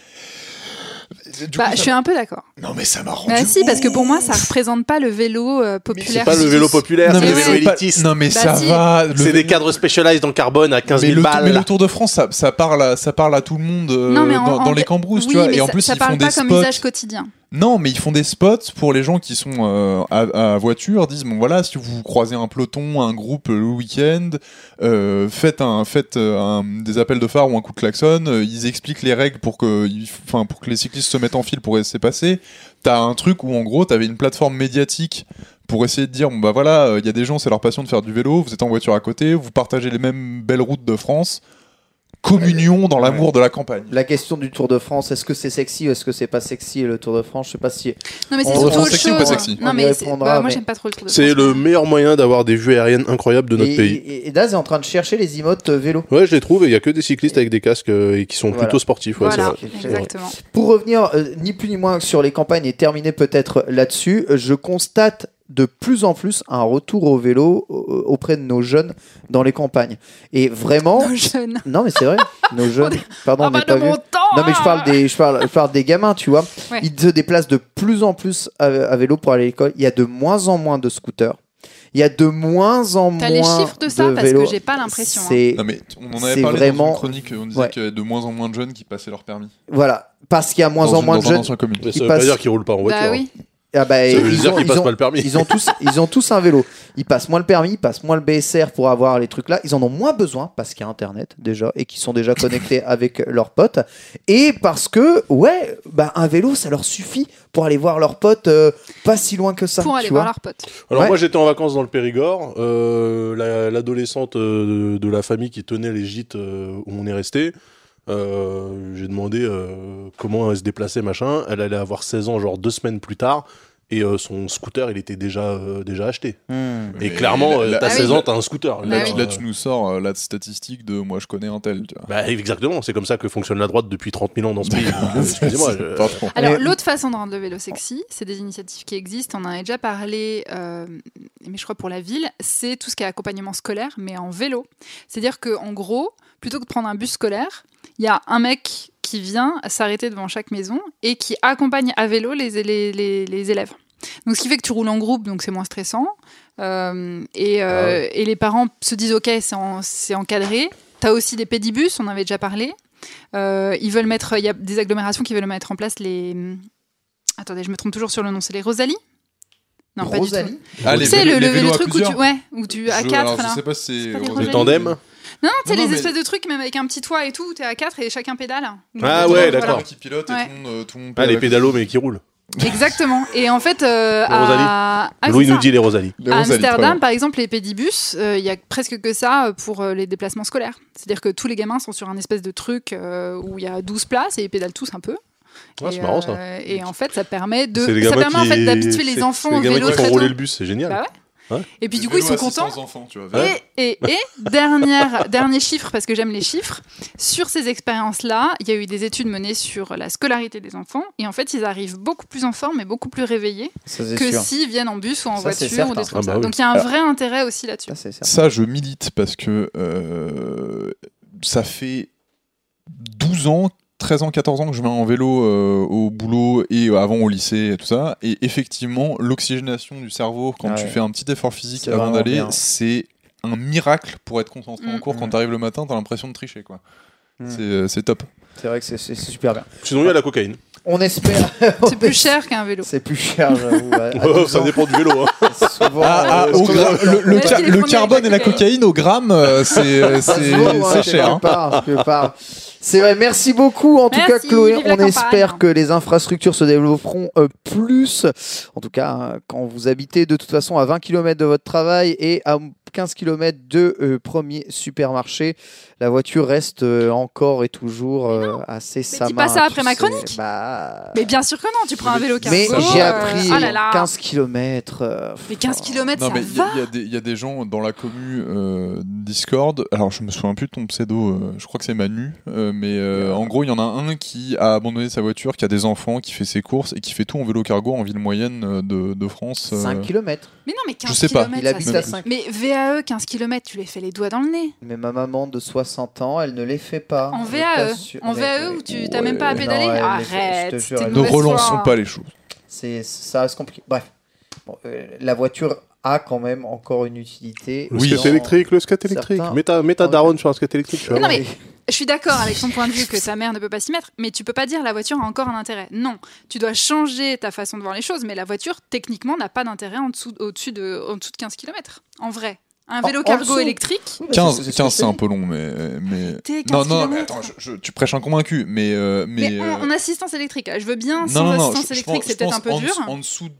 Du Bah, coup, je ça- suis un peu d'accord. Non, mais ça m'a rendu. Bah si, parce que pour moi ça ouf. représente pas le vélo euh, populaire. C'est pas le vélo populaire, Non, c'est mais le vélo c'est pas- élitiste. Non, mais Bah, ça si. va. le C'est des vélo- cadres specialized en carbone à quinze Mais mille le, balles. mais le Tour de France, ça, ça, parle à, ça parle à tout le monde euh, Non, mais en- dans, en- dans les cambrousses, oui, tu vois. mais Et en ça, plus, ça ils parle font des pas comme spots. usage quotidien. Non, mais ils font des spots pour les gens qui sont euh, à, à voiture, disent bon voilà, si vous croisez un peloton, un groupe euh, le week-end, euh, faites un, faites euh, un, des appels de phare ou un coup de klaxon. euh, ils expliquent les règles pour que, enfin pour que les cyclistes se mettent en file pour laisser passer. T'as un truc où en gros t'avais une plateforme médiatique pour essayer de dire bon bah voilà, il euh, y a des gens c'est leur passion de faire du vélo, vous êtes en voiture à côté, vous partagez les mêmes belles routes de France. Communion dans l'amour ouais. de la campagne. La question du Tour de France, est-ce que c'est sexy ou est-ce que c'est pas sexy le Tour de France? Je sais pas si. Non mais c'est on surtout autre sexy chose. ou pas sexy non mais bah, moi j'aime pas trop le Tour de France. C'est le meilleur moyen d'avoir des vues aériennes incroyables de notre et, pays. Et, et Daz est en train de chercher les emotes vélo. Ouais, je les trouve et il y a que des cyclistes avec des casques euh, et qui sont voilà. plutôt sportifs. Ouais, voilà, c'est vrai. exactement. Pour revenir euh, ni plus ni moins sur les campagnes et terminer peut-être là-dessus, je constate de plus en plus un retour au vélo auprès de nos jeunes dans les campagnes. Et vraiment... Nos jeunes. Non, mais c'est vrai. Nos jeunes... Pardon, ah on bah n'est pas de mon vu. temps, Non, mais je parle des, je parle, je parle des gamins, tu vois. Ouais. Ils se déplacent de plus en plus à, à vélo pour aller à l'école. Il y a de moins en moins de scooters. Il y a de moins en T'as moins les chiffres de ça de parce vélos. que j'ai pas l'impression. C'est... Non mais on en avait c'est parlé vraiment... dans une chronique, on disait ouais. qu'il y avait de moins en moins de jeunes qui passaient leur permis. Voilà. Parce qu'il y a moins dans en une, moins dans de jeunes... Mais ça Ils veut passent... pas dire qu'ils roulent pas en voiture. Bah oui. Ah bah, Ça veut ils dire ont, qu'ils ils passent ont- pas le permis. Ils ont tous, ils ont tous un vélo. Ils passent moins le permis, ils passent moins le B S R pour avoir les trucs là. Ils en ont moins besoin parce qu'il y a Internet déjà et qu'ils sont déjà connectés avec leurs potes. Et parce que, ouais, bah un vélo, ça leur suffit pour aller voir leurs potes euh, pas si loin que ça. Pour tu aller vois. voir leurs potes. Alors Ouais. moi j'étais en vacances dans le Périgord, euh, la- l'adolescente euh, de, de la famille qui tenait les gîtes euh, où on est resté, euh, j'ai demandé euh, comment elle se déplaçait machin, elle allait avoir seize ans genre deux semaines plus tard et euh, son scooter il était déjà, euh, déjà acheté. Hmm. Et Mais clairement là- euh, là- t'as Ah seize oui. ans t'as un scooter. Bah Là, oui. tu, là, tu nous sors euh, la statistique de moi je connais un tel. Tu vois. Bah exactement, c'est comme ça que fonctionne la droite depuis trente mille ans dans ce pays. Donc, excusez-moi. je- Pas trop. Alors, Mais- l'autre façon de rendre le vélo sexy, c'est des initiatives qui existent. On en a déjà parlé, euh, mais je crois pour la ville, c'est tout ce qui est accompagnement scolaire, mais en vélo. C'est-à-dire qu'en gros, plutôt que de prendre un bus scolaire, il y a un mec qui vient s'arrêter devant chaque maison et qui accompagne à vélo les, les, les, les élèves. Donc, ce qui fait que tu roules en groupe, donc c'est moins stressant. Euh, et, euh, Ah ouais. et les parents se disent, OK, c'est, en- c'est encadré. Tu as aussi des pédibus, on avait déjà parlé. Euh, ils veulent mettre, il y a des agglomérations qui veulent mettre en place les. Attendez, je me trompe toujours sur le nom. C'est les Rosalie Non, pas du Rosalie tout. Ah, Tu sais, vélos- le, le, vélos le à truc où tu, plusieurs. ouais, où tu à Je- quatre alors, là. Je sais pas si C'est pas des c'est. Rosalie. Des tandems. Non, non, tu sais Non, les mais- espèces de trucs même avec un petit toit et tout, où t'es à quatre et chacun pédale. Ah Donc, ouais, voilà. d'accord. Qui pilote Ouais. et tout le monde, euh, tout le monde Ah, les pédale. pédalos mais qui roulent. Exactement. Et en fait, euh, Les Rosalie. à, ah, Louis c'est nous ça. dit les Rosalie. Les À Rosalie, très Amsterdam, bien. par exemple, les pédibus, il y a presque que ça pour euh, les déplacements scolaires. C'est-à-dire que tous les gamins sont sur un espèce de truc euh, où il y a douze places et ils pédalent tous un peu. Ouais, Et, c'est marrant ça. euh, et en fait, ça permet de, C'est les ça gamins permet en qui- fait d'habituer les c'est- enfants c'est au les gamins vélo qui très font tôt. rouler le bus, c'est génial. Bah ouais. Ouais. Et puis du coup, Vélo ils sont à six cents contents. enfants, tu vois. Et, et, et dernière, dernier chiffre, parce que j'aime les chiffres, sur ces expériences-là, il y a eu des études menées sur la scolarité des enfants, et en fait, ils arrivent beaucoup plus en forme et beaucoup plus réveillés Ça, c'est que sûr. s'ils viennent en bus ou en Ça, c'est voiture ou certain. des trucs Ah bah comme ça. oui. Donc il y a un Alors- vrai intérêt aussi là-dessus. Ça, c'est certain. Ça, je milite parce que euh, ça fait douze ans, treize ans, quatorze ans que je vais en vélo euh, au boulot et avant au lycée et tout ça. Et effectivement, l'oxygénation du cerveau quand Ah tu ouais. fais un petit effort physique C'est avant vraiment d'aller, bien. c'est un miracle pour être concentré en Mm. cours. Quand Mm. tu arrives le matin, tu as l'impression de tricher. Quoi. Mm. C'est, euh, c'est top. C'est vrai que c'est, c'est- c'est super bien. Sinon il y a la cocaïne. On espère. C'est plus cher qu'un vélo. C'est plus cher, j'avoue. ouais. À Oh, douze ça ans, dépend du vélo. Hein. souvent, Ah, ah, euh, au souvent, gra- le, le Est-ce ca- qu'il est le fourni carbone avec et la la cocaïne au gramme, euh, c'est, ça se c'est, vaut, hein, c'est cher. quelque hein. part, quelque part. C'est vrai, merci beaucoup en tout Merci, cas Chloé, vive la on campagne. espère que les infrastructures se développeront euh, plus, en tout cas hein, quand vous habitez de toute façon à vingt kilomètres de votre travail et à quinze kilomètres de euh, premier supermarché, la voiture reste euh, encore et toujours euh, assez dis sama. pas ça tu après ma sais. chronique. Bah, Mais bien sûr que non, tu prends un vélo cargo. mais euh, j'ai appris ah là là. quinze kilomètres. euh, Mais quinze kilomètres, Non, ça mais il y, a- va. il y a des- il y a des gens dans la commu euh, Discord. Alors, je me souviens plus de ton pseudo. euh, je crois que c'est Manu. euh, mais euh, en gros, il y en a un qui a abandonné sa voiture, qui a des enfants, qui fait ses courses et qui fait tout en vélo cargo en ville moyenne euh, de, de France. euh. cinq kilomètres. Mais non, mais quinze Je sais pas. kilomètres, Il ça habite se à fait. cinq. Mais V A E, quinze kilomètres, tu les fais les doigts dans le nez. Mais ma maman de soixante ans, elle ne les fait pas. En je V A E t'assure. En Mais- V A E où tu t'as même pas à Ouais, pédaler non, elle les fait, je Arrête, te jure, c'était elle une Ne mauvaise relançons foi. pas les choses. C'est, ça reste compliqué. Bref, Bon, euh, la voiture a quand même encore une utilité. Le Oui. skate Dans- électrique, le skate électrique. certains- Mets ta, mets ta Ah ouais. daronne sur un skate électrique. Tu vas Mais non, voir. mais je suis d'accord avec ton point de vue que ta mère ne peut pas s'y mettre, mais tu peux pas dire la voiture a encore un intérêt. Non, tu dois changer ta façon de voir les choses, mais la voiture, techniquement, n'a pas d'intérêt en dessous, au-dessus de, en dessous de quinze kilomètres. En vrai. Un En- vélo en cargo dessous. électrique, Oui, mais quinze, c'est- c'est ce que quinze je c'est te un dis. peu long, mais. mais... T'es Non, quinze non, mais kilomètres. attends, je- je- tu prêches un convaincu, mais. euh, mais mais euh, en, en assistance électrique. Je veux bien, non, sans non, non, assistance je- je électrique, pense- c'est je peut-être un pense peu en dur. dessous- En dessous,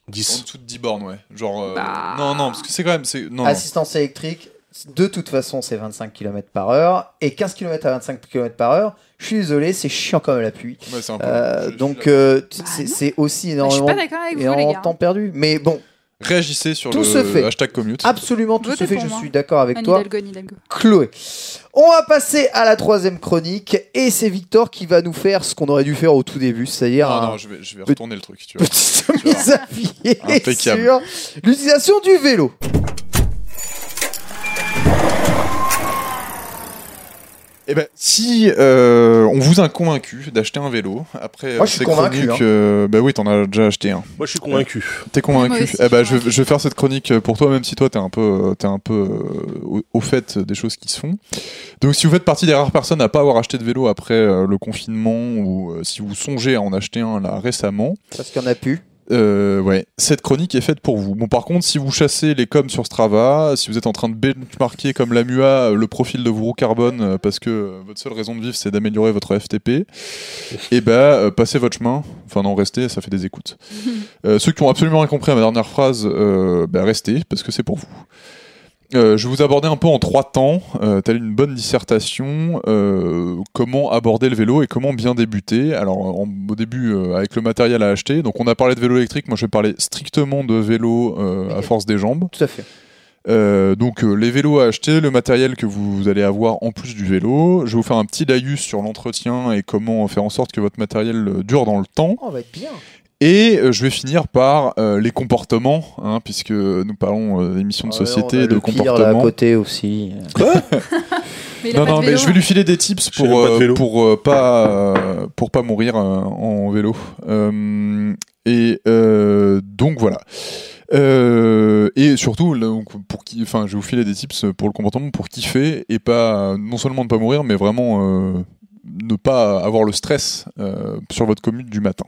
En dix. dessous de dix bornes, ouais. Genre. euh, Bah. Non, non, parce que c'est quand même. C'est... Non, non. Assistance électrique, de toute façon, c'est vingt-cinq kilomètres par heure. Et quinze kilomètres à vingt-cinq kilomètres par heure, je suis désolé, c'est chiant comme la pluie. Ouais, c'est un peu. Euh, je- je donc, suis euh, Bah, c'est, non. c'est aussi Je suis énormément, pas d'accord avec vous, les énormément gars. de temps perdu. Mais bon, Réagissez sur Tout le se fait. hashtag commute. absolument tout Votez se fait, pour je moi. suis d'accord avec Anne toi. Hidalgo, Anne Hidalgo. Chloé. On va passer à la troisième chronique. Et c'est Victor qui va nous faire ce qu'on aurait dû faire au tout début, c'est-à-dire Non, un non, je vais, je vais retourner le truc. Tu vois. petite Tu vois. mise à pied Impeccable. sur l'utilisation du vélo. Eh ben, si euh, on vous a convaincu d'acheter un vélo après Moi, je suis ces convaincu, chroniques, euh, bah oui, t'en as déjà acheté un. Moi, je suis convaincu. T'es convaincu Moi aussi, Eh ben, je suis je, je vais faire cette chronique pour toi, même si toi t'es un peu, t'es un peu euh, au, au fait des choses qui se font. Donc, si vous faites partie des rares personnes à pas avoir acheté de vélo après euh, le confinement, ou euh, si vous songez à en acheter un là récemment, Parce qu'il y en a plus. euh, ouais, cette chronique est faite pour vous. Bon, par contre, si vous chassez les coms sur Strava, si vous êtes en train de benchmarker comme la M U A le profil de vos roues carbone euh, parce que euh, votre seule raison de vivre c'est d'améliorer votre F T P, et ben euh, passez votre chemin. Enfin non, restez, ça fait des écoutes. Euh, ceux qui ont absolument rien compris à ma dernière phrase, euh, ben restez parce que c'est pour vous. Euh, je vais vous aborder un peu en trois temps, euh, telle une bonne dissertation, euh, comment aborder le vélo et comment bien débuter. Alors en- au début euh, avec le matériel à acheter, donc on a parlé de vélo électrique, moi je vais parler strictement de vélo euh, à Ok. force des jambes. Tout à fait. Euh, donc euh, les vélos à acheter, le matériel que vous allez avoir en plus du vélo. Je vais vous faire un petit laïus sur l'entretien et comment faire en sorte que votre matériel euh, dure dans le temps. Oh, on va être bien. Et euh, je vais finir par euh, les comportements, hein, puisque nous parlons euh, d'émissions de Ouais, société, on a de le pire, là, à comportement. côté aussi. Mais il a Non, pas non, de mais vélo, je vais lui filer des tips J'ai pour, même pas de euh, vélo. pour, euh, pas, euh, pour pas mourir euh, en vélo. Euh, et euh, donc voilà. Euh, et surtout, là, donc, pour qui, enfin, je vais vous filer des tips pour le comportement pour kiffer et pas non seulement ne pas mourir, mais vraiment euh, ne pas avoir le stress euh, sur votre commute du matin.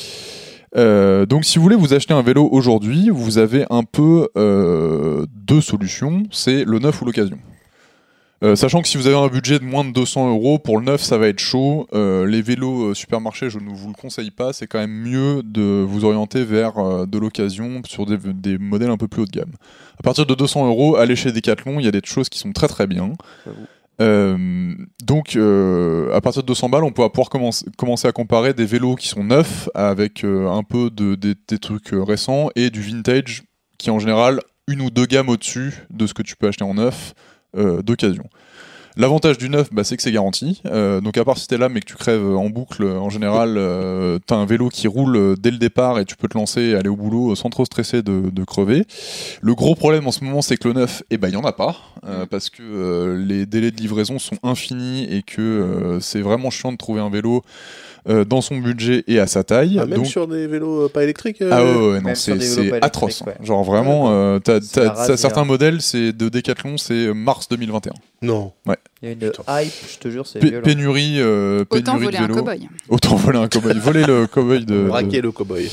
Euh, donc si vous voulez vous acheter un vélo aujourd'hui, vous avez un peu euh, deux solutions, c'est le neuf ou l'occasion. Euh, sachant que si vous avez un budget de moins de deux cents euros, pour le neuf ça va être chaud. Euh, les vélos euh, supermarchés, je ne vous le conseille pas, c'est quand même mieux de vous orienter vers euh, de l'occasion sur des, des modèles un peu plus haut de gamme. À partir de deux cents euros, allez chez Decathlon, il y a des choses qui sont très très bien. Euh, donc euh, à partir de deux cents balles on peut pouvoir commencer, commencer à comparer des vélos qui sont neufs avec euh, un peu de, des, des trucs euh, récents et du vintage qui est en général une ou deux gammes au-dessus de ce que tu peux acheter en neuf euh, d'occasion. L'avantage du neuf, bah, c'est que c'est garanti. Euh, donc à part si t'es là mais que tu crèves en boucle, en général, euh, t'as un vélo qui roule euh, dès le départ et tu peux te lancer et aller au boulot sans trop stresser de, de crever. Le gros problème en ce moment, c'est que le neuf, eh ben il y en a pas euh, parce que euh, les délais de livraison sont infinis et que euh, c'est vraiment chiant de trouver un vélo euh, dans son budget et à sa taille. Ah, même Donc, sur des vélos euh, pas électriques. euh, ah ouais, ouais, non, Même sur c'est des vélos c'est pas atroce. électriques, hein. Genre vraiment, euh, t'as, C'est t'as- la t'as razia. certains modèles, c'est de Decathlon, c'est mars deux mille vingt et un. Non. Il y a une Putain. hype, je te jure, c'est P- violent. pénurie, euh, Autant pénurie voler de un vélos. cow-boy. Autant voler un cow-boy. Voler le cow-boy de. Braquer de- le cow-boy.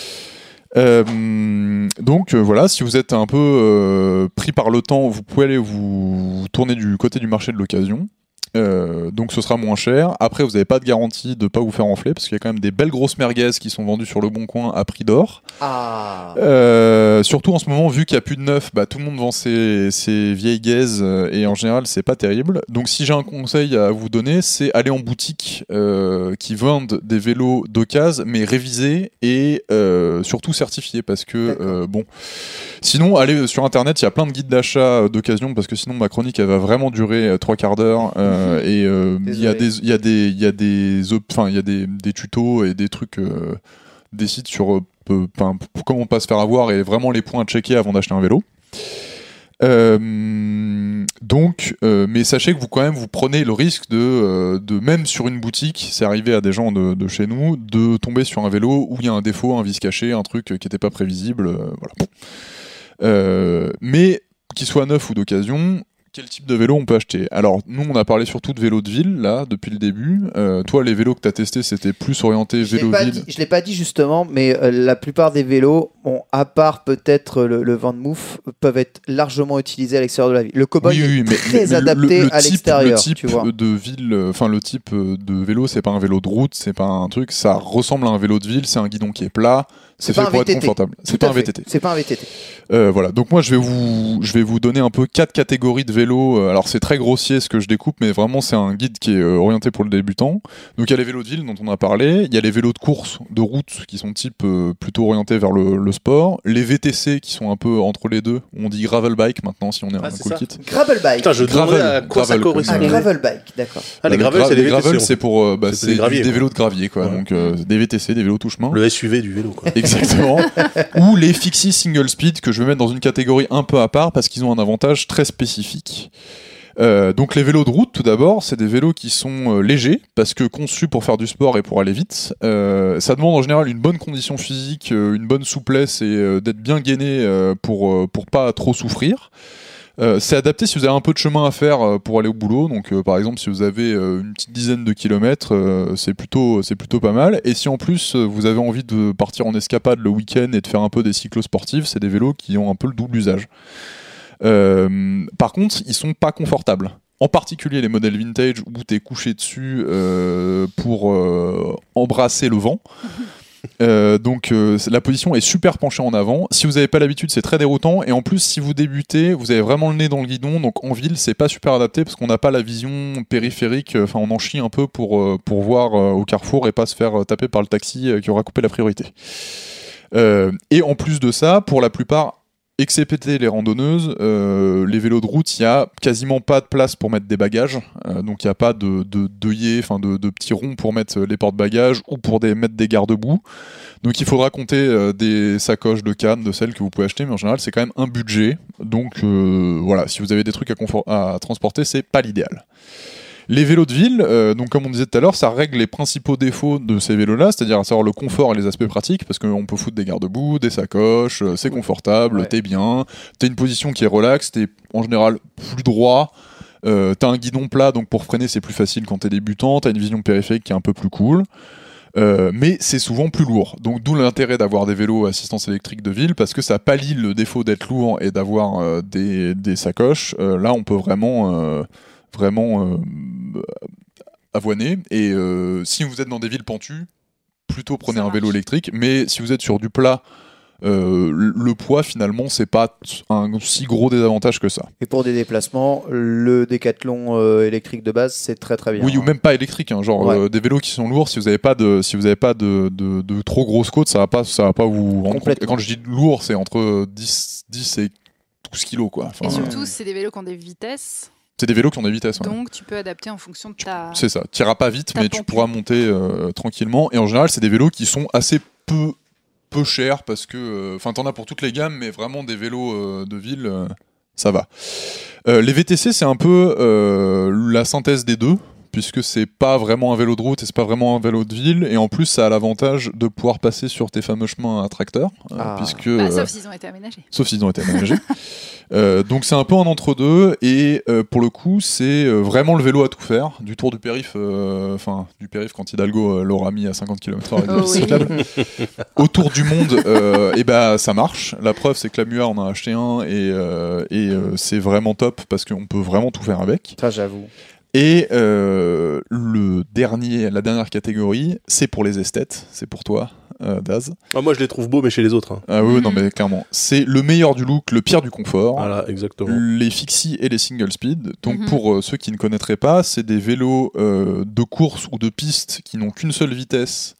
Euh, donc euh, voilà, si vous êtes un peu euh, pris par le temps, vous pouvez aller vous, vous tourner du côté du marché de l'occasion. Euh, donc ce sera moins cher. Après, vous n'avez pas de garantie de ne pas vous faire enfler parce qu'il y a quand même des belles grosses merguez qui sont vendues sur le Bon Coin à prix d'or. Ah. Euh, surtout en ce moment, vu qu'il n'y a plus de neuf, bah, tout le monde vend ses, ses vieilles gaises euh, et en général, c'est pas terrible. Donc, si j'ai un conseil à vous donner, c'est aller en boutique euh, qui vendent des vélos d'occasion, mais révisés et euh, surtout certifiés parce que, D'accord. euh, bon, sinon, allez sur internet, il y a plein de guides d'achat d'occasion parce que sinon, ma chronique, elle va vraiment durer euh, trois quarts d'heure euh, et euh, il y a Désolé. des, il y a des, il y a des, op- enfin, il y a des, des tutos et des trucs. Euh, des sites sur euh, peu- enfin, pour comment pas se faire avoir et vraiment les points à checker avant d'acheter un vélo. Euh, donc, euh, mais sachez que vous quand même vous prenez le risque de, euh, de même sur une boutique, c'est arrivé à des gens de, de chez nous, de tomber sur un vélo où il y a un défaut, un vice caché, un truc qui n'était pas prévisible, euh, voilà. Euh, mais qu'il soit neuf ou d'occasion. Quel type de vélo on peut acheter? Alors, nous, on a parlé surtout de vélos de ville, là, depuis le début. Euh, toi, les vélos que tu as testés, c'était plus orienté Je l'ai vélo pas ville. dit- je l'ai pas dit justement, mais euh, la plupart des vélos, bon, à part peut-être le, le Van Moof, peuvent être largement utilisés à l'extérieur de la ville. Le cowboy Oui, oui, est mais, très mais le- adapté le, le à type- l'extérieur, Le type tu vois. de ville, euh, enfin le type euh, de vélo, c'est pas un vélo de route, c'est pas un truc, ça ressemble à un vélo de ville, c'est un guidon qui est plat, C'est, C'est fait pas un pour V T T. être confortable. Tout C'est pas à un fait. V T T. C'est pas un V T T. Euh, voilà, donc moi je vais vous je vais vous donner un peu quatre catégories de vélos. Euh, Alors c'est très grossier ce que je découpe, mais vraiment c'est un guide qui est euh, orienté pour le débutant. Donc il y a les vélos de ville dont on a parlé, il y a les vélos de course, de route qui sont type euh, plutôt orientés vers le, le sport, les V T C qui sont un peu entre les deux. On dit gravel bike maintenant si on est Ah, un c'est cool ça. kit. Gravel bike. Putain, je Gravel, demandais à quoi ça gravel, quoi. Ah, correspondait. gravel bike, d'accord. Ah, les Bah, gravels, gra- c'est les les V T C. gravels, en c'est fait. pour euh, bah, C'est c'est des graviers, des quoi. vélos de gravier quoi. Ouais. Donc euh, des V T C, des vélos touche-main. Le S U V du vélo, quoi. Exactement. Ou les Fixie Single Speed que je vais mettre dans une catégorie un peu à part parce qu'ils ont un avantage très spécifique. Euh, donc les vélos de route, tout d'abord, c'est des vélos qui sont euh, légers parce que conçus pour faire du sport et pour aller vite. Euh, ça demande en général une bonne condition physique, euh, une bonne souplesse et euh, d'être bien gainé euh, pour euh, pour pas trop souffrir. Euh, c'est adapté si vous avez un peu de chemin à faire euh, pour aller au boulot. Donc, euh, par exemple, si vous avez euh, une petite dizaine de kilomètres, euh, c'est plutôt, c'est plutôt pas mal. Et si en plus euh, vous avez envie de partir en escapade le week-end et de faire un peu des cyclosportifs, c'est des vélos qui ont un peu le double usage. Euh, par contre, ils sont pas confortables. En particulier les modèles vintage où t'es couché dessus euh, pour euh, embrasser le vent. Euh, donc euh, la position est super penchée en avant. Si vous n'avez pas l'habitude, c'est très déroutant. Et en plus, si vous débutez, vous avez vraiment le nez dans le guidon. Donc en ville, c'est pas super adapté parce qu'on n'a pas la vision périphérique. Enfin, on en chie un peu pour euh, pour voir euh, au carrefour et pas se faire euh, taper par le taxi euh, qui aura coupé la priorité. Euh, et en plus de ça, pour la plupart, excepté les randonneuses, euh, les vélos de route, il y a quasiment pas de place pour mettre des bagages, euh, donc il y a pas de de d'œillets, enfin de, de petits ronds pour mettre les porte-bagages ou pour des, mettre des garde-boue. Donc il faudra compter euh, des sacoches de canne, de celles que vous pouvez acheter, mais en général c'est quand même un budget. Donc euh, voilà, si vous avez des trucs à, confort- à transporter, c'est pas l'idéal. Les vélos de ville, euh, donc comme on disait tout à l'heure, ça règle les principaux défauts de ces vélos-là, c'est-à-dire à savoir le confort et les aspects pratiques, parce qu'on peut foutre des garde-boue, des sacoches, euh, c'est confortable, Ouais. t'es bien, t'as une position qui est relaxe, t'es en général plus droit, euh, t'as un guidon plat, donc pour freiner c'est plus facile quand t'es débutant, t'as une vision périphérique qui est un peu plus cool. Euh, mais c'est souvent plus lourd. Donc d'où l'intérêt d'avoir des vélos à assistance électrique de ville, parce que ça pallie le défaut d'être lourd et d'avoir euh, des, des sacoches. Euh, là on peut vraiment... Euh, vraiment euh, avoiner. Et euh, si vous êtes dans des villes pentues, plutôt prenez Ça un vélo marche. électrique. Mais si vous êtes sur du plat, euh, le le poids finalement c'est pas un si gros désavantage que ça. Et pour des déplacements, le Décathlon euh, électrique de base, c'est très très bien. Oui, ou même pas électrique, hein, genre Ouais. euh, des vélos qui sont lourds. Si vous n'avez pas de, si vous avez pas de, de, de trop grosses côtes, ça va pas, ça va pas vous rendre compte. Complètement. Et quand je dis lourd, c'est entre dix, dix et douze kilos quoi. Enfin, Et surtout, c'est des vélos qui ont des vitesses, c'est des vélos qui ont des vitesses. Ouais. donc tu peux adapter en fonction de ta. C'est ça, tu iras pas vite, T'as mais ton tu pourras monter euh, tranquillement. Et en général, c'est des vélos qui sont assez peu, peu chers parce que, enfin, t'en as pour toutes les gammes, mais vraiment des vélos euh, de ville, euh, ça va. Euh, les V T C, c'est un peu euh, la synthèse des deux, puisque c'est pas vraiment un vélo de route et c'est pas vraiment un vélo de ville. Et en plus, ça a l'avantage de pouvoir passer sur tes fameux chemins à tracteur, euh, Ah. puisque Bah, euh, sauf s'ils ont été aménagés. sauf s'ils ont été aménagés. Euh, donc c'est un peu un entre-deux et euh, pour le coup c'est euh, vraiment le vélo à tout faire, du tour du périph, euh, enfin du périph quand Hidalgo euh, l'aura mis à cinquante kilomètres heure avec Oh des pistes oui. cyclables. Autour du monde, euh, et bah ça marche. La preuve c'est que la Mua on en a acheté un et, euh, et euh, c'est vraiment top parce qu'on peut vraiment tout faire avec. Ça, j'avoue. Et euh, le dernier, la dernière catégorie, c'est pour les esthètes, c'est pour toi, euh, Daz. Ah, moi, je les trouve beaux, mais chez les autres. hein. Ah oui, Mhm. non mais clairement, c'est le meilleur du look, le pire du confort. Voilà, exactement. Les Fixie et les Single Speed. Donc Mhm. pour euh, ceux qui ne connaîtraient pas, c'est des vélos euh, de course ou de piste qui n'ont qu'une seule vitesse,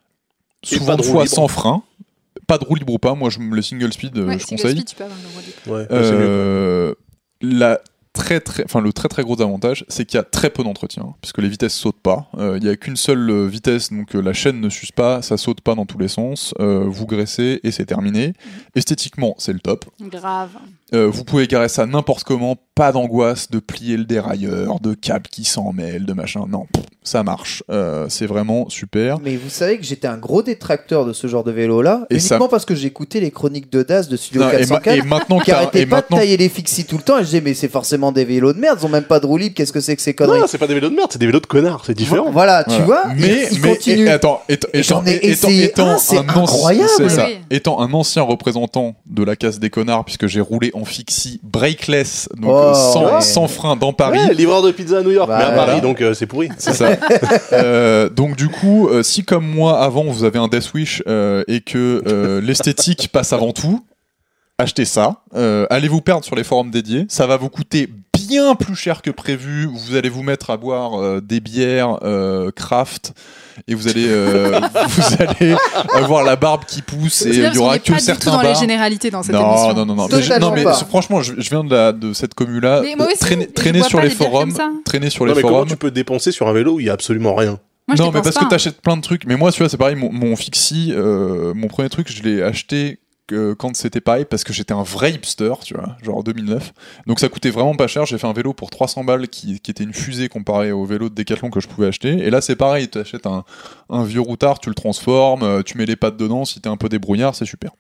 Et souvent pas de de roue fois libre. sans frein. Pas de roue libre ou pas, moi je, le Single Speed euh, Ouais, je single conseille. speed, tu peux avoir le droit de- Ouais, c'est mieux. Euh, la très très, enfin le très très gros avantage, c'est qu'il y a très peu d'entretien, puisque les vitesses sautent pas. Euh, Il y a qu'une seule euh, vitesse, donc euh, la chaîne ne s'use pas, ça saute pas dans tous les sens. Euh, vous graissez et c'est terminé. Esthétiquement, c'est le top. Grave. Euh, vous pouvez garer ça n'importe comment, pas d'angoisse de plier le dérailleur, de câbles qui s'en mêlent, de machin. Non, pff, ça marche. Euh, c'est vraiment super. Mais vous savez que j'étais un gros détracteur de ce genre de vélo-là, Et uniquement ça- parce que j'écoutais les chroniques de Daz de Studio Non, et, ma- quatre cent quatre. et maintenant, Qui que t'as- arrêtaient et pas maintenant, de tailler les fixis tout le temps, et je disais mais c'est forcément des vélos de merde, ils ont même pas de roue libre, qu'est-ce que c'est que ces conneries? Non, c'est pas des vélos de merde, c'est des vélos de connards, c'est différent. Voilà, tu voilà. vois, mais, ils, ils mais continuent. et- attends, étant, Et j'en étant, ai étant- essayé étant un, c'est un anci- incroyable. c'est ça. Oui. Étant un ancien représentant de la casse des connards, puisque j'ai roulé en fixie brakeless, donc Oh, sans, ouais. sans frein dans Paris. Ouais, livreur de pizza à New York, Voilà. mais à Paris, donc euh, c'est pourri. C'est ça. Voilà. euh, donc du coup, euh, si comme moi avant vous avez un Death Wish euh, et que euh, l'esthétique passe avant tout, achetez ça. Euh, allez vous perdre sur les forums dédiés. Ça va vous coûter bien plus cher que prévu. Vous allez vous mettre à boire euh, des bières euh, craft et vous allez euh, vous allez avoir la barbe qui pousse et il y aura que pas certains du tout dans bars. les généralités dans cette non, émission. non non non Totalement mais, je- non mais pas. franchement je, je viens de la de cette commu là Mais moi aussi, traîner, et je traîner bois sur pas les les bières forums comme ça. traîner sur Non, les mais comment forums tu peux dépenser sur un vélo où il y a absolument rien? Moi, je non mais dépense parce pas, que t'achètes plein de trucs mais moi tu vois c'est pareil mon, mon Fixie euh, mon premier truc je l'ai acheté que quand c'était pareil parce que j'étais un vrai hipster tu vois genre en deux mille neuf donc ça coûtait vraiment pas cher. J'ai fait un vélo pour trois cents balles qui, qui était une fusée comparé au vélo de Decathlon que je pouvais acheter et là c'est pareil tu achètes un, un vieux routard tu le transformes tu mets les pattes dedans si t'es un peu débrouillard c'est super.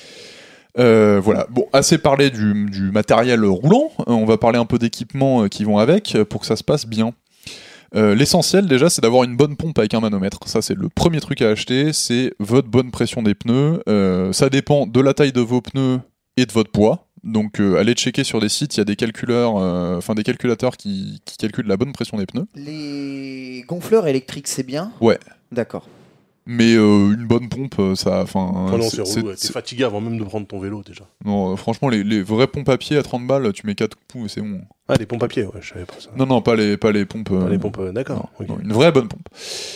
Euh, voilà, bon, assez parlé du, du matériel roulant, on va parler un peu d'équipements qui vont avec pour que ça se passe bien. Euh, l'essentiel déjà c'est d'avoir une bonne pompe avec un manomètre, ça c'est le premier truc à acheter, c'est votre bonne pression des pneus, euh, ça dépend de la taille de vos pneus et de votre poids, donc euh, allez checker sur des sites, il y a des calculeurs, enfin euh, des calculateurs qui, qui calculent la bonne pression des pneus. Les gonfleurs électriques, c'est bien? Ouais. D'accord. Mais euh, une bonne pompe, ça, enfin, Oh non, c'est relou, ouais. T'es fatigué avant même de prendre ton vélo déjà. Non, euh, franchement, les, les vraies pompes à pied à trente balles, tu mets quatre coups et c'est bon. Ah, les pompes à pied, ouais, je savais pas ça. Non, non, pas les, pas les pompes. Pas euh, les pompes, euh, d'accord. non, ok. non, une vraie bonne pompe.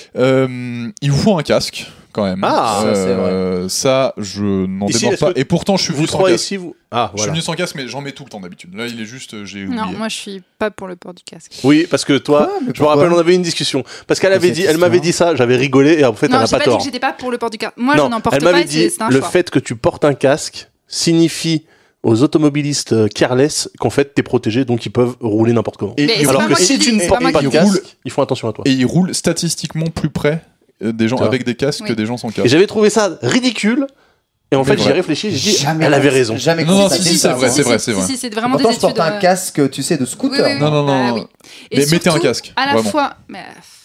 Euh, il vous faut un casque, quand même. Ah, ça, c'est Euh, ça, je n'en Ici, démords est-ce pas. que Et pourtant, je suis Vous venu sans trois casque. ici, vous. Ah, Je suis voilà. venu sans casque, mais j'en mets tout le temps d'habitude. Là, il est juste, j'ai oublié. Non, moi je suis pas pour le port du casque. Oui, parce que toi, Ah, mais je me pourquoi rappelle, on avait une discussion. Parce qu'elle avait cette dit, elle m'avait histoire dit ça, j'avais rigolé et en fait, Non, elle n'a j'ai pas pas dit tort. que j'étais pas pour le port du casque. Moi, Non, je n'en porte elle pas m'avait et dit, c'est c'est un le choix. fait que tu portes un casque signifie aux automobilistes euh, careless qu'en fait, t'es protégé, donc ils peuvent rouler n'importe comment. Et Mais il c'est Alors pas roule- que moi qui si dis, tu ne c'est portes pas moi pas de qui dis. casque, ils font attention à toi. Et il roule statistiquement plus près euh, des gens Tu vois. avec des casques Oui. que des gens sans Et casque. j'avais trouvé ça ridicule. Et en Mais fait, j'y ai vrai. réfléchi, j'ai dit, Jamais elle avait cons- raison. Jamais Non, non, constaté si, si, ça, c'est vrai, moi. c'est vrai, c'est vrai. Si, si, c'est vraiment Pourtant, des je porte études. un euh, casque, tu sais, de scooter. Oui, oui, oui. Non, non, non, Bah non. oui. Et Mais mettez un surtout, casque, À la vraiment. fois. Mais...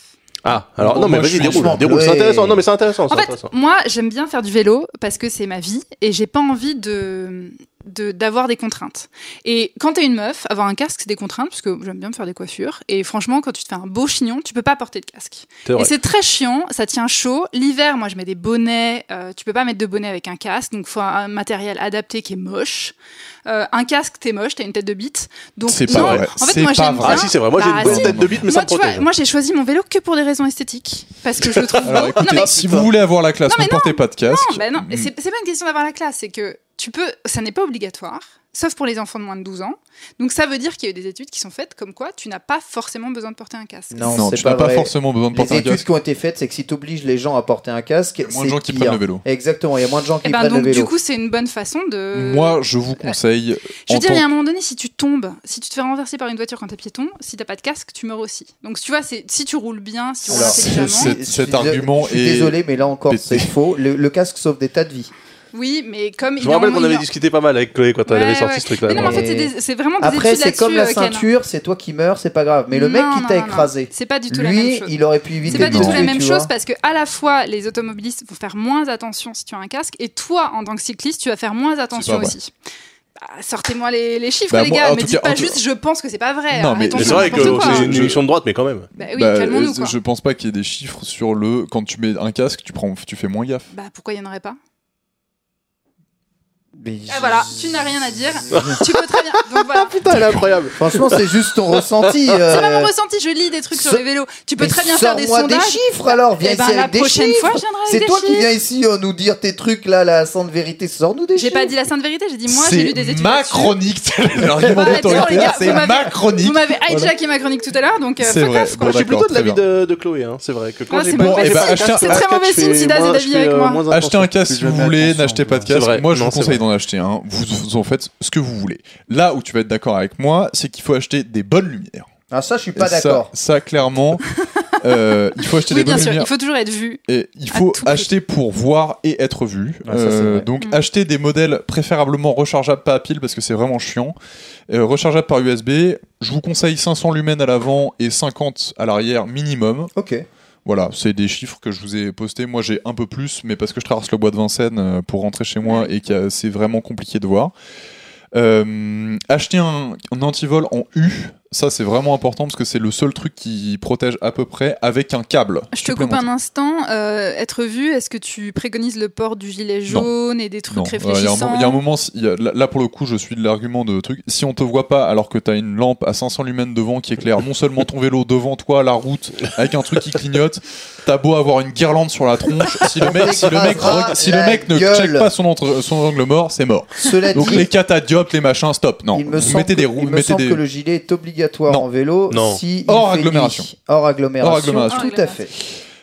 Ah, alors, Bon, non, mais moi, je vas-y, suis déroule, franchement déroule. C'est bleué. intéressant. Non, mais c'est intéressant. c'est En fait, intéressant. moi, j'aime bien faire du vélo parce que c'est ma vie et j'ai pas envie de de- d'avoir des contraintes. Et quand t'es une meuf, avoir un casque, c'est des contraintes parce que j'aime bien me faire des coiffures. Et franchement, quand tu te fais un beau chignon, tu peux pas porter de casque. C'est Et vrai. c'est très chiant, ça tient chaud. L'hiver, moi, je mets des bonnets. Euh, tu peux pas mettre de bonnet avec un casque, donc faut un matériel adapté qui est moche. Euh, un casque, t'es moche, t'as une tête de bite. Donc C'est pas non, vrai. en fait, C'est moi, pas j'aime vrai. bien. Ah, si, c'est vrai. Moi, j'ai Bah, une bonne si. tête de bite, mais ça Moi, me tu vois, protège. moi, j'ai choisi mon vélo que pour des raisons esthétiques, parce que je le trouve Alors beau. écoutez, Non, mais- si vous voulez avoir la classe, Non, mais ne portez pas de casque. Non, bah non, mais c'est c'est pas une question d'avoir la classe, c'est que tu peux, ça n'est pas obligatoire, sauf pour les enfants de moins de douze ans. Donc ça veut dire qu'il y a eu des études qui sont faites comme quoi tu n'as pas forcément besoin de porter un casque. Non, Non, c'est tu n'as pas pas vrai. forcément besoin de Les porter un études casque. qui ont été faites, c'est que si tu obliges les gens à porter un casque, Il y a moins de c'est gens qui pire. prennent le vélo. Exactement, il y a moins de gens qui Et ben prennent donc le vélo. du coup c'est une bonne façon de. Moi, je vous conseille. Je veux en dire, il y a tant- un moment donné, si tu tombes, si tu te fais renverser par une voiture quand t'es piéton, si t'as pas de casque, tu meurs aussi. Donc tu vois, c'est si tu roules bien, si tu roules Alors, intelligemment. c'est- Je cet suis dés- argument je suis est désolé, mais là encore, pété. c'est faux. Le, le casque sauve des tas de vies. Oui, mais comme Je il me est rappelle en- qu'on il avait est en- discuté pas mal avec Chloé quand elle Ouais, avait sorti ouais. ce truc-là. Mais non, mais en fait, Mais- c'est des- c'est vraiment des Après, études c'est là-dessus. comme la euh, Ken. ceinture, c'est toi qui meurs, c'est pas grave. Mais le mec Non, qui non, t'a non, non. écrasé, C'est pas du tout la même lui, chose. il aurait pu éviter C'est pas de du te tout la tuer, même tu chose vois. parce que à la fois les automobilistes vont faire moins attention si tu as un casque et toi en tant que cycliste tu vas faire moins attention pas vrai. aussi. Bah, sortez-moi les, les chiffres Bah, les moi, gars, en mais tout dites cas- pas en tout- juste je pense que c'est pas vrai. Non, mais- Arrêtons Mais de c'est vrai n'importe que quoi. c'est une émission de droite, mais quand même. Bah oui, Bah, calmons-nous euh, quoi. je pense pas qu'il y ait des chiffres sur le quand tu mets un casque, tu prends, tu fais moins gaffe. Bah pourquoi il y en aurait pas? Mais Ah voilà, tu n'as rien à dire. Tu peux très bien. Donc voilà. Putain, elle est incroyable. Franchement, c'est juste ton ressenti. C'est euh, pas mon ressenti, je lis des trucs sur so- les vélos. Tu peux mais très bien faire des sors-moi sondages. chiffres alors, viens Eh ben, ici la avec des prochaine chiffres. fois, je viendrai avec C'est des toi qui chiffres. viens ici euh, nous dire tes trucs là, la sainte vérité. Sors-nous des J'ai chiffres. pas dit la sainte vérité, j'ai dit moi j'ai lu des études. ma là-dessus. chronique. L'argument Bah, attends, les d'autorité, gars, c'est vous m'avez- ma chronique. Vous m'avez hijacké ma chronique tout à l'heure, donc euh, C'est fuck vrai. off, Bon, quoi. Je suis plutôt de d'accord, l'avis très de, de Chloé, hein. c'est vrai. Que quand Ah, j'ai c'est pas- bon, mauvais eh ben, signe. achetez un- C'est très un mauvais casque, signe je si fais Daz est moins- d'avis je fais, avec euh, moi. moins Achetez un attention. casque si Plus vous jamais voulez, attention. n'achetez pas de C'est casque. vrai. Moi, je Non, vous c'est conseille vrai. d'en acheter un. Vous, vous en faites ce que vous voulez. Là où tu vas être d'accord avec moi, c'est qu'il faut acheter des bonnes lumières. Ah ça, je suis pas Et ça- d'accord. Ça, clairement, euh, il faut acheter Oui, des bien bonnes sûr, lumières. il faut toujours être vu. Et il À faut tout prix. acheter pour voir et être vu. Ah, ça, c'est Euh, vrai. donc Mm. acheter des modèles préférablement rechargeables, pas à pile parce que c'est vraiment chiant. Euh, rechargeables par U S B. Je vous conseille cinq cents lumens à l'avant et cinquante à l'arrière minimum. Ok. Voilà, c'est des chiffres que je vous ai postés. Moi j'ai un peu plus, mais parce que je traverse le bois de Vincennes euh, pour rentrer chez moi et que c'est vraiment compliqué de voir. Euh, acheter un, un antivol en U, Ça, c'est vraiment important parce que c'est le seul truc qui protège à peu près avec un câble. Je te coupe un instant. Euh, être vu, est-ce que tu préconises le port du gilet jaune non. et des trucs non. réfléchissants? Il euh, y, y a un moment, y a, là pour le coup, je suis de l'argument de truc. Si on te voit pas alors que t'as une lampe à cinq cents lumens devant qui éclaire non seulement ton vélo devant toi, la route, avec un truc qui clignote, t'as beau avoir une guirlande sur la tronche, si le mec, si le mec, re- si le mec ne gueule. check pas son, entre, son angle mort, c'est mort. Cela Donc dit, les catadiopes, les machins, stop. Non, il me vous mettez que, des roues, il me mettez semble des... que le gilet est obligatoire non. en vélo non. si hors il fait agglomération. nuit. Hors agglomération. Hors agglomération. Tout à fait.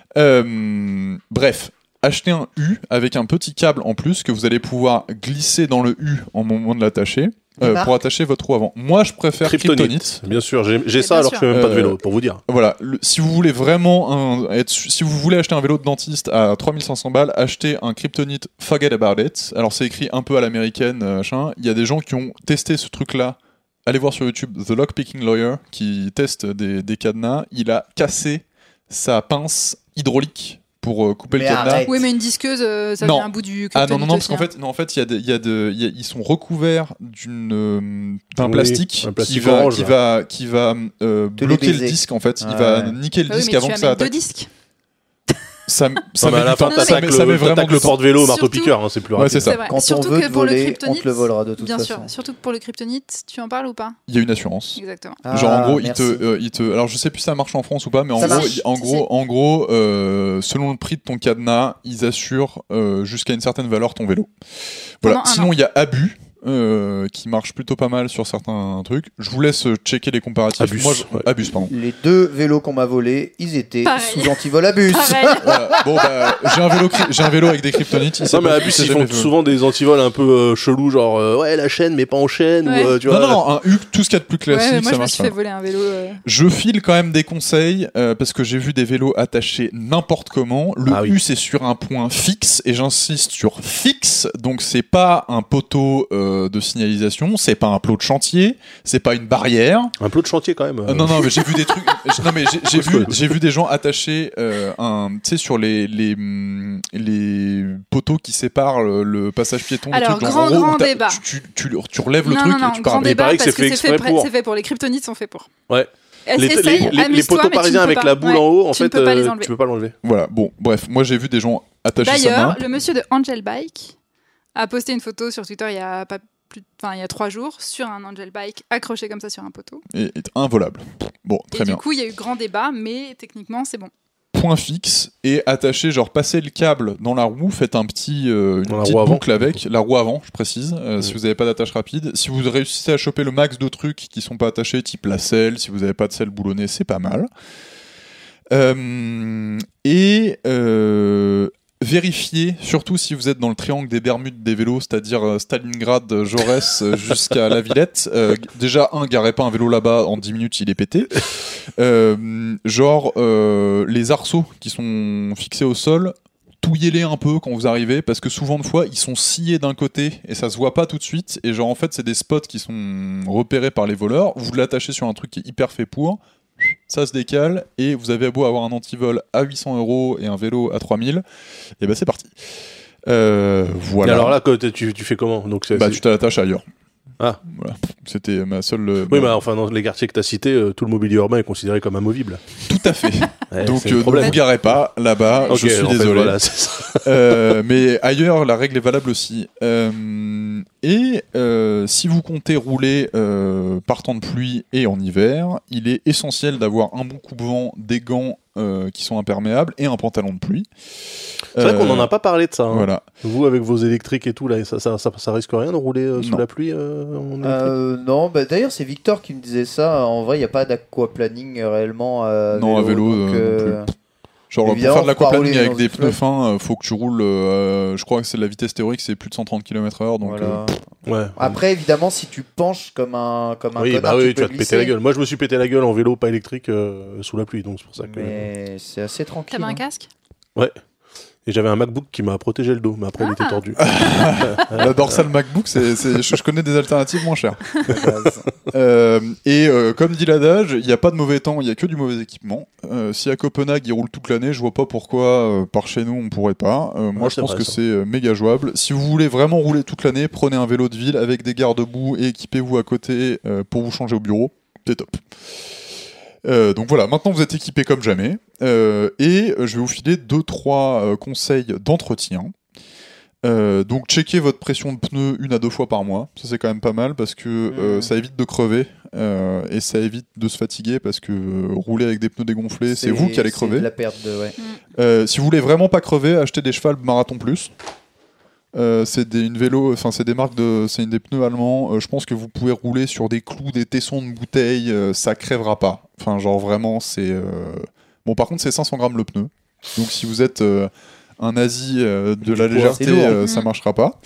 Euh, bref. Achetez un U avec un petit câble en plus que vous allez pouvoir glisser dans le U au moment de l'attacher euh, pour attacher votre roue avant. Moi, je préfère Kryptonite. Kryptonite. Bien sûr, j'ai, j'ai ça alors sûr. que je fais même pas de vélo, pour vous dire. Voilà, le, si vous voulez vraiment un, être, si vous voulez acheter un vélo de dentiste à trois mille cinq cents balles, achetez un Kryptonite Forget About It. Alors c'est écrit un peu à l'américaine, machin. Il y a des gens qui ont testé ce truc-là. Allez voir sur YouTube The Lockpicking Lawyer qui teste des, des cadenas. Il a cassé sa pince hydraulique pour euh, couper mais le cadenas. Arrête. Oui, mais une disqueuse, euh, ça non. vient un bout du. Ah non non non parce aussi, qu'en hein. fait non en fait il y a des, il y a de il y a, ils sont recouverts d'une euh, d'un oui, plastique, un plastique qui va orange, qui là. va qui va euh, bloquer le disque en fait. Ah, il va ouais. niquer le Ah oui, disque mais avant tu que ça amènes deux attaque. disques. Ça ça Non, mais met à la du temps. fin, Ça t'attaques met ça met le, vraiment t'attaques du le temps. porte-vélo, Surtout- marteau-piqueur, hein, c'est plus Ouais, rapide. c'est ça. C'est vrai. Quand Surtout on veut que te pour le voler, on kryptonite, te le volera de toute bien façon. sûr. Surtout que pour le kryptonite, tu en parles ou pas? Il y a une assurance. Exactement. Ah, Genre en gros, il merci. te, euh, il te, alors je sais plus si ça marche en France ou pas, mais en Ça gros, marche. il- en Si, gros, si. en gros, euh, selon le prix de ton cadenas, ils assurent euh, jusqu'à une certaine valeur ton vélo. Voilà. Pendant un Sinon, an. il y a Abus. Euh, qui marche plutôt pas mal sur certains trucs. Je vous laisse checker les comparatifs. Abus, Moi, je... ouais. Abus, pardon. Les deux vélos qu'on m'a volés, ils étaient Pareil. sous antivol abus. Pareil. Voilà. Bon, bah, j'ai un vélo, cry- j'ai un vélo avec des kryptonites. il s'est Non, mais pas- Abus, il s'est ils jamais font fait- souvent des antivols un peu euh, chelous, genre euh, ouais, la chaîne, mais pas en chaîne, Ouais. ou euh, tu Non, vois. non, un U, tout ce qu'il y a de plus classique, Ouais, moi ça je me marche suis pas. fait voler un vélo. euh, Je file quand même des conseils euh, parce que j'ai vu des vélos attachés n'importe comment. Le Ah oui. U c'est sur un point fixe et j'insiste sur fixe. Donc c'est pas un poteau euh, de signalisation, c'est pas un plot de chantier, c'est pas une barrière. Un plot de chantier quand même. Euh, non non mais j'ai vu des trucs. j- Non mais j'ai, j'ai vu Ouais. j'ai vu des gens attacher euh, un tu sais sur les les hum, les poteaux qui séparent le, le passage piéton. le Alors, truc, genre, grand, en gros, grand où t'as- débat. Tu, tu, tu, tu relèves le non, truc non, non, et tu pars. grand Mais il débat paraît que parce c'est que fait c'est fait, exprès près- pour. c'est fait pour les kryptonites sont faits pour. Ouais. Les, Essaye, les, les, les amuse-toi, poteaux mais tu parisiens ne peux avec pas. la boule Ouais. en haut, en Tu ne fait, peux pas les euh, enlever. tu peux pas l'enlever. Voilà bon bref moi j'ai vu des gens attacher ça D'ailleurs, main. le monsieur de Angel Bike a posté une photo sur Twitter il y a pas plus, enfin il y a trois jours sur un Angel Bike accroché comme ça sur un poteau. Et est involable. Bon, très Et bien. du coup, il y a eu grand débat, mais techniquement, c'est bon. Point fixe et attaché, genre passer le câble dans la roue, faites un petit, euh, une Dans la petite roue avant. boucle avec la roue avant, je précise. euh, Ouais. Si vous n'avez pas d'attache rapide, si vous réussissez à choper le max de trucs qui sont pas attachés, type la selle, si vous n'avez pas de selle boulonnée, c'est pas mal. Euh, et euh, vérifiez, surtout si vous êtes dans le triangle des Bermudes des vélos, c'est-à-dire euh, Stalingrad, euh, Jaurès euh, jusqu'à la Villette. Euh, déjà, un, garez pas un vélo là-bas, en dix minutes il est pété. Euh, genre, euh, les arceaux qui sont fixés au sol, touillez-les un peu quand vous arrivez, parce que souvent de fois, ils sont sciés d'un côté et ça se voit pas tout de suite. Et genre, en fait, c'est des spots qui sont repérés par les voleurs. Vous l'attachez sur un truc qui est hyper fait pour. Ça se décale et vous avez beau avoir un antivol à huit cents euros et un vélo à trois mille, et ben c'est parti. Euh, voilà. Et alors là, quand tu, tu fais comment? Donc, c'est, bah c'est- tu t'attaches ailleurs. Ah. Voilà. C'était ma seule. euh, Oui, ma- mais enfin, dans les quartiers que tu as cités, euh, tout le mobilier urbain est considéré comme amovible. Tout à fait. Ouais, Donc c'est le euh, ne problème. vous garez pas là-bas. Ok, je suis en fait, désolé. voilà, c'est ça. Euh, mais ailleurs, la règle est valable aussi. Euh, et euh, si vous comptez rouler euh, par temps de pluie et en hiver, il est essentiel d'avoir un bon coupe-vent, des gants euh, qui sont imperméables et un pantalon de pluie. C'est vrai Euh, qu'on n'en a pas parlé de ça. hein. Voilà. Vous, avec vos électriques et tout, là, ça, ça, ça, ça risque rien de rouler euh, sous Non. la pluie euh, en électrique Euh, non, bah, d'ailleurs c'est Victor qui me disait ça. En vrai, il n'y a pas d'aquaplaning euh, réellement à Non, à vélo, donc, euh, non Genre pour Évidemment, faire de faut pas l'aquaplaning rouler avec dans des une pneus flotte. fins, euh, faut que tu roules. euh, je crois que c'est la vitesse théorique, c'est plus de cent trente kilomètres heure. Donc voilà. euh, Ouais. Après, évidemment, si tu penches comme un comme un Oui, connard, bah oui, tu tu peux vas te péter glisser. la gueule. Moi, je me suis pété la gueule en vélo pas électrique euh, sous la pluie, donc c'est pour ça que. Mais c'est assez tranquille. T'avais un hein. casque? Ouais. Et j'avais un MacBook qui m'a protégé le dos, mais après il était tordu. la dorsale MacBook, c'est, c'est- je, je connais des alternatives moins chères. De base. Euh, et euh, comme dit l'adage, il n'y a pas de mauvais temps, il n'y a que du mauvais équipement. Euh, si à Copenhague il roule toute l'année, je vois pas pourquoi euh, par chez nous on pourrait pas. Euh, moi Ouais, je c'est pense vrai, que ça. c'est euh, méga jouable. Si vous voulez vraiment rouler toute l'année, prenez un vélo de ville avec des garde-boue et équipez-vous à côté euh, pour vous changer au bureau. C'est top. Euh, donc voilà, maintenant vous êtes équipé comme jamais. Euh, et je vais vous filer deux trois euh, conseils d'entretien. Euh, donc checker votre pression de pneu une à deux fois par mois, ça c'est quand même pas mal parce que euh, Mmh. ça évite de crever euh, et ça évite de se fatiguer parce que euh, rouler avec des pneus dégonflés, c'est, vous qui allez C'est crever. de la perte de. Ouais. Euh, si vous voulez vraiment pas crever, achetez des Cheval Marathon Plus. Euh, c'est des, une vélo, enfin c'est des marques de, c'est des pneus allemands. Euh, je pense que vous pouvez rouler sur des clous, des tessons de bouteille, euh, ça crèvera pas. Enfin genre vraiment c'est euh... bon. Par contre c'est cinq cents grammes le pneu. Donc si vous êtes euh, un nazi euh, de la coup, légèreté, c'est lourd. euh, ça Mm. marchera pas.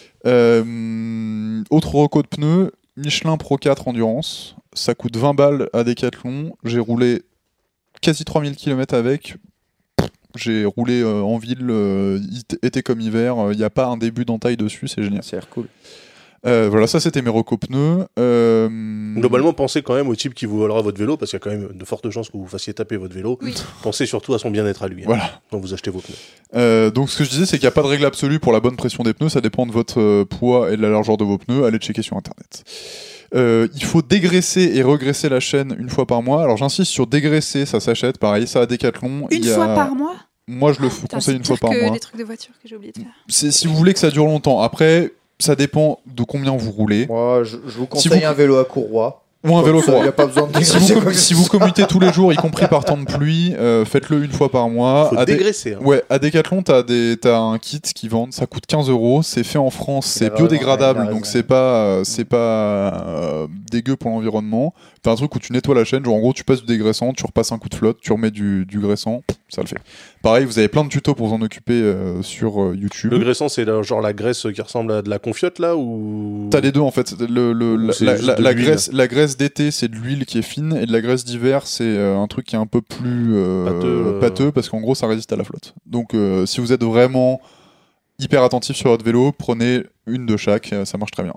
Euh, autre reco de pneus, Michelin Pro quatre Endurance. Ça coûte vingt balles à Decathlon. J'ai roulé quasi trois mille kilomètres avec. J'ai roulé euh, en ville, euh, it- été comme hiver. Il n'y a pas un début d'entaille dessus, c'est génial. Ça a l'air cool. Euh, voilà, ça c'était mes recos pneus. Euh, Globalement, pensez quand même au type qui vous volera votre vélo, parce qu'il y a quand même de fortes chances que vous fassiez taper votre vélo. Oui. Pensez surtout à son bien-être à lui, hein, Voilà. quand vous achetez vos pneus. Euh, donc ce que je disais, c'est qu'il n'y a pas de règle absolue pour la bonne pression des pneus. Ça dépend de votre euh, poids et de la largeur de vos pneus. Allez checker sur internet. Euh, il faut dégraisser et regresser la chaîne une fois par mois. Alors j'insiste sur dégraisser, ça s'achète. Pareil, ça à Decathlon. Une il y a- fois par mois. Moi, je le Putain, conseille c'est une fois pire par que mois. les trucs de voiture que j'ai oublié de faire. C'est si vous voulez que ça dure longtemps. Après, ça dépend de combien vous roulez. Moi, je, je vous Si conseille vous- un vélo à courroie. Ou un vélo Il n'y courant. a pas besoin de Si dégraisser vous, quoi que si ce vous soit. commutez tous les jours, y compris par temps de pluie, euh, faites-le une fois par mois. Faut À Dé- dégraisser. Hein. Ouais, à Decathlon, t'as, des, t'as un kit qui vendent, ça coûte quinze euros, c'est fait en France, Il c'est a raison, biodégradable, ouais, il a donc raison. c'est pas, euh, c'est pas euh, dégueu pour l'environnement. T'as un truc où tu nettoies la chaîne, genre en gros tu passes du dégraissant, tu repasses un coup de flotte, tu remets du, du graissant, ça le fait. Pareil, vous avez plein de tutos pour vous en occuper euh, sur euh, YouTube. Le graissant, c'est la- genre la graisse qui ressemble à de la confiote, là, ou... T'as les deux en fait. Le, le- la, C'est la- juste la- de la l'huile. graisse, la graisse d'été c'est de l'huile qui est fine et de la graisse d'hiver c'est euh, un truc qui est un peu plus euh, Pâteux, euh. pâteux parce qu'en gros ça résiste à la flotte. Donc euh, si vous êtes vraiment hyper attentif sur votre vélo, prenez une de chaque, euh, ça marche très bien.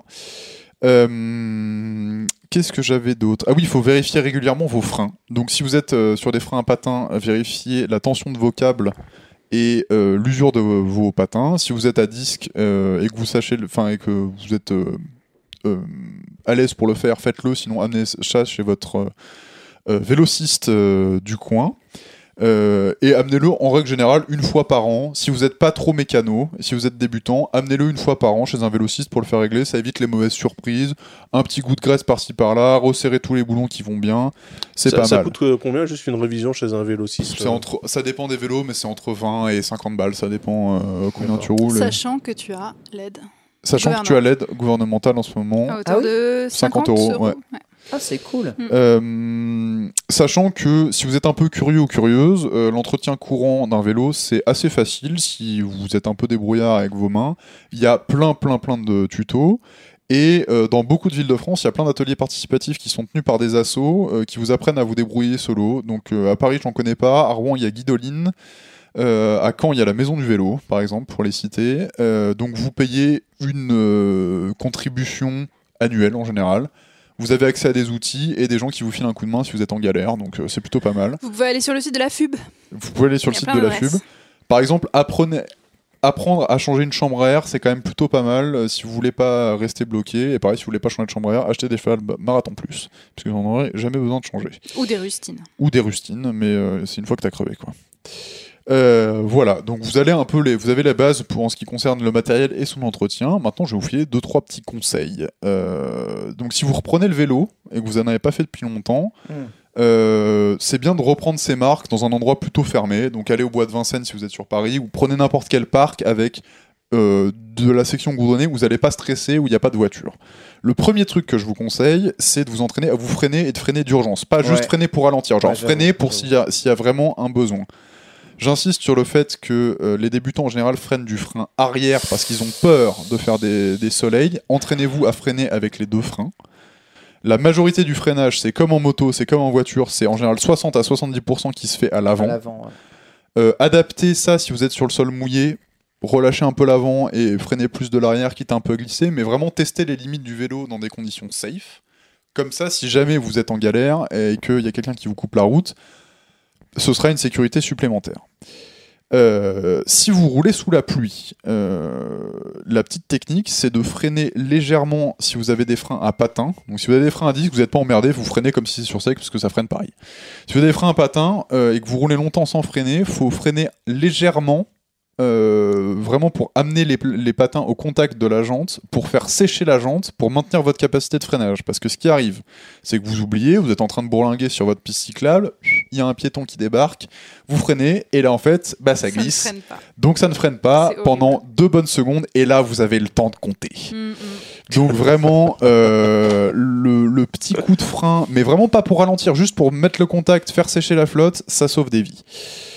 Euh, Qu'est-ce que j'avais d'autre ? Ah oui, il faut vérifier régulièrement vos freins. Donc si vous êtes euh, sur des freins à patins, vérifiez la tension de vos câbles et euh, l'usure de vos patins. Si vous êtes à disque euh, et que vous sachez, le- enfin et que vous êtes euh, euh, à l'aise pour le faire, faites-le. Sinon, amenez ça chez votre euh, euh, vélociste euh, du coin. Euh, et amenez-le en règle générale une fois par an. Si vous n'êtes pas trop mécano, si vous êtes débutant, amenez-le une fois par an chez un vélociste pour le faire régler. Ça évite les mauvaises surprises. Un petit goût de graisse par-ci par-là, resserrer tous les boulons qui vont bien. C'est ça, pas ça mal. coûte euh, combien, juste une révision chez un vélociste C'est entre, ça dépend des vélos, mais c'est entre vingt et cinquante balles. Ça dépend euh, combien tu roules. et- Sachant que tu as l'aide Sachant que tu as l'aide gouvernementale en ce moment. à hauteur Ah oui de cinquante cinquante euros, euros. ouais. Ouais. Ah, c'est cool. Euh, sachant que si vous êtes un peu curieux ou curieuse, euh, l'entretien courant d'un vélo c'est assez facile si vous êtes un peu débrouillard avec vos mains. Il y a plein plein plein de tutos et euh, dans beaucoup de villes de France il y a plein d'ateliers participatifs qui sont tenus par des assos euh, qui vous apprennent à vous débrouiller solo. Donc euh, à Paris j'en connais pas, à Rouen il y a Guidoline. Euh, à Caen, il y a la maison du vélo, par exemple, pour les citer. Euh, donc, vous payez une euh, contribution annuelle en général. Vous avez accès à des outils et des gens qui vous filent un coup de main si vous êtes en galère. Donc, euh, c'est plutôt pas mal. Vous pouvez aller sur le site de la F U B. Vous pouvez aller sur le Il y a site plein de la d'adresses. F U B. Par exemple, apprenez. Apprendre à changer une chambre à air, c'est quand même plutôt pas mal euh, si vous voulez pas rester bloqué. Et pareil, si vous voulez pas changer de chambre à air, achetez des Cheval Marathon Plus, parce que vous n'en aurez jamais besoin de changer. Ou des rustines. Ou des rustines, mais euh, c'est une fois que t'as crevé, quoi. Euh, voilà, donc vous allez un peu les, vous avez la base pour en ce qui concerne le matériel et son entretien. Maintenant, je vais vous filer deux trois petits conseils. Euh, donc, si vous reprenez le vélo et que vous en avez pas fait depuis longtemps, Mm. euh, c'est bien de reprendre ces marques dans un endroit plutôt fermé. Donc, allez au bois de Vincennes si vous êtes sur Paris, ou prenez n'importe quel parc avec euh, de la section goudronnée où vous n'allez pas stresser, où il n'y a pas de voiture. Le premier truc que je vous conseille, c'est de vous entraîner à vous freiner et de freiner d'urgence, pas juste Ouais. freiner pour ralentir, genre Ouais, j'avoue, freiner pour j'avoue. s'il y a, s'il y a vraiment un besoin. J'insiste sur le fait que euh, les débutants en général freinent du frein arrière parce qu'ils ont peur de faire des, des soleils. Entraînez-vous à freiner avec les deux freins. La majorité du freinage, c'est comme en moto, c'est comme en voiture, c'est en général soixante à soixante-dix pour cent qui se fait à À l'avant. l'avant, ouais. Euh, adaptez ça si vous êtes sur le sol mouillé, relâchez un peu l'avant et freinez plus de l'arrière quitte à un peu glisser, mais vraiment testez les limites du vélo dans des conditions safe. Comme ça, si jamais vous êtes en galère et qu'il y a quelqu'un qui vous coupe la route, ce sera une sécurité supplémentaire. Euh, si vous roulez sous la pluie, euh, la petite technique, c'est de freiner légèrement si vous avez des freins à patins. Donc si vous avez des freins à disque, vous n'êtes pas emmerdé, vous freinez comme si c'est sur sec parce que ça freine pareil. Si vous avez des freins à patins euh, et que vous roulez longtemps sans freiner, il faut freiner légèrement, euh, vraiment pour amener les, les patins au contact de la jante, pour faire sécher la jante, pour maintenir votre capacité de freinage. Parce que ce qui arrive, c'est que vous oubliez, vous êtes en train de bourlinguer sur votre piste cyclable, il y a un piéton qui débarque, vous freinez, et là en fait, bah, ça glisse. Ça ne freine pas. Donc ça ne freine pas C'est pendant horrible. deux bonnes secondes, et là vous avez le temps de compter. Mm, mm. Donc vraiment, euh, le, le petit coup de frein, mais vraiment pas pour ralentir, juste pour mettre le contact, faire sécher la flotte, ça sauve des vies.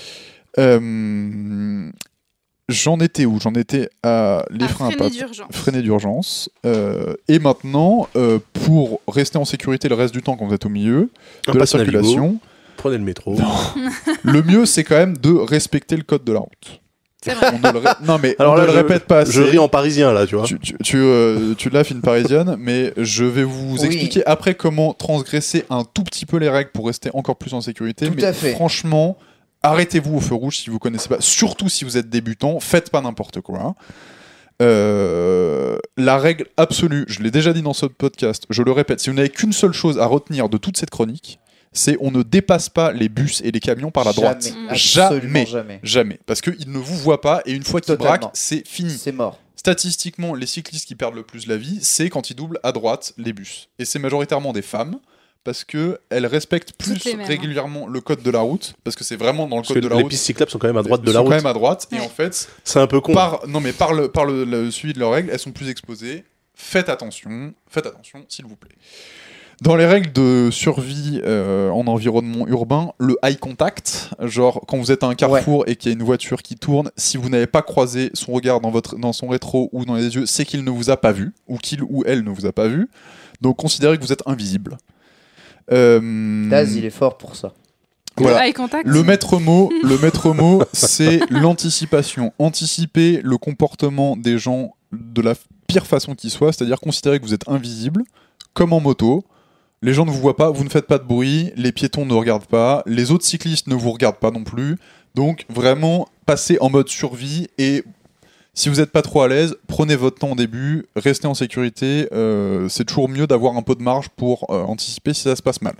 Euh, J'en étais où? J'en étais à les À freins à freiner pattes. d'urgence. Freiner d'urgence. Euh, et maintenant, euh, pour rester en sécurité le reste du temps quand vous êtes au milieu Un de la passe Navigo, circulation, Prenez le métro. le mieux c'est quand même de respecter le code de la route. C'est vrai. On ne le ré- Non mais Alors on là, ne le je- répète pas assez. Je ris en parisien là, tu vois. Tu, tu, tu, euh, tu l'as, fine parisienne, mais je vais vous Oui. expliquer après comment transgresser un tout petit peu les règles pour rester encore plus en sécurité. Tout mais à fait. franchement, arrêtez-vous au feu rouge si vous connaissez pas. Surtout si vous êtes débutant, faites pas n'importe quoi. Euh, la règle absolue, je l'ai déjà dit dans ce podcast, je le répète, si vous n'avez qu'une seule chose à retenir de toute cette chronique, c'est on ne dépasse pas les bus et les camions par la droite. Jamais. Jamais. Absolument jamais. Jamais. Parce qu'ils ne vous voient pas et une fois qu'ils Totalement. braquent, c'est fini. C'est mort. Statistiquement, les cyclistes qui perdent le plus la vie, c'est quand ils doublent à droite les bus. Et c'est majoritairement des femmes, parce qu'elles respectent plus Toutes les mêmes, hein. régulièrement le code de la route, parce que c'est vraiment dans le Parce code que de la les route. pistes cyclables sont quand même à droite de Elles la sont route. quand même à droite, et Ouais. en fait, C'est un peu con. par, non, mais par, le, par le, le suivi de leurs règles, elles sont plus exposées. Faites attention, faites attention, s'il vous plaît. Dans les règles de survie euh, en environnement urbain, le eye contact, genre quand vous êtes à un carrefour et qu'il y a une voiture qui tourne, si vous n'avez pas croisé son regard dans, votre, dans son rétro ou dans les yeux, c'est qu'il ne vous a pas vu, ou qu'il ou elle ne vous a pas vu. Donc considérez que vous êtes invisible. Euh, Daz, il est fort pour ça. voilà. Eye contact. Le maître mot, le maître mot, c'est l'anticipation. Anticiper le comportement des gens de la pire façon qui soit, c'est-à-dire considérer que vous êtes invisible, comme en moto. Les gens ne vous voient pas, vous ne faites pas de bruit, les piétons ne regardent pas, les autres cyclistes ne vous regardent pas non plus. Donc vraiment, passez en mode survie et si vous n'êtes pas trop à l'aise, prenez votre temps au début, restez en sécurité. Euh, c'est toujours mieux d'avoir un peu de marge pour euh, anticiper si ça se passe mal.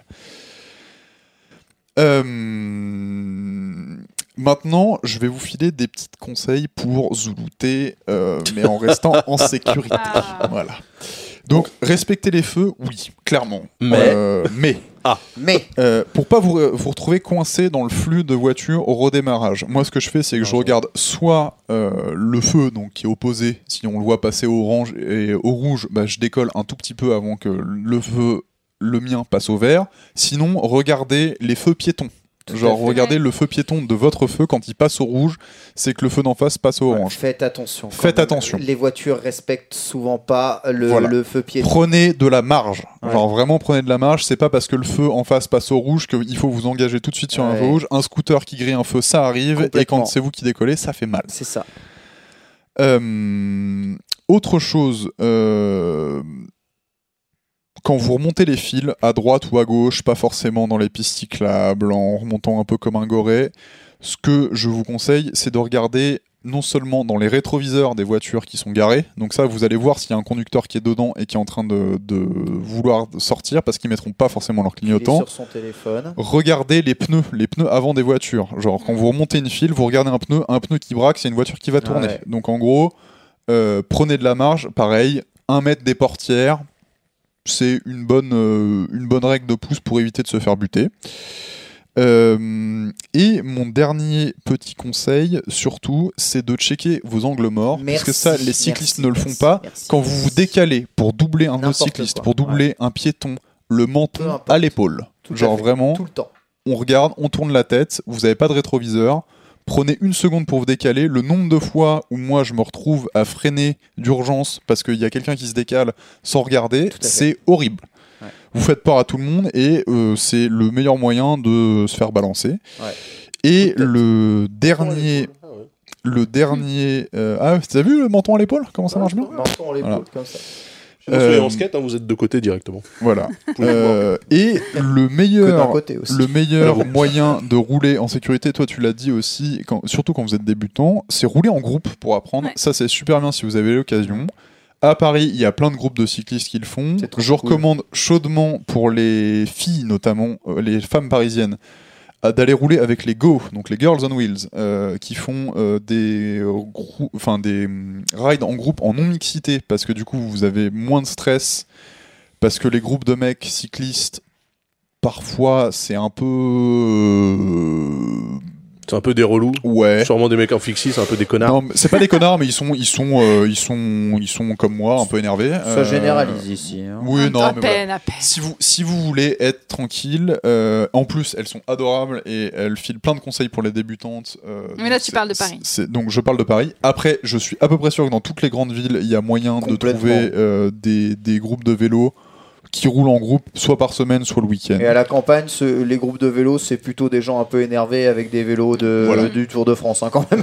Euh, Maintenant, je vais vous filer des petits conseils pour zoulouter, euh, mais en restant en sécurité. Ah. Voilà. Donc, respecter les feux, oui, clairement. Mais- Euh, mais Mais euh, pour pas vous, vous retrouver coincé dans le flux de voitures au redémarrage, moi ce que je fais c'est que je regarde soit euh, le feu donc qui est opposé, si on le voit passer au orange et au rouge, bah, je décolle un tout petit peu avant que le feu, le mien, passe au vert. Sinon, regardez les feux piétons. Tout à Genre fait. regardez le feu piéton de votre feu quand il passe au rouge, c'est que le feu d'en face passe au orange. faites attention. quand Faites même. attention. Les voitures respectent souvent pas le, Voilà. le feu piéton. Prenez de la marge. Ouais. Genre vraiment prenez de la marge. C'est pas parce que le feu en face passe au rouge qu'il faut vous engager tout de suite sur un Ouais. feu rouge. Un scooter qui grille un feu, ça arrive. Et Complètement. quand c'est vous qui décollez, ça fait mal. C'est ça. Euh, autre chose. euh, Quand vous remontez les fils, à droite ou à gauche, pas forcément dans les pistes cyclables, en remontant un peu comme un goret, ce que je vous conseille, c'est de regarder non seulement dans les rétroviseurs des voitures qui sont garées, donc ça, vous allez voir s'il y a un conducteur qui est dedans et qui est en train de, de vouloir sortir, parce qu'ils mettront pas forcément leur Il est clignotant. sur son téléphone. Regardez les pneus, les pneus avant des voitures. Genre, quand vous remontez une file, vous regardez un pneu, un pneu qui braque, c'est une voiture qui va tourner. Ouais. Donc en gros, euh, prenez de la marge, pareil, un mètre des portières, c'est une bonne, euh, une bonne règle de pouce pour éviter de se faire buter. Euh, et mon dernier petit conseil, surtout, c'est de checker vos angles morts, parce que ça, les cyclistes merci, ne le font merci, pas. merci, Quand vous vous merci. décalez pour doubler un autre N'importe cycliste, quoi, pour doubler un piéton, le Peu menton importe. à l'épaule, Tout à genre fait. vraiment, Tout le temps. on regarde, on tourne la tête, vous n'avez pas de rétroviseur, prenez une seconde pour vous décaler. Le nombre de fois où moi je me retrouve à freiner d'urgence parce qu'il y a quelqu'un qui se décale sans regarder, Tout à fait. c'est horrible. Ouais. Vous faites peur à tout le monde et euh, c'est le meilleur moyen de se faire balancer. Ouais. Et Peut-être. le dernier, Ah ouais. le dernier, euh, ah, t'as vu le menton à l'épaule? Comment ça marche bien? Menton à l'épaule, Voilà. comme ça. Vous soyez Euh, en skate, hein, vous êtes de côté directement. Voilà. Vous pouvez le voir. Euh, et le Que d'un meilleur, côté aussi. le meilleur Alors, moyen de rouler en sécurité, toi tu l'as dit aussi, quand, surtout quand vous êtes débutant, c'est rouler en groupe pour apprendre. Ouais. Ça c'est super bien si vous avez l'occasion. À Paris, il y a plein de groupes de cyclistes qui le font. C'est trop Je cool. recommande chaudement pour les filles, notamment euh, les femmes parisiennes, à- d'aller rouler avec les Go, donc les Girls on Wheels, euh, qui font euh, des, euh, grou- enfin, des hum, rides en groupe en non-mixité, parce que du coup vous avez moins de stress, parce que les groupes de mecs cyclistes, parfois c'est un peu... euh, C'est un peu des relous. Ouais. Sûrement des mecs en fixie, c'est un peu des connards. Non, mais c'est pas des connards, mais ils sont, ils sont, euh, ils sont, ils sont comme moi, un peu énervés. Ça Euh, généralise ici. hein. Oui, à, non, à mais peine, voilà. à peine. Si vous, si vous voulez être tranquille, euh, en plus elles sont adorables et elles filent plein de conseils pour les débutantes. euh, Mais là, donc tu c'est- parles de Paris. c'est- donc je parle de Paris. Après, je suis à peu près sûr que dans toutes les grandes villes, il y a moyen de Complètement. trouver euh, des, des groupes de vélo qui roulent en groupe, soit par semaine, soit le week-end. Et à la campagne, ce- les groupes de vélos, c'est plutôt des gens un peu énervés avec des vélos de, Voilà. du Tour de France, hein, quand même.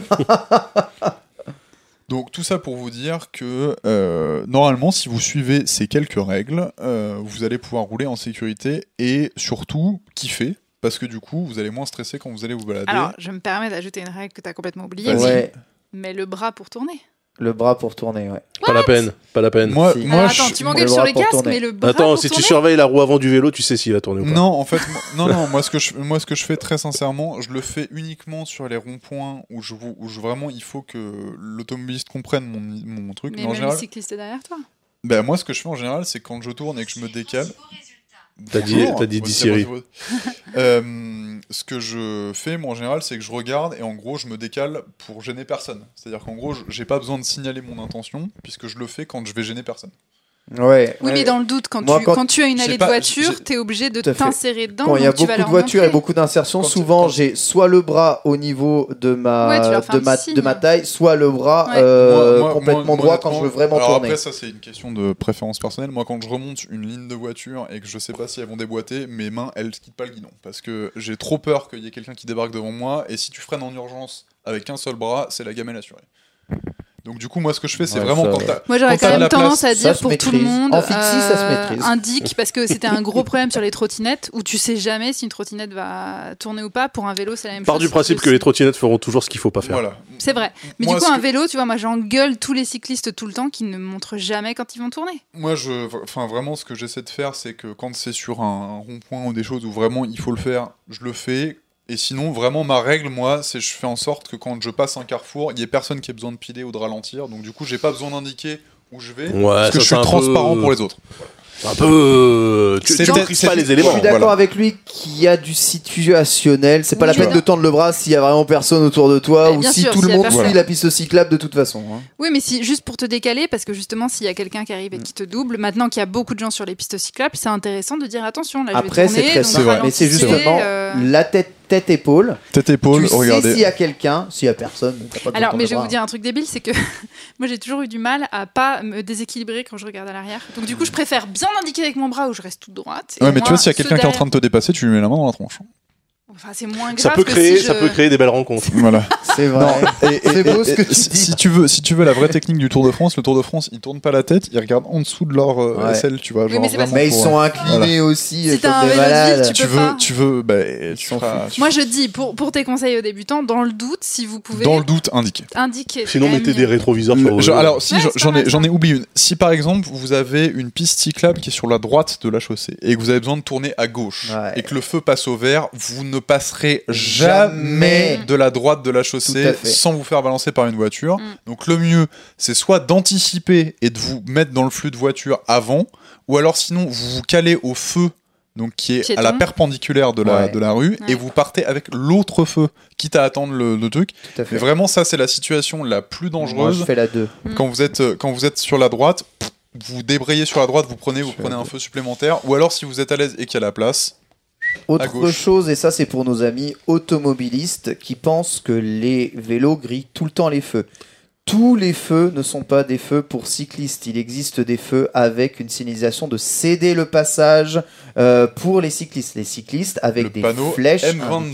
Donc tout ça pour vous dire que euh, normalement, si vous suivez ces quelques règles, euh, vous allez pouvoir rouler en sécurité et surtout kiffer, parce que du coup, vous allez moins stresser quand vous allez vous balader. Alors, je me permets d'ajouter une règle que tu as complètement oubliée. Vas-y. Ouais, Mais le bras pour tourner. le bras pour tourner, ouais. Pas la peine, pas la peine. moi, Si. moi, Alors, je- attends, tu le m'engueules bras sur les pour casques, tourner. mais le bras Attends, pour si tu tourner. surveilles la roue avant du vélo, tu sais s'il va tourner ou pas. Non, en fait, moi- non, non. Moi, ce que je, moi, ce que je fais très sincèrement, je le fais uniquement sur les ronds-points où je, où je vraiment, il faut que l'automobiliste comprenne mon, mon truc. Mais Mais en même général, le cycliste est derrière toi. ben, moi, ce que je fais en général, c'est quand je tourne et que je me décale. T'as dit- Bonjour. t'as dit Ouais, dis c'est Siri. bon, c'est bon. Euh, ce que je fais, moi, en général, c'est que je regarde et en gros, je me décale pour gêner personne. C'est-à-dire qu'en gros, je- j'ai pas besoin de signaler mon intention puisque je le fais quand je vais gêner personne. Ouais. Oui, ouais. mais dans le doute, quand, Moi, tu, quand- quand tu as une j'ai allée pas- de voiture, j'ai- t'es obligé de Tout à fait. t'insérer dedans. Quand il y a donc tu vas beaucoup leur de voitures et montrer. beaucoup d'insertions, Quand- souvent quand- j'ai soit le bras au niveau de ma, Ouais, tu leur fais de un ma, petit de ma signe. taille, soit le bras Ouais. euh, Moi- moi- complètement moi- droit quand honnêtement, je veux vraiment alors tourner. Après, ça, c'est une question de préférence personnelle. Moi, quand je remonte une ligne de voiture et que je sais pas si elles vont déboîter, mes mains, elles quittent pas le guidon. Parce que j'ai trop peur qu'il y ait quelqu'un qui débarque devant moi. Et si tu freines en urgence avec un seul bras, c'est la gamelle assurée. Donc, du coup, moi, ce que je fais, c'est Ouais, vraiment ça, quand ouais. t'as. Moi, j'aurais Quand t'as quand de la même tendance place, à ça dire se pour tout le maîtrise. monde, En fixie, ça se maîtrise. indique, parce que c'était un gros problème sur les trottinettes, où tu sais jamais si une trottinette va tourner ou pas. Pour un vélo, c'est la même Part chose. du principe que les trottinettes feront toujours ce qu'il faut pas faire. Voilà. C'est vrai. Mais Moi, du coup, ce un que- vélo, tu vois, moi, j'engueule tous les cyclistes tout le temps qui ne montrent jamais quand ils vont tourner. Moi, je, enfin, vraiment, ce que j'essaie de faire, c'est que quand c'est sur un rond-point ou des choses où vraiment il faut le faire, je le fais. Et sinon, vraiment, ma règle, moi, c'est je fais en sorte que quand je passe un carrefour, il y ait personne qui ait besoin de piler ou de ralentir. Donc, du coup, j'ai pas besoin d'indiquer où je vais. Ouais, parce que ça, je c'est suis un transparent peu- pour les autres. C'est un peu. euh, Tu, C'est tu peut-être- maîtrises c'est- pas les Je éléments. suis d'accord voilà. avec lui qu'il y a du situationnel. C'est pas Oui, la peine mais de tendre le bras s'il y a vraiment personne autour de toi Mais ou bien si sûr, tout s'il le y a monde personne. suit la piste cyclable de toute façon. hein. Oui, mais si, juste pour te décaler, parce que justement, s'il y a quelqu'un qui arrive et qui te double, maintenant qu'il y a beaucoup de gens sur les pistes cyclables, c'est intéressant de dire attention, là, je Après, vais c'est tourner, très donc simple. Mais c'est ralentissez, justement euh, la tête, tête épaule. Tête épaule, Tu sais regardez. s'il y a quelqu'un, s'il y a personne. t'as pas besoin de Alors, tendre mais le je vais bras. vous dire un truc débile, c'est que moi j'ai toujours eu du mal à pas me déséquilibrer quand je regarde à l'arrière. Donc du coup, je préfère bien indiquer avec mon bras où je reste toute droite. Et Ouais, au mais tu moins, vois, s'il y a ceux quelqu'un qui est en derrière- train de te dépasser, tu lui mets la main dans la tronche. Enfin, c'est moins grave Ça peut que créer, si ça je- peut créer des belles rencontres. Voilà. C'est vrai. Et- et- C'est beau et- ce que et- tu si, dis. si tu veux, si tu veux la vraie technique du Tour de France, le Tour de France, ils tournent pas la tête, ils regardent en dessous de leur euh, Ouais. aisselle, tu vois. Oui, Genre mais c'est parce- vraiment Mais ils pour, sont euh, inclinés aussi. Si comme t'as un des vélo de ville, malades. tu Tu peux veux, pas. tu veux, bah, tu s'en feras- tu Moi je dis, pour, pour tes conseils aux débutants, dans le doute, si vous pouvez Dans le doute, indiquez. indiquer. Sinon, quand même mettez mieux. des rétroviseurs sur Le- vos je- vélos. alors, si Ouais, j'en- c'est j'en pas ai, mal, j'en ai ça. oublié une. Si par exemple vous avez une piste cyclable qui est sur la droite de la chaussée et que vous avez besoin de tourner à gauche Ouais. et que le feu passe au vert, vous ne passerez Jamais. jamais de la droite de la Tout chaussée à fait. sans vous faire balancer par une voiture. Mm. Donc le mieux, c'est soit d'anticiper et de vous mettre dans le flux de voiture avant, ou alors sinon vous vous calez au feu. Donc qui est Piéton. à la perpendiculaire de la, Ouais. de la rue, Ouais. et vous partez avec l'autre feu, quitte à attendre le, le truc. Tout à fait. Mais vraiment, ça, c'est la situation la plus Moi, dangereuse. je fais la deux. Quand vous êtes euh, quand vous êtes sur la droite, vous débrayez sur la droite, vous prenez vous Je prenez fais un feu supplémentaire, ou alors si vous êtes à l'aise et qu'il y a la place. À Autre gauche. chose, et ça c'est pour nos amis automobilistes qui pensent que les vélos grillent tout le temps les feux. Tous les feux ne sont pas des feux pour cyclistes. Il existe des feux avec une signalisation de céder le passage euh, pour les cyclistes. Les cyclistes avec Le des panneau flèches M vingt-deux. indiquées.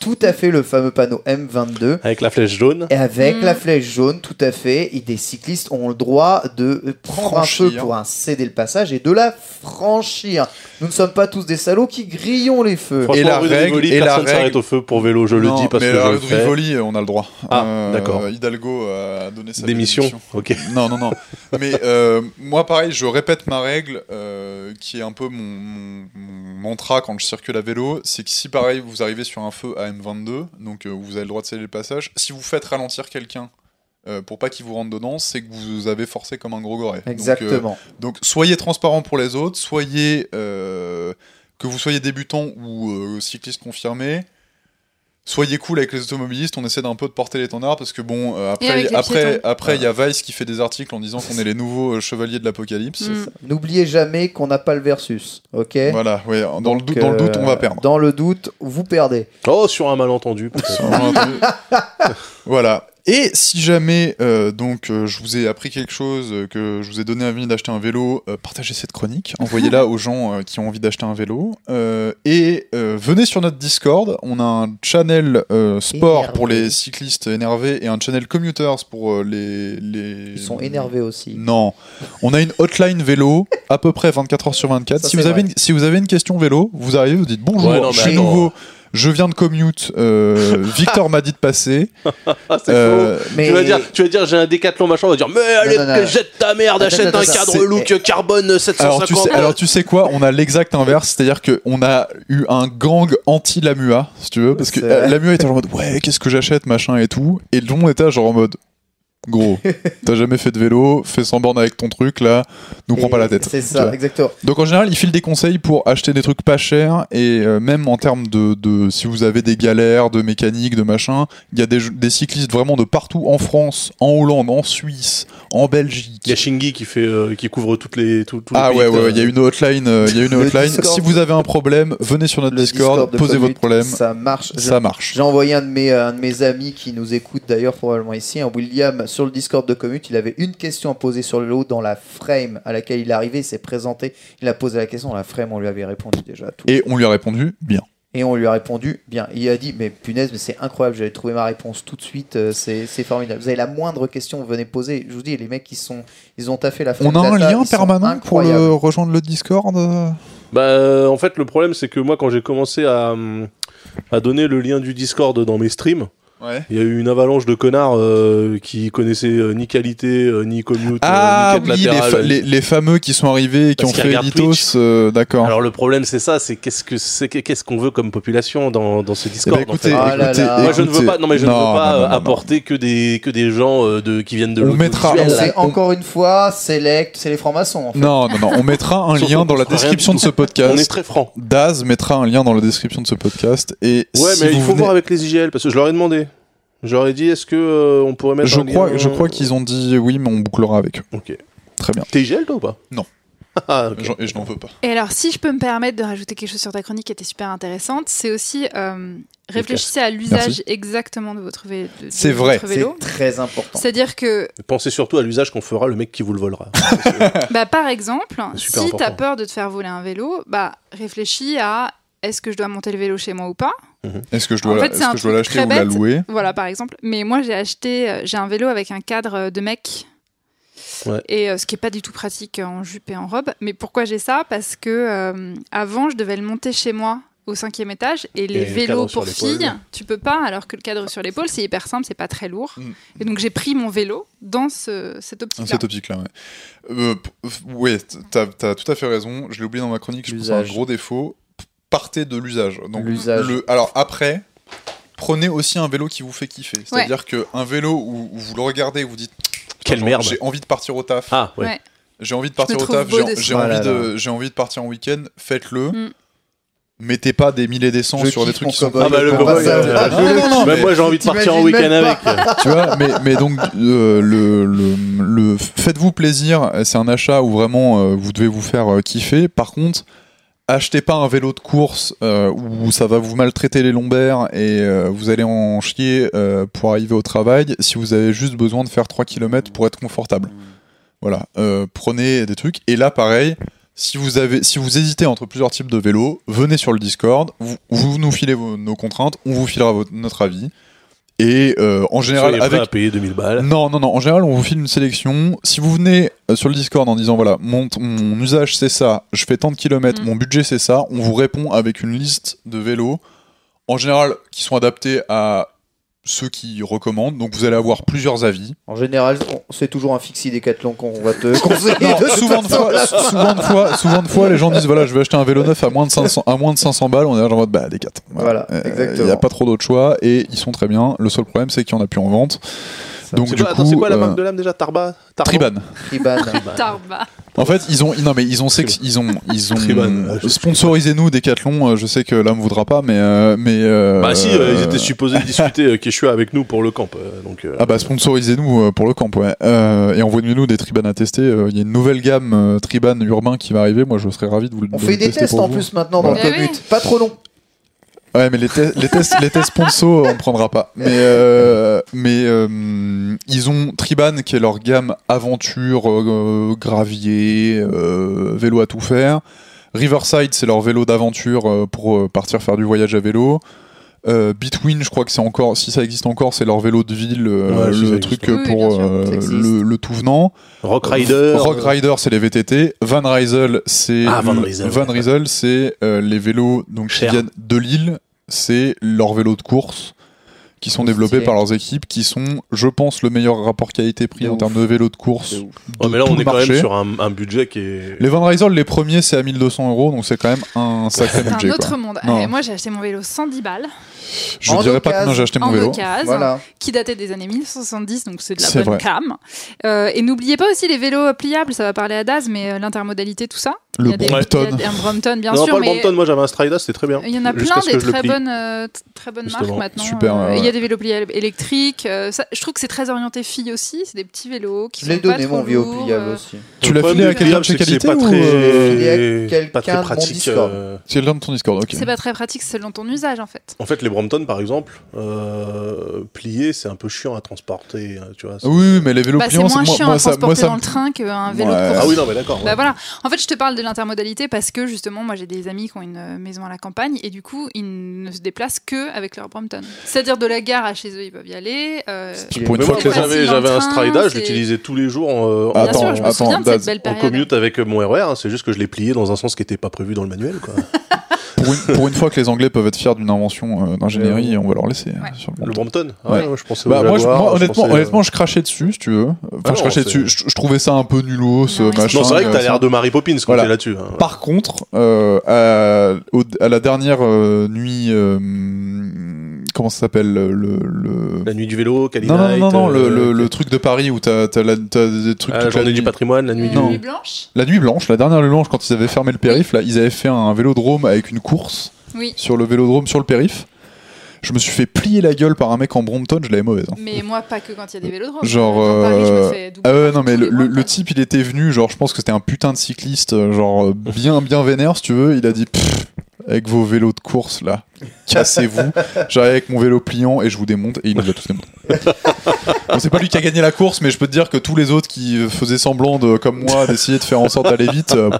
Tout à fait, le fameux panneau M vingt-deux. Avec la flèche jaune. Et avec Mm. la flèche jaune, tout à fait, et des cyclistes ont le droit de prendre Franchir. un feu pour un céder le passage et de la franchir. Nous ne sommes pas tous des salauds qui grillons les feux. Franchement, Et la rue de règle- Rivoli, et la personne règle- s'arrête au feu pour vélo, je le Non, dis parce mais que la je rue le de fais. Rivoli, on a le droit. Ah, d'accord. Hidalgo a donné sa Démission. démission. Ok. Non, non, non. Mais euh, moi, pareil, je répète ma règle, euh, qui est un peu mon, mon- mon mantra quand je circule à vélo, c'est que si, pareil, vous arrivez sur un feu à M vingt-deux, donc euh, vous avez le droit de céder le passage, si vous faites ralentir quelqu'un euh, pour pas qu'il vous rentre dedans, c'est que vous avez forcé comme un gros goret. Donc, euh, Exactement. Donc, soyez transparent pour les autres, soyez euh, que vous soyez débutant ou euh, cycliste confirmé. Soyez cool avec les automobilistes, on essaie d'un peu de porter l'étendard parce que bon, euh, Et avec après, les après, piétons. après, il y a Vice qui fait des articles en disant qu'on est les nouveaux euh, chevaliers de l'apocalypse. Mm. N'oubliez jamais qu'on n'a pas le versus, ok? Voilà, ouais, dans, Donc, le doute, dans le doute, on va euh, perdre. Dans le doute, vous perdez. Oh, sur un malentendu, peut-être. Voilà. Et si jamais euh, donc euh, je vous ai appris quelque chose, euh, que je vous ai donné envie d'acheter un vélo, euh, partagez cette chronique, envoyez-la aux gens euh, qui ont envie d'acheter un vélo, euh, et euh, venez sur notre Discord. On a un channel euh, sport Énervé. pour les cyclistes énervés et un channel commuters pour euh, les, les. Ils sont énervés aussi. Non, on a une hotline vélo à peu près vingt-quatre heures sur vingt-quatre. Ça, Si c'est vous, avez vrai. une, si vous avez une question vélo, vous arrivez, vous dites bonjour, Ouais, non, mais je suis attends. nouveau, je viens de commute, euh, Victor m'a dit de passer. Ah, c'est Euh, faux. Mais Tu vas dire, tu vas dire j'ai un décathlon machin, on va dire mais allez, non, non. jette ta merde, Attends, achète attends, un attends, cadre c'est- look carbone sept cent Alors tu, cinquante. sais, alors tu sais quoi, on a l'exact inverse, c'est-à-dire qu'on a eu un gang anti-Lamua, si tu veux, parce que C'est euh, vrai. Lamua était genre en mode ouais, qu'est-ce que j'achète, machin et tout, et le monde était genre en mode gros, t'as jamais fait de vélo, fais sans borne avec ton truc là, nous prends Et pas la tête. C'est Tu ça, vois. exactement. Donc en général, il file des conseils pour acheter des trucs pas chers et euh, même en termes de, de si vous avez des galères de mécanique, de machin, il y a des, des cyclistes vraiment de partout en France, en Hollande, en Suisse, en Belgique. Il y a Shingy qui fait, euh, qui couvre toutes les, tout, tous les Ah pays ouais, de- ouais, ouais, il y a une hotline, euh, il y a une Le hotline. Discord. Si vous avez un problème, venez sur notre Le Discord, de posez Commute, votre problème, Ça marche. ça marche. J'ai envoyé un de, mes, un de mes amis qui nous écoute d'ailleurs probablement ici, un William, sur le Discord de Commute. Il avait une question à poser sur le lot dans la frame à laquelle il est arrivé, il s'est présenté, il a posé la question dans la frame, on lui avait répondu déjà à tout. Et on lui a répondu bien. Et on lui a répondu bien. Il a dit, mais punaise, mais c'est incroyable, j'avais trouvé ma réponse tout de suite, euh, c'est c'est formidable. Vous avez la moindre question, venez poser. Je vous dis, les mecs, ils, sont, ils ont taffé la frame On a un data, lien ils sont permanent pour incroyables. le, rejoindre le Discord euh Bah, euh, en fait, le problème, c'est que moi, quand j'ai commencé à, hum, à donner le lien du Discord dans mes streams, Ouais. il y a eu une avalanche de connards euh, qui connaissaient euh, ni qualité, euh, ni commute, Ah euh, ni quête oui, les, latérale. fa- les, les fameux qui sont arrivés et qui Parce ont qu'ils fait regardent Litos, Twitch. euh, d'accord. Alors le problème, c'est ça, c'est qu'est-ce que c'est, qu'est-ce qu'on veut comme population dans, dans ce Eh ben, Discord. en écoutez, fait. Ah là écoutez, là. Moi, je ne veux écoutez. pas, non mais je Non, ne veux pas non, non, euh, non, apporter que des que des gens euh, de qui viennent de On mettra- l'audiovisuel. C'est encore une fois, Select, c'est les francs-maçons en fait. Non, non, non, on mettra un Surtout lien dans la qu'on fera rien description du de ce On est podcast. très franc. Daz mettra un lien dans la description de ce podcast. Et Ouais, si mais il vous faut venez- voir avec les I G L parce que je leur ai demandé. Je leur ai dit, est-ce que euh, on pourrait mettre Je un crois, lien- je crois qu'ils ont dit oui, mais on bouclera avec eux. Ok. Très bien. T'es I G L toi ou pas? Non. Ah, ok. J'en- Et je n'en veux pas. Et alors, si je peux me permettre de rajouter quelque chose sur ta chronique qui était super intéressante, c'est aussi euh, réfléchissez à l'usage Merci. exactement de votre, vé- de- de C'est vrai. votre C'est vélo. très important. C'est-à-dire que, Pensez surtout à l'usage qu'on fera le mec qui vous le volera. bah, par exemple, C'est si super tu as important. peur de te faire voler un vélo, bah, réfléchis à est-ce que je dois monter le vélo chez moi ou pas? Est-ce que je En dois, fait, est-ce c'est un que je dois truc l'acheter très ou la bête. louer? Voilà, par exemple. Mais moi, j'ai acheté, euh, j'ai un vélo avec un cadre de mec. Ouais. Et euh, ce qui est pas du tout pratique en jupe et en robe. Mais pourquoi j'ai ça? Parce que euh, avant, je devais le monter chez moi au cinquième étage et les Et le cadre vélos sur pour l'épaule. filles, tu peux pas. Alors que le cadre sur l'épaule, c'est hyper simple, c'est pas très lourd. Mm. Et donc j'ai pris mon vélo dans ce, cette Dans optique-là. cette optique-là, ouais. Euh, p- ouais, t'as, t'as tout à fait raison. Je l'ai oublié dans ma chronique. Je pense que c'est un L'usage. gros défaut. Partez de l'usage. Donc, L'usage. le- alors après, prenez aussi un vélo qui vous fait kiffer. C'est-à-dire que un vélo où, où vous le regardez et vous dites Quelle genre, merde. j'ai envie de partir au taf. Ah ouais. Ouais. J'ai envie de me partir au trouve taf. beau J'ai, dessus. j'ai Voilà, envie là. de, j'ai envie de partir en week-end. Faites-le. Mm. Mettez pas des milliers des cents Je sur des kiffe trucs mon qui sont cowboy. Ah bah le Pour cowboy, pas ça, euh, je- non, non, non, Même mais- moi j'ai envie de partir en T'imagines week-end même avec. tu vois, mais, mais donc euh, le, le, le- faites-vous plaisir, c'est un achat où vraiment euh, vous devez vous faire euh, kiffer. Par contre, achetez pas un vélo de course euh, où ça va vous maltraiter les lombaires et euh, vous allez en chier euh, pour arriver au travail si vous avez juste besoin de faire trois kilomètres pour être confortable. Voilà, euh, prenez des trucs. Et là, pareil, Si vous, avez, si vous hésitez entre plusieurs types de vélos, venez sur le Discord, vous, vous nous filez vos, nos contraintes, on vous filera votre, notre avis. Et euh, en général, Soyez prêts avec à payer deux mille balles. Non, non, non. En général, on vous file une sélection. Si vous venez euh, sur le Discord en disant voilà, mon, mon usage c'est ça, je fais tant de kilomètres, Mm. mon budget c'est ça, on vous répond avec une liste de vélos, en général, qui sont adaptés à ceux qui recommandent. Donc vous allez avoir plusieurs avis. En général, on- c'est toujours un fixie Décathlon qu'on va te conseiller. Non, de toute souvent, de façon. fois, souvent, de fois, souvent de fois, les gens disent voilà, je vais acheter un vélo neuf à moins de cinq cents, à moins de cinq cents balles. On est là, genre en mode bah des quatre. Voilà, Il exactement. n'y a pas trop d'autres choix et ils sont très bien. Le seul problème, c'est qu'il n'y en a plus en vente. Donc C'est du quoi, coup, attends, c'est quoi la euh, marque de lame déjà? Tarba Tarban Triban. Triban. Tarba. En fait, ils ont, non mais ils ont, sex- ils ont, ils ont Triban, ouais, je- sponsorisé-nous Decathlon. euh, Je sais que l'homme voudra pas, mais, euh, mais. euh, Bah si, euh, ils étaient supposés discuter euh, Quechua avec nous pour le camp. euh, donc, euh, Ah bah sponsorisez-nous euh, pour le camp, ouais. Euh, et envoyez-nous des Triban à tester. euh, Il y a une nouvelle gamme euh, Triban urbain qui va arriver. Moi, je serais ravi de vous le On de fait le des tester tests pour en vous. plus maintenant dans Voilà. le Eh oui. Cobut. Pas trop long. Ouais, mais les, te- les tests, les tests sponsors, on prendra pas. Mais, euh, mais euh, ils ont Triban qui est leur gamme aventure, euh, gravier, euh, vélo à tout faire. Riverside, c'est leur vélo d'aventure euh, pour euh, partir faire du voyage à vélo. Euh, Between, je crois que c'est encore, si ça existe encore, c'est leur vélo de ville, euh, Ouais, si ça le existe. truc Oui, oui, pour bien sûr, euh, ça existe. le, le tout venant. Rock Rider. Rock Rider, c'est les V T T. Van Rysel, c'est Ah, Van le- Rysel, Van ouais. Rysel, c'est euh, les vélos donc qui Cher. viennent de Lille. C'est leurs vélos de course qui sont développés Stylé. par leurs équipes, qui sont, je pense, le meilleur rapport qualité-prix De en ouf. termes de vélos de course. De ouf. de Ouais, mais là, tout on le est quand marché. même sur un, un budget qui est. Les Van Rysel, les premiers, c'est à mille deux cents euros, donc c'est quand même un sacré C'est budget. un autre quoi. monde. Non. Et moi, j'ai acheté mon vélo cent dix balles, Je En dirais pas occasion. combien j'ai acheté mon en vélo. occasion, Voilà. qui datait des années mille neuf cent soixante-dix, donc c'est de la C'est bonne vrai. cam. Euh, et n'oubliez pas aussi les vélos pliables, ça va parler à Daz, mais euh, l'intermodalité, tout ça. Le Il y a des- Brompton. il y a un Brompton, bien non, sûr, pas le mais Brompton, moi j'avais un Strida, c'était très bien. il y en a Jusqu'à plein ce des que je le très plie. bonnes, euh, t- très bonnes marques Justement. maintenant. Super, Euh, ouais, et Il y a ouais. des vélos pliables électriques. euh, ça- je trouve que c'est très orienté filles aussi. C'est des petits vélos qui Je l'ai sont pas donné trop mon vieux lourds, pliable euh, aussi. Tu Le l'as problème filé à du quelqu'un pliable, de chez c'est que qualité c'est pas ou, très... euh, Filé à quelqu'un pas très de mon pratique. Discord. euh, C'est l'un de ton Discord, ok. C'est pas très pratique selon ton usage en fait. En fait, les Brompton, par exemple, euh, pliés, c'est un peu chiant à transporter. hein, Tu vois, c'est- Oui, oui, mais les vélos Bah, c'est pliants, moins moi- chiant moi, à ça- moi, transporter ça dans me- le train qu'un vélo Ouais. de course. Ah oui, non, mais d'accord. Bah ouais. voilà. En fait, je te parle de l'intermodalité parce que justement, moi j'ai des amis qui ont une euh, maison à la campagne et du coup, ils ne se déplacent que avec leur Brompton. C'est-à-dire de la gare à chez eux, ils peuvent y aller. euh, Stylé. Pour une Mais fois moi, que moi, les- j'avais, Facile dans le j'avais un train, Strida, je c'est- l'utilisais tous les jours en, euh, en- Bien Attends, sûr, je me attends, souviens de Daz, cette belle en période. commute avec mon R E R. hein, c'est juste que je l'ai plié dans un sens qui n'était pas prévu dans le manuel. Quoi. Pour une, pour une fois que les Anglais peuvent être fiers d'une invention euh, d'ingénierie, on va leur laisser euh, sur le Le Brompton. Brompton ah, Ouais. ouais, je pensais Bah, au moi, je- Jaguar, moi, je honnêtement, pensais, euh, honnêtement, je crachais dessus, si tu veux. Enfin, Ah non, je crachais c'est- dessus. Je, je trouvais ça un peu nulos, ce Non, ils sont- machin. Non, c'est vrai que t'as euh, l'air ça. de Mary Poppins quand Voilà. t'es là-dessus. hein. Par contre, euh, à, au- à la dernière euh, nuit, euh, comment ça s'appelle le, le... La nuit du vélo, Cali Non, non, Night, non, non, le, euh, le, le truc de Paris où t'as t'as la- t'as des trucs ah, toute la la journée nuit. du patrimoine, la nuit du... Non. Nuit blanche. La nuit blanche, la dernière nuit blanche, quand ils avaient fermé le périph', là, ils avaient fait un vélodrome avec une course Oui. sur le vélodrome sur le périph'. Je me suis fait plier la gueule par un mec en Brompton, je l'avais mauvaise. hein. Mais moi, pas que quand il y a des vélodromes. Genre, Dans Paris, je me euh, fais doubler Ah ouais, par non, mais tous le, les le- Brompton. le type, il était venu, genre, je pense que c'était un putain de cycliste, euh, genre, euh, bien, bien vénère, si tu veux. Il a dit, Pff, avec vos vélos de course, là, cassez-vous. J'arrive avec mon vélo pliant et je vous démonte, et il nous a tous démonté. Bon, c'est pas lui qui a gagné la course, mais je peux te dire que tous les autres qui faisaient semblant, de, comme moi, d'essayer de faire en sorte d'aller vite, euh,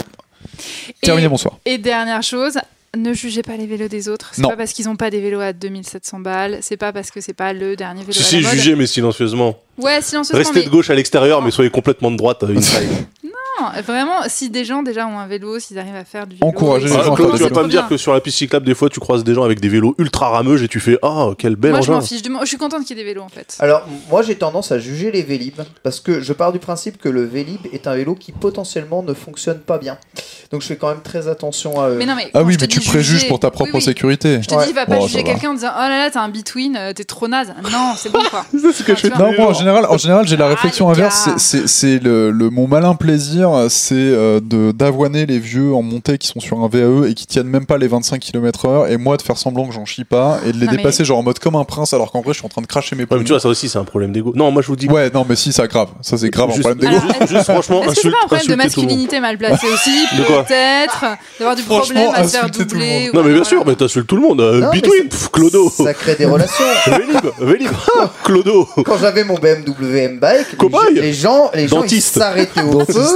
pff, Et- terminé, bonsoir. Et dernière chose, ne jugez pas les vélos des autres. C'est Non. pas parce qu'ils ont pas des vélos à deux mille sept cents balles. C'est pas parce que c'est pas le dernier vélo Si, à si, la mode. jugez, mais silencieusement. Ouais, silencieusement. Restez mais de gauche à l'extérieur, mais soyez complètement de droite euh, inside. non, vraiment, si des gens déjà ont un vélo, s'ils arrivent à faire du vélo. Encouragez ils les sont Ah, gens à trop faire Claude, des tu vas vélos. pas me dire bien. que sur la piste cyclable, des fois, tu croises des gens avec des vélos ultra rameux et tu fais « Ah, quel bel Moi, je engin m'en fiche. de- Je suis contente qu'il y ait des vélos en fait. Alors, moi j'ai tendance à juger les Vélib parce que je pars du principe que le Vélib est un vélo qui potentiellement ne fonctionne pas bien. Donc je fais quand même très attention à eux. Mais non, mais Ah quand oui, je te mais tu dis préjuges juger- pour ta propre oui, oui. sécurité. Je te Ouais. dis, va pas Bon, juger ça va. quelqu'un en disant oh là là, t'as un between, euh, t'es trop naze. Non, c'est bon quoi. C'est ce que je fais Enfin, tu vois. Non, moi en général, en général j'ai la Ah, réflexion les inverse. gars. C'est- C'est c'est le, le- mon malin plaisir, c'est euh, de d'avoiner les vieux en montée qui sont sur un V A E et qui tiennent même pas les vingt-cinq kilomètres heure et moi de faire semblant que j'en chie pas et de les Non, mais- dépasser genre en mode comme un prince alors qu'en vrai je suis en train de cracher mes Ouais, poumons. mais tu vois, ça aussi, c'est un problème d'ego. Non, moi, je vous dis... Ouais, non, mais si, ça grave. Ça, c'est grave un Juste- problème d'égo. Alors, Juste, juste, franchement, Est-ce que c'est insulte, pas un problème de insultez tout le monde. masculinité mal placée aussi De quoi peut-être d'avoir du Franchement, problème à se faire insulter tout le doubler. monde. ou Non, mais bien voilà. sûr, mais t'insultes tout le monde. Euh, Non, mais Between, c'est- pff, Clodo. Ça crée des relations. Vélib, Vélib. Ah, Clodo. Quand j'avais mon B M W M-Bike, les, Cobaye. les gens, les gens ils Dentiste. s'arrêtaient au feu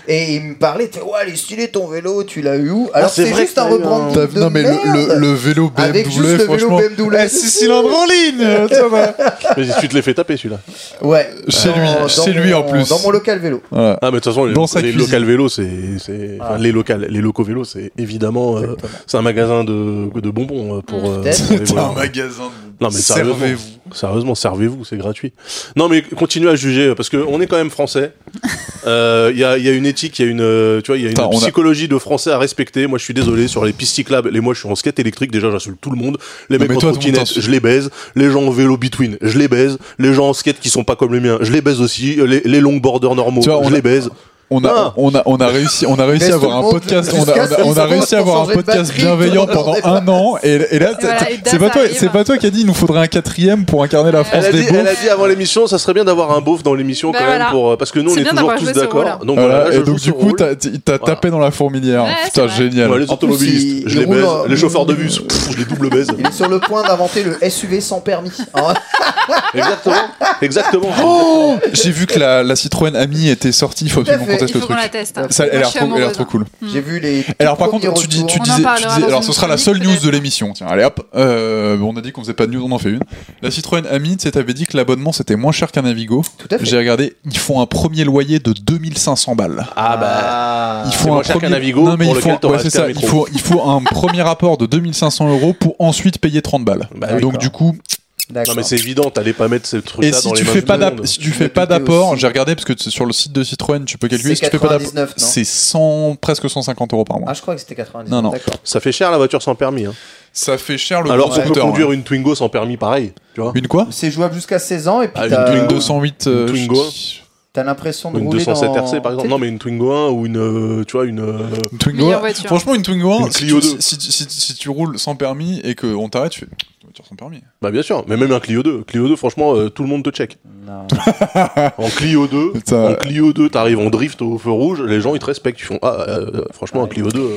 Et il me parlait, il fait, ouais, il est stylé ton vélo, tu l'as eu où? Alors Ah, c'est c'est vrai juste que un t'as eu rebrand un- de Non mais le, merde. le, le vélo B M W, Avec juste le vélo franchement, B M W. eh, six cylindres en ligne. Tu vois. Mais tu te l'as fait taper celui-là. Ouais. Chez Dans- lui, dans chez lui en mon- plus. Dans mon local vélo. Voilà. Ah mais de toute façon les, Dans sa les cuisine. locales vélos c'est c'est enfin, Ah. les locales les locaux vélos c'est évidemment euh, Exactement. c'est un magasin de de bonbons euh, pour euh, Peut-être. pour les C'est un voleurs. magasin. Non mais sérieusement, Servez-vous. sérieusement, servez-vous, c'est gratuit. Non mais continuez à juger parce que on est quand même français. Euh, Il y, a, il y a une éthique, il y a une, euh, tu vois, il y a une Attends, on a- psychologie de français à respecter. Moi, je suis désolé sur les pistes cyclables. Les moi, je suis en skate électrique. Déjà, j'insulte tout le monde. Les Non, mecs mais en toi, tout le monde trottinette, t'insulte. je les baise. Les gens en vélo between, je les baise. Les gens en skate qui sont pas comme les miens, je les baise aussi. Les, les longboarders normaux, Tu vois, on je a- les baise. On a, Ah. on a, on a réussi, on a réussi Baisse à avoir tout le un monde podcast, on a, jusqu'à on a, ce qu'ils on a s'avancent réussi à pour avoir un changer de podcast batterie, bienveillant tout le monde pendant en un an, et, et là, Et voilà, t'as- et Das c'est pas toi, arrive. c'est pas toi qui a dit, il nous faudrait un quatrième pour incarner la France Elle a, des dit, elle a beaufs. dit avant l'émission, ça serait bien d'avoir un beauf dans l'émission Bah quand voilà. même pour euh, parce que nous on C'est est bien toujours d'avoir tous joué ce d'accord. rôle. Donc Voilà, voilà, là, et je donc joue du ce coup, rôle. t'as, t'as Voilà. tapé dans la fourmilière. Ouais, Putain, c'est vrai. génial. Ouais, les En plus, automobilistes, il- je il les roule baise. en- Les chauffeurs de bus, pff, je les double baise. Il est sur le point d'inventer le S U V sans permis. Hein. Exactement, exactement. Oh, j'ai vu que la, la Citroën Ami était sortie, il faut Tout à absolument fait. qu'on teste Il le faut qu'on truc. la teste. hein. Ça, elle a Moi, l'air je suis trop, elle a l'air amoureuse, trop cool. hein. J'ai vu les. Alors par premiers contre, tu, dis, tu retours. On en disais, tu parlera disais- dans alors une ce sera la autre seule chronique, news de peut-être. l'émission. Tiens, allez hop, euh, on a dit qu'on faisait pas de news, on en fait une. La Citroën Ami, tu sais, t'avais dit que l'abonnement c'était moins cher qu'un Navigo. Tout à fait. J'ai regardé, ils font un premier loyer de deux mille cinq cents balles. Ah bah. Ah. Il c'est faut moins un cher qu'un premier... Navigo non, mais pour il faut, lequel t'auras ouais, c'est acheté ça. un Il métro. faut, il faut un premier rapport de deux mille cinq cents euros pour ensuite payer trente balles. Bah, Donc d'accord. du coup, D'accord. Non mais c'est évident, t'allais pas mettre ce truc et là si dans tu les mains fais de pas tout le d'app- monde. si tu Je fais l'ai pas noté d'apport, aussi. j'ai regardé parce que c'est sur le site de Citroën, tu peux calculer. C'est Si tu fais pas d'apport, quatre-vingt-dix-neuf, non c'est cent, presque cent cinquante euros par mois. Ah, je crois que c'était quatre-vingt-dix. Non, non. D'accord. Ça fait cher la voiture sans permis. Hein. Ça fait cher le Alors gros qu'on peut scooter, conduire hein. une Twingo sans permis pareil, tu vois. Une quoi? C'est jouable jusqu'à seize ans et puis Ah, une t'as Twingo deux cent huit. Une euh, Twingo. je- t'as l'impression de Une rouler deux cent sept dans... R C par exemple. Non mais une Twingo un ou une, euh, tu vois, une. euh, Une Twingo. Meilleure voiture. Franchement, une Twingo un, Une si, Clio tu, deux. si, si, si, si tu roules sans permis et qu'on t'arrête, tu fais voiture sans permis. Bah bien sûr, mais même un Clio deux. Clio deux, franchement, euh, tout le monde te check. Non. En Clio deux, Putain. en Clio deux, t'arrives en drift au feu rouge, les gens ils te respectent. Ils font ah, euh, franchement un Clio deux. euh,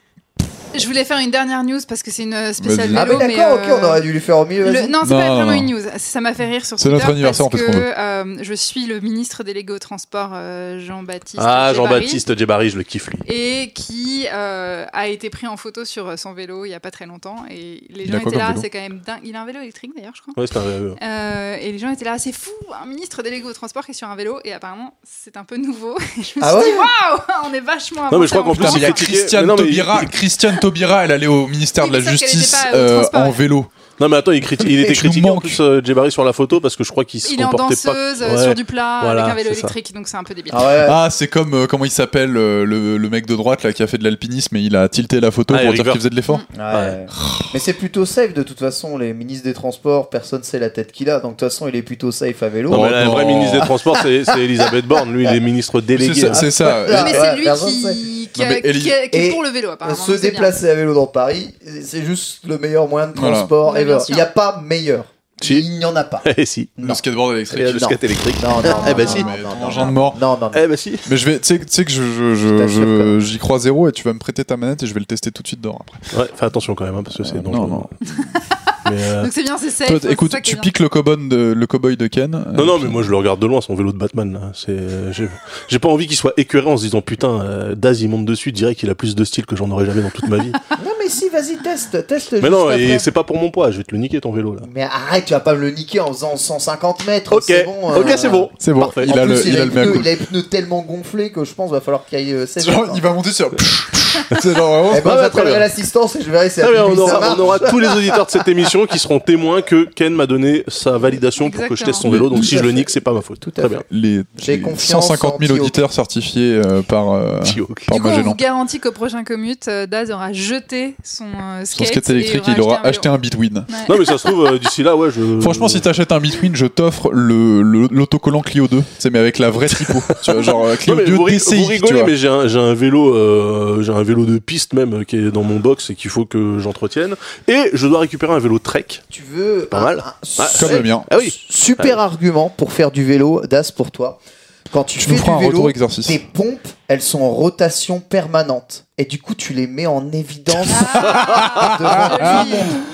Je voulais faire une dernière news parce que c'est une spéciale Vas-y. Ah, vélo. mais d'accord, mais, ok, on aurait dû lui faire au milieu. Le- vas-y. non, c'est Non, pas non, vraiment non. une news. Ça m'a fait rire sur C'est Twitter notre anniversaire, parce on fait ce qu'on que euh, je suis le ministre délégué au transport euh, Jean-Baptiste. Ah Djebari, Jean-Baptiste Djebari, je le kiffe lui. et qui euh, a été pris en photo sur son vélo il y a pas très longtemps et les Il gens a quoi étaient comme là, vélo c'est quand même dingue. Il a un vélo électrique d'ailleurs, je crois. Ouais, c'est un. euh, Euh, et les gens étaient là, c'est fou, un ministre délégué au transport qui est sur un vélo et apparemment c'est un peu nouveau. Et je me Ah suis ouais dit waouh, on est vachement. Non, mais je crois avancé qu'en plus, Putain, en mais il y a critiquait- Christiane mais non, mais il- Taubira. Christiane Taubira, elle allait au ministère Oui, de la mais sauf qu'elle Justice était pas au euh, transport. en vélo. Non mais attends, il, criti- il était Tu nous critiqué en manques. plus euh, Djebari sur la photo parce que je crois qu'il se Il est en comportait danseuse pas. euh, Ouais. sur du plat Voilà, avec un vélo c'est ça. électrique, donc c'est un peu débile. Ah ouais. Ah, c'est comme euh, comment il s'appelle euh, le, le mec de droite là qui a fait de l'alpinisme et il a tilté la photo Ah, pour Eric dire qu'il Woerth. faisait de l'effort. Ouais. Ouais. Mais c'est plutôt safe de toute façon, les ministres des Transports, personne sait la tête qu'il a, donc de toute façon il est plutôt safe à vélo. Non, mais Oh, la non. vraie ministre des Transports, c'est c'est Elisabeth Borne. Lui, il est ministre C'est délégué. ça. hein. C'est ça. Ah, mais ouais, c'est lui personne qui, sait. qui, Non, a- mais Eli- qui a- qui est Et pour le vélo apparemment. Se donc c'est bien. déplacer à vélo dans Paris, c'est juste le meilleur moyen de Voilà. transport Ouais, bien ever. sûr. Il n'y a pas meilleur. Si. Il n'y en a pas. Eh si. Le Non. skateboard électrique. Euh, Le non. skate électrique. Non, non, Eh ben non, si. non, Mais non, ton non, engin de non. mort. Non, non, non. Eh bah si. Mais je vais, tu sais, tu sais que je, je, je- t'assure je- que- j'y crois zéro et tu vas me prêter ta manette et je vais le tester tout de suite dehors après. Ouais, fais attention quand même, hein, parce que c'est Euh, dangereux. non, non. Mais, euh, Donc c'est bien, c'est safe. Toi, c'est écoute, ça qui est tu bien. piques le cowboy de, le cowboy de Ken. Non, non, mais moi je le regarde de loin, son vélo de Batman. Là. C'est, j'ai, j'ai pas envie qu'il soit écœuré en se disant putain, euh, Daz il monte dessus, dirait qu'il a plus de style que j'en aurais jamais dans toute ma vie. Non, mais si, vas-y, teste, teste. Mais juste non, après. et c'est pas pour mon poids, je vais te le niquer ton vélo là. Mais arrête, tu vas pas me le niquer en faisant cent cinquante mètres. Ok, c'est bon. ok, euh, c'est bon. C'est bon, Parfait. il En a plus, le, il a le les mea pneus, culpa. il a les pneus tellement gonflés que je pense qu'il va falloir qu'il y aille euh, seize Genre, mètres. il va monter sur. C'est genre vraiment. Eh ben, Ouais, très j'appellerai bien. l'assistance et je verrai si Très bien, à on minuit, ça aura, marche. on aura tous les auditeurs de cette émission qui seront témoins que Ken m'a donné sa validation pour que je teste son Exactement. vélo. Donc Tout si à je le fait. nique, c'est pas ma faute. Tout à Très fait. bien. Les, J'ai les confiance cent cinquante mille en Tio. auditeurs certifiés euh, par, euh, Tioc. par Du coup, on Magellan. vous garantit qu'au prochain commute, euh, Daz aura jeté son euh, Son skate, skate électrique, et il aura un acheté un Bitwin. vélo. Ouais. Non mais ça se trouve euh, d'ici là, ouais, je. Franchement, si t'achètes un Bitwin, je t'offre le, le- l'autocollant Clio deux. C'est mais avec la vraie typo. Tu vois, genre euh, Non, Clio mais deux vous, ri- D C I. vous tu rigolez, vois. mais j'ai un, j'ai un vélo, euh, j'ai un vélo de piste même euh, qui est dans mon box et qu'il faut que j'entretienne. Et je dois récupérer un vélo Trek. Tu veux Pas un- mal. un Ah, Comme le mien. Ah oui. super argument pour faire du vélo, Das, pour toi. Quand tu Tu fais nous feras du un vélo, retour exercice. tes pompes, elles sont en rotation permanente. Et du coup, tu les mets en évidence Ah, devant tout le joli. monde.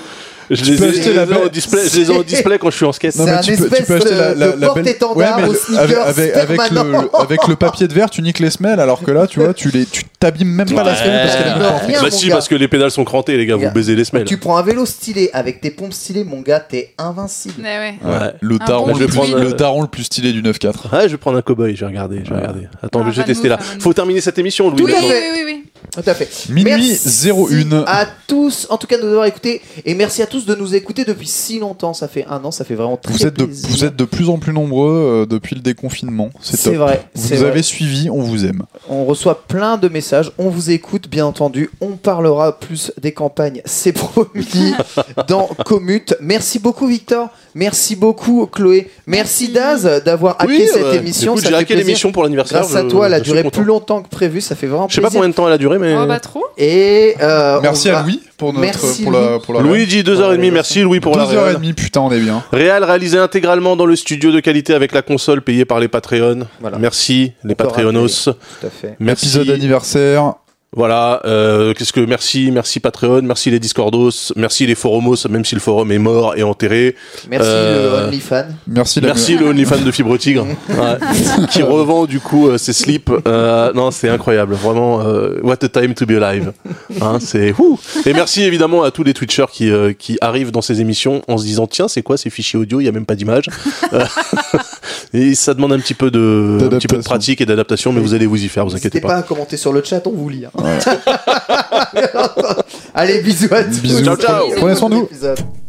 Je Tu les peux ai, acheter je les la ai en belle- display, je les ai en display quand je suis en skate. C'est un tu peux, tu espèce peux acheter la, la, de la belle porte-étendard mais aux le- sneakers avec, avec, avec, le, permanent. avec le papier de verre, tu niques les semelles, alors que là, tu vois, tu les, tu t'abîmes même pas la semelle parce qu'elle est même pas en fait. Rien, Bah mon si, gars. parce que les pédales sont crantées, les gars, Gars. vous baisez les semelles. Tu prends un vélo stylé avec tes pompes stylées, mon gars, t'es invincible. Mais ouais. Ouais. Le Un daron, bon le, je vais plus, prendre, le euh, daron le plus stylé du neuf quatre. Ouais, je vais prendre un cow-boy, je vais regarder, je vais regarder. Attends, Ah, je vais Van tester là. Moof, Van Moof. Faut terminer cette émission, Louis. Oui, oui, maintenant. oui, oui, oui. Tout à fait. Minuit Merci zéro un. à tous, en tout cas, de nous avoir écoutés. Et merci à tous de nous écouter depuis si longtemps. Ça fait un an, ça fait vraiment très Vous êtes, de, plaisir. vous êtes de plus en plus nombreux euh, depuis le déconfinement. C'est C'est top. vrai. Vous c'est nous vrai. avez suivis, on vous aime. On reçoit plein de messages. On vous écoute, bien entendu. On parlera plus des campagnes, c'est promis, dans Commute. Merci beaucoup, Victor. Merci beaucoup, Chloé. Merci, Daz d'avoir hacké Oui, cette euh, émission. écoute, Ça j'ai fait hacké plaisir. l'émission pour l'anniversaire. Grâce à je- toi, elle a je suis duré content. plus longtemps que prévu. Ça fait vraiment Je sais pas plaisir. combien de temps elle a duré, mais. Oh, bah trop. Et euh, Merci on va- à Louis pour, notre, Merci, pour, la, pour la Luigi, deux heures trente, merci Louis pour la deux heures réal. trente, putain, on est bien. Réal réalisé intégralement dans le studio de qualité avec la console payée par les Patreons. Voilà. Merci les On peut Patreonos. Tout à fait. Merci. Épisode anniversaire. Voilà, euh, qu'est-ce que merci, merci Patreon, merci les Discordos, merci les Forumos, même si le forum est mort et enterré. Merci Euh, le OnlyFan. Merci, la Merci le OnlyFans de Fibre Tigre, ouais, qui revend du coup euh, ses slips. Euh, non, c'est incroyable, vraiment. Euh, what a time to be alive. Hein, c'est ouh. Et merci évidemment à tous les Twitchers qui euh, qui arrivent dans ces émissions en se disant tiens c'est quoi ces fichiers audio, il y a même pas d'image. Euh, et ça demande un petit peu de un petit peu de pratique et d'adaptation, mais vous allez vous y faire, vous N'hésitez inquiétez pas pas. à commenter sur le chat, on vous lit. hein. Allez, bisous à tous. Bisous. Ciao, ciao. Prenez soin de vous. Épisode.